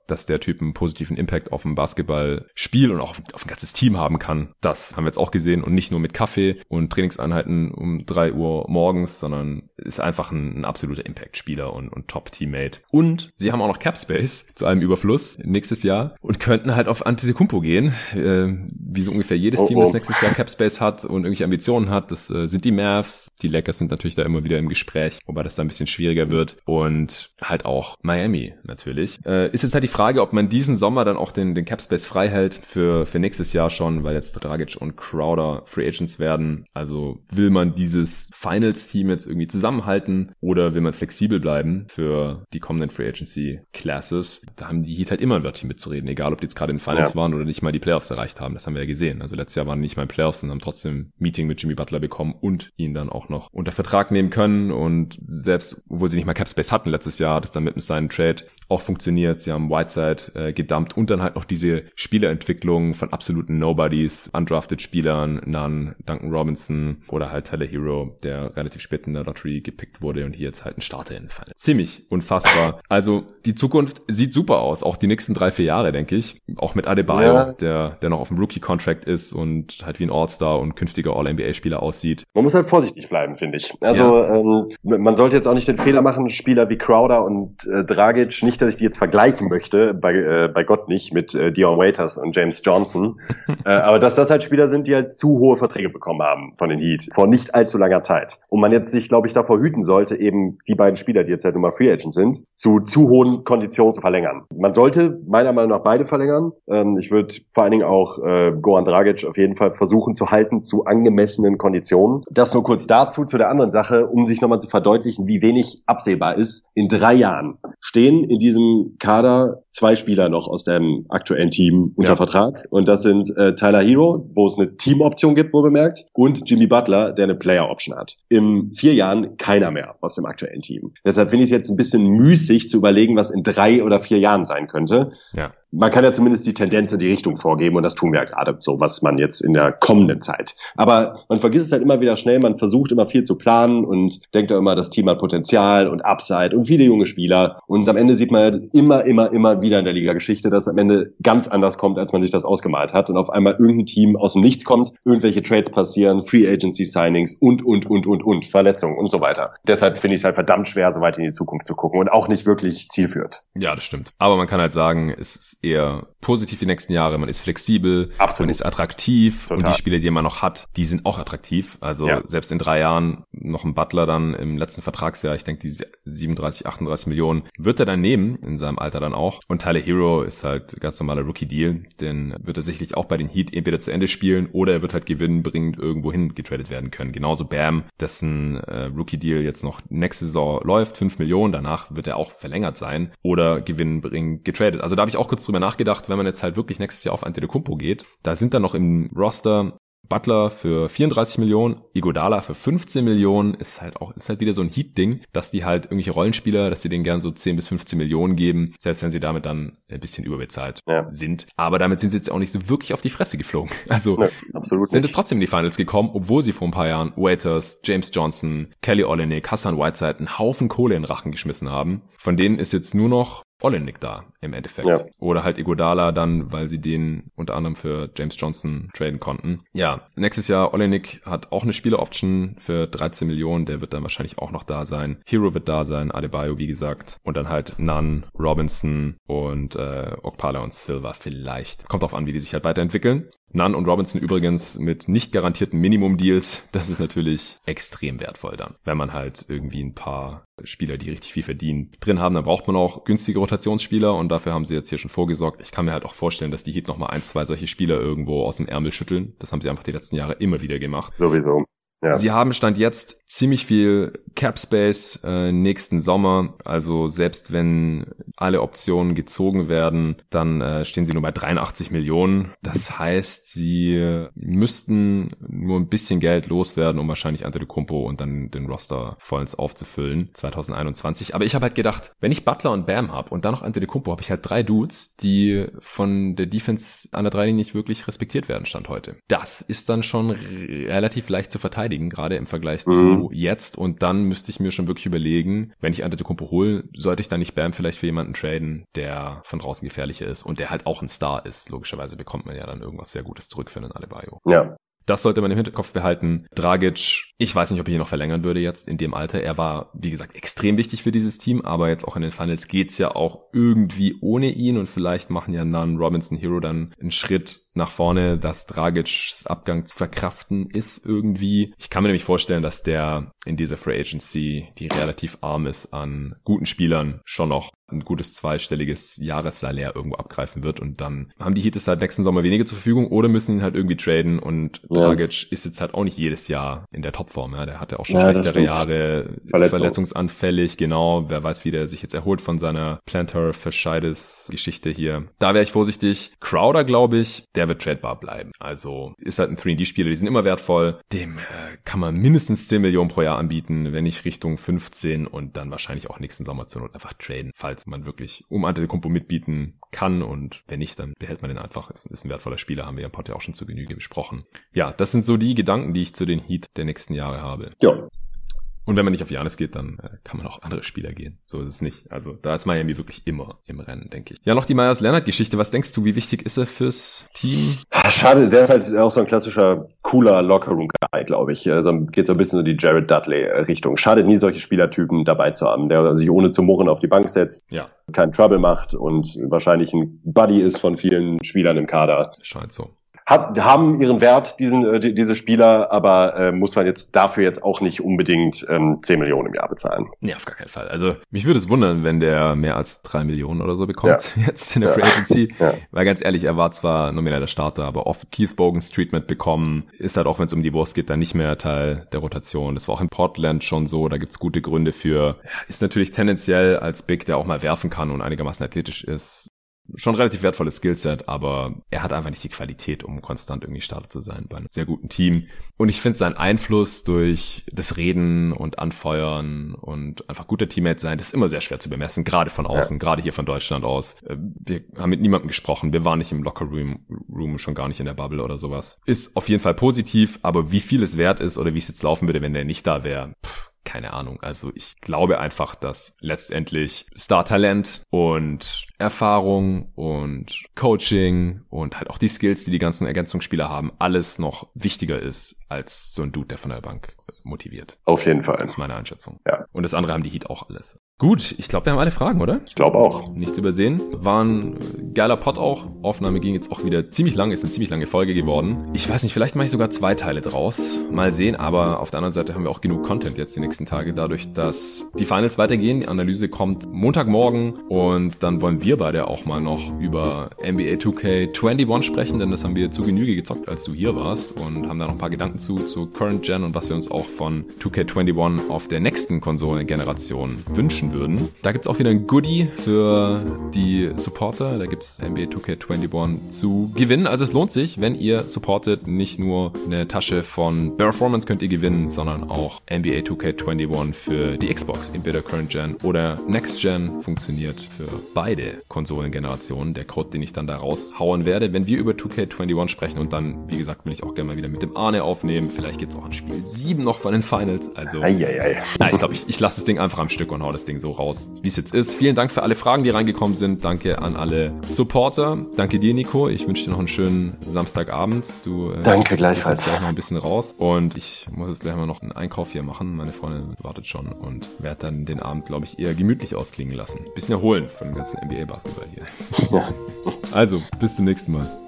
dass der Typ einen positiven Impact auf ein Basketballspiel und auch auf ein ganzes Team haben kann. Das haben wir jetzt auch gesehen und nicht nur mit Kaffee und Trainingseinheiten um 3 Uhr morgens, sondern ist einfach ein absoluter Impact-Spieler und Top-Teammate. Und sie haben auch noch Cap-Space zu einem Überfluss nächstes Jahr und könnten halt auf Antetokounmpo gehen, wie so ungefähr jedes Team, das nächstes Jahr Cap-Space hat und irgendwelche Ambitionen hat. Das sind die Mavs. Die Lakers sind natürlich da immer wieder im Gespräch, wobei das da ein bisschen schwieriger wird. Und halt auch Miami natürlich. Ist jetzt halt die Frage, ob man diesen Sommer dann auch den Cap-Space frei hält für nächstes Jahr schon, weil jetzt Dragic und Crowder Free Agents werden. Also will man dieses Finals-Team jetzt irgendwie zusammenhalten oder will man flexibel bleiben für die kommenden Free Agency Classes? Da haben die Heat halt immer ein Wörtchen mitzureden, egal ob die jetzt gerade in den Finals waren oder nicht mal die Playoffs erreicht haben. Das haben wir ja gesehen. Also letztes Jahr waren die nicht mal in Playoffs und haben trotzdem ein Meeting mit Jimmy Butler bekommen und ihn dann auch noch unter Vertrag nehmen können. Und selbst, obwohl sie nicht mal Cap-Space hatten letztes Jahr, hat es dann mit seinem Trade auch funktioniert. Sie haben Whiteside gedumpt und dann halt noch diese Spielerentwicklung von absoluten Nobodies, undrafted Spielern, Nunn, Duncan Robinson oder halt Tyler Hero, der relativ spät in der Lottery gepickt wurde und hier jetzt halt ein Starter in den Fall. Ziemlich unfassbar. Also die Zukunft sieht super aus, auch die nächsten 3-4 Jahre, denke ich. Auch mit Adebayo, der noch auf dem Rookie-Contract ist und halt wie ein All-Star und künftiger All-NBA-Spieler aussieht. Man muss halt vorsichtig bleiben, finde ich. Also man sollte jetzt auch nicht den Fehler machen, Spieler wie Crowder und Dragic, nicht, dass ich die jetzt vergleichen möchte, bei Gott nicht, mit Dion Waiters und James Johnson, aber dass das halt Spieler sind, die halt zu hohe Verträge bekommen haben von den Heat vor nicht allzu langer Zeit. Und man jetzt sich, glaube ich, davor hüten sollte, eben die beiden Spieler, die jetzt halt nun mal Free Agent sind, zu hohen Konditionen zu verlängern. Man sollte meiner Meinung nach beide verlängern. Ich würde vor allen Dingen auch Goran Dragic auf jeden Fall versuchen zu halten zu angemessenen Konditionen. Das nur kurz dazu, zu der anderen Sache, um sich nochmal zu verdeutlichen, wie wenig absehbar ist. In 3 Jahren stehen in diesem Kader 2 Spieler noch aus dem aktuellen Team unter Vertrag. Und das sind Tyler Hero, wo es eine Teamoption gibt, wohl bemerkt, und Jimmy Butler, der eine Player-Option hat. In 4 Jahren keiner mehr aus dem aktuellen Team. Deshalb finde ich es jetzt ein bisschen müßig zu überlegen, was in 3 oder 4 Jahren sein könnte. Ja. Man kann ja zumindest die Tendenz in die Richtung vorgeben und das tun wir ja gerade so, was man jetzt in der kommenden Zeit. Aber man vergisst es halt immer wieder schnell, man versucht immer viel zu planen und denkt auch immer, das Team hat Potenzial und Upside und viele junge Spieler und am Ende sieht man halt immer wieder in der Liga-Geschichte, dass es am Ende ganz anders kommt, als man sich das ausgemalt hat und auf einmal irgendein Team aus dem Nichts kommt, irgendwelche Trades passieren, Free Agency Signings und, Verletzungen und so weiter. Deshalb finde ich es halt verdammt schwer, so weit in die Zukunft zu gucken und auch nicht wirklich zielführend. Ja, das stimmt. Aber man kann halt sagen, es ist eher positiv die nächsten Jahre. Man ist flexibel, man ist attraktiv. Total. Und die Spieler, die man noch hat, die sind auch attraktiv. Also selbst in 3 Jahren noch ein Butler dann im letzten Vertragsjahr, ich denke die 37, 38 Millionen wird er dann nehmen, in seinem Alter dann auch. Und Tyler Hero ist halt ganz normaler Rookie-Deal. Den wird er sicherlich auch bei den Heat entweder zu Ende spielen oder er wird halt gewinnbringend irgendwo hin getradet werden können. Genauso Bam, dessen Rookie-Deal jetzt noch nächste Saison läuft, 5 Millionen, danach wird er auch verlängert sein oder gewinnbringend getradet. Also da habe ich auch kurz drüber nachgedacht, wenn man jetzt halt wirklich nächstes Jahr auf Antetokounmpo geht, da sind dann noch im Roster Butler für 34 Millionen, Iguodala für 15 Millionen, ist halt wieder so ein Heat-Ding, dass die halt irgendwelche Rollenspieler, dass sie denen gern so 10 bis 15 Millionen geben, selbst wenn sie damit dann ein bisschen überbezahlt sind. Aber damit sind sie jetzt auch nicht so wirklich auf die Fresse geflogen. Also sind es trotzdem in die Finals gekommen, obwohl sie vor ein paar Jahren Waiters, James Johnson, Kelly Olynyk, Hassan Whiteside einen Haufen Kohle in den Rachen geschmissen haben. Von denen ist jetzt nur noch Olynyk da im Endeffekt. Ja. Oder halt Iguodala dann, weil sie den unter anderem für James Johnson traden konnten. Ja, nächstes Jahr Olynyk hat auch eine Spieleroption für 13 Millionen. Der wird dann wahrscheinlich auch noch da sein. Hero wird da sein, Adebayo wie gesagt. Und dann halt Nunn, Robinson und Okpala und Silva vielleicht. Kommt drauf an, wie die sich halt weiterentwickeln. Nunn und Robinson übrigens mit nicht garantierten Minimum-Deals. Das ist natürlich extrem wertvoll dann. Wenn man halt irgendwie ein paar Spieler, die richtig viel verdienen, drin haben, dann braucht man auch günstige Rotationsspieler und dafür haben sie jetzt hier schon vorgesorgt. Ich kann mir halt auch vorstellen, dass die Heat nochmal 1, 2 solche Spieler irgendwo aus dem Ärmel schütteln. Das haben sie einfach die letzten Jahre immer wieder gemacht. Sowieso. Ja. Sie haben Stand jetzt ziemlich viel Cap Space nächsten Sommer. Also selbst wenn alle Optionen gezogen werden, dann stehen sie nur bei 83 Millionen. Das heißt, sie müssten nur ein bisschen Geld loswerden, um wahrscheinlich Antetokounmpo und dann den Roster vollends aufzufüllen 2021. Aber ich habe halt gedacht, wenn ich Butler und Bam habe und dann noch Antetokounmpo, habe ich halt 3 Dudes, die von der Defense an der Dreilinie nicht wirklich respektiert werden, Stand heute. Das ist dann schon relativ leicht zu verteidigen. verteidigen, gerade im Vergleich zu jetzt. Und dann müsste ich mir schon wirklich überlegen, wenn ich Antetokounmpo hole, sollte ich dann nicht Bam vielleicht für jemanden traden, der von draußen gefährlicher ist und der halt auch ein Star ist. Logischerweise bekommt man ja dann irgendwas sehr Gutes zurück für einen Adebayo. Ja. Das sollte man im Hinterkopf behalten. Dragic, ich weiß nicht, ob ich ihn noch verlängern würde jetzt in dem Alter. Er war, wie gesagt, extrem wichtig für dieses Team, aber jetzt auch in den Finals geht's ja auch irgendwie ohne ihn und vielleicht machen ja Nunn, Robinson, Hero dann einen Schritt nach vorne, dass Dragics Abgang zu verkraften ist irgendwie. Ich kann mir nämlich vorstellen, dass der in dieser Free Agency, die relativ arm ist an guten Spielern, schon noch ein gutes zweistelliges Jahressalär irgendwo abgreifen wird und dann haben die Heat es halt nächsten Sommer weniger zur Verfügung oder müssen ihn halt irgendwie traden und Dragic ist jetzt halt auch nicht jedes Jahr in der Topform. Ja. Der hatte auch schon schlechtere Jahre, ist verletzungsanfällig, genau. Wer weiß, wie der sich jetzt erholt von seiner Plantar Fasciitis Geschichte hier. Da wäre ich vorsichtig. Crowder, glaube ich, der wird tradebar bleiben. Also ist halt ein 3D-Spieler, die sind immer wertvoll. Dem kann man mindestens 10 Millionen pro Jahr anbieten, wenn nicht Richtung 15 und dann wahrscheinlich auch nächsten Sommer zur Not einfach traden, falls man wirklich Antetokounmpo mitbieten kann und wenn nicht, dann behält man den einfach. Ist ein wertvoller Spieler, haben wir im Pod ja auch schon zu Genüge besprochen. Ja, das sind so die Gedanken, die ich zu den Heat der nächsten Jahre habe. Ja. Und wenn man nicht auf Giannis geht, dann kann man auch andere Spieler gehen. So ist es nicht. Also da ist Miami wirklich immer im Rennen, denke ich. Ja, noch die Meyers-Leonard-Geschichte. Was denkst du, wie wichtig ist er fürs Team? Schade, der ist halt auch so ein klassischer, cooler Lockerroom-Guy, glaube ich. Also geht so ein bisschen so die Jared Dudley-Richtung. Schadet nie, solche Spielertypen dabei zu haben, der sich ohne zu murren auf die Bank setzt, keinen Trouble macht und wahrscheinlich ein Buddy ist von vielen Spielern im Kader. Scheint so. Haben ihren Wert, diese Spieler, aber muss man jetzt dafür jetzt auch nicht unbedingt 10 Millionen im Jahr bezahlen. Nee, auf gar keinen Fall. Also mich würde es wundern, wenn der mehr als 3 Millionen oder so bekommt jetzt in der Free Agency. Weil ganz ehrlich, er war zwar nomineller Starter, aber oft Keith Bogans Treatment bekommen, ist halt auch, wenn es um die Wurst geht, dann nicht mehr Teil der Rotation. Das war auch in Portland schon so, da gibt's gute Gründe für. Ist natürlich tendenziell als Big, der auch mal werfen kann und einigermaßen athletisch ist, schon relativ wertvolles Skillset, aber er hat einfach nicht die Qualität, um konstant irgendwie Starter zu sein bei einem sehr guten Team. Und ich finde seinen Einfluss durch das Reden und Anfeuern und einfach guter Teammate sein, das ist immer sehr schwer zu bemessen, gerade von außen, gerade hier von Deutschland aus. Wir haben mit niemandem gesprochen, wir waren nicht im Locker-Room, schon gar nicht in der Bubble oder sowas. Ist auf jeden Fall positiv, aber wie viel es wert ist oder wie es jetzt laufen würde, wenn der nicht da wäre, keine Ahnung. Also ich glaube einfach, dass letztendlich Star-Talent und Erfahrung und Coaching und halt auch die Skills, die die ganzen Ergänzungsspieler haben, alles noch wichtiger ist als so ein Dude, der von der Bank motiviert. Auf jeden Fall. Das ist meine Einschätzung. Ja. Und das andere haben die Heat auch alles. Gut, ich glaube, wir haben alle Fragen, oder? Ich glaube auch. Nicht übersehen. War ein geiler Pod auch. Aufnahme ging jetzt auch wieder ziemlich lang, ist eine ziemlich lange Folge geworden. Ich weiß nicht, vielleicht mache ich sogar 2 Teile draus. Mal sehen, aber auf der anderen Seite haben wir auch genug Content jetzt die nächsten Tage, dadurch, dass die Finals weitergehen. Die Analyse kommt Montagmorgen und dann wollen wir beide auch mal noch über NBA 2K21 sprechen, denn das haben wir zu Genüge gezockt, als du hier warst und haben da noch ein paar Gedanken zu Current Gen und was wir uns auch von 2K21 auf der nächsten Konsolengeneration wünschen würden. Da gibt's auch wieder ein Goodie für die Supporter. Da gibt's NBA 2K21 zu gewinnen. Also es lohnt sich, wenn ihr supportet. Nicht nur eine Tasche von Performance könnt ihr gewinnen, sondern auch NBA 2K21 für die Xbox. Entweder Current Gen oder Next Gen funktioniert für beide Konsolengenerationen. Der Code, den ich dann da raushauen werde, wenn wir über 2K21 sprechen und dann, wie gesagt, will ich auch gerne mal wieder mit dem Arne aufnehmen. Vielleicht geht's auch an Spiel 7 noch von den Finals. Also, na, ich glaube, ich lasse das Ding einfach am Stück und hau das Ding so raus, wie es jetzt ist. Vielen Dank für alle Fragen, die reingekommen sind. Danke an alle Supporter. Danke dir, Nico. Ich wünsche dir noch einen schönen Samstagabend. Danke gleichfalls. Ich gleich noch ein bisschen raus und ich muss jetzt gleich mal noch einen Einkauf hier machen. Meine Freundin wartet schon und werde dann den Abend, glaube ich, eher gemütlich ausklingen lassen. Ein bisschen erholen von dem ganzen NBA-Basketball hier. Ja. Also, bis zum nächsten Mal.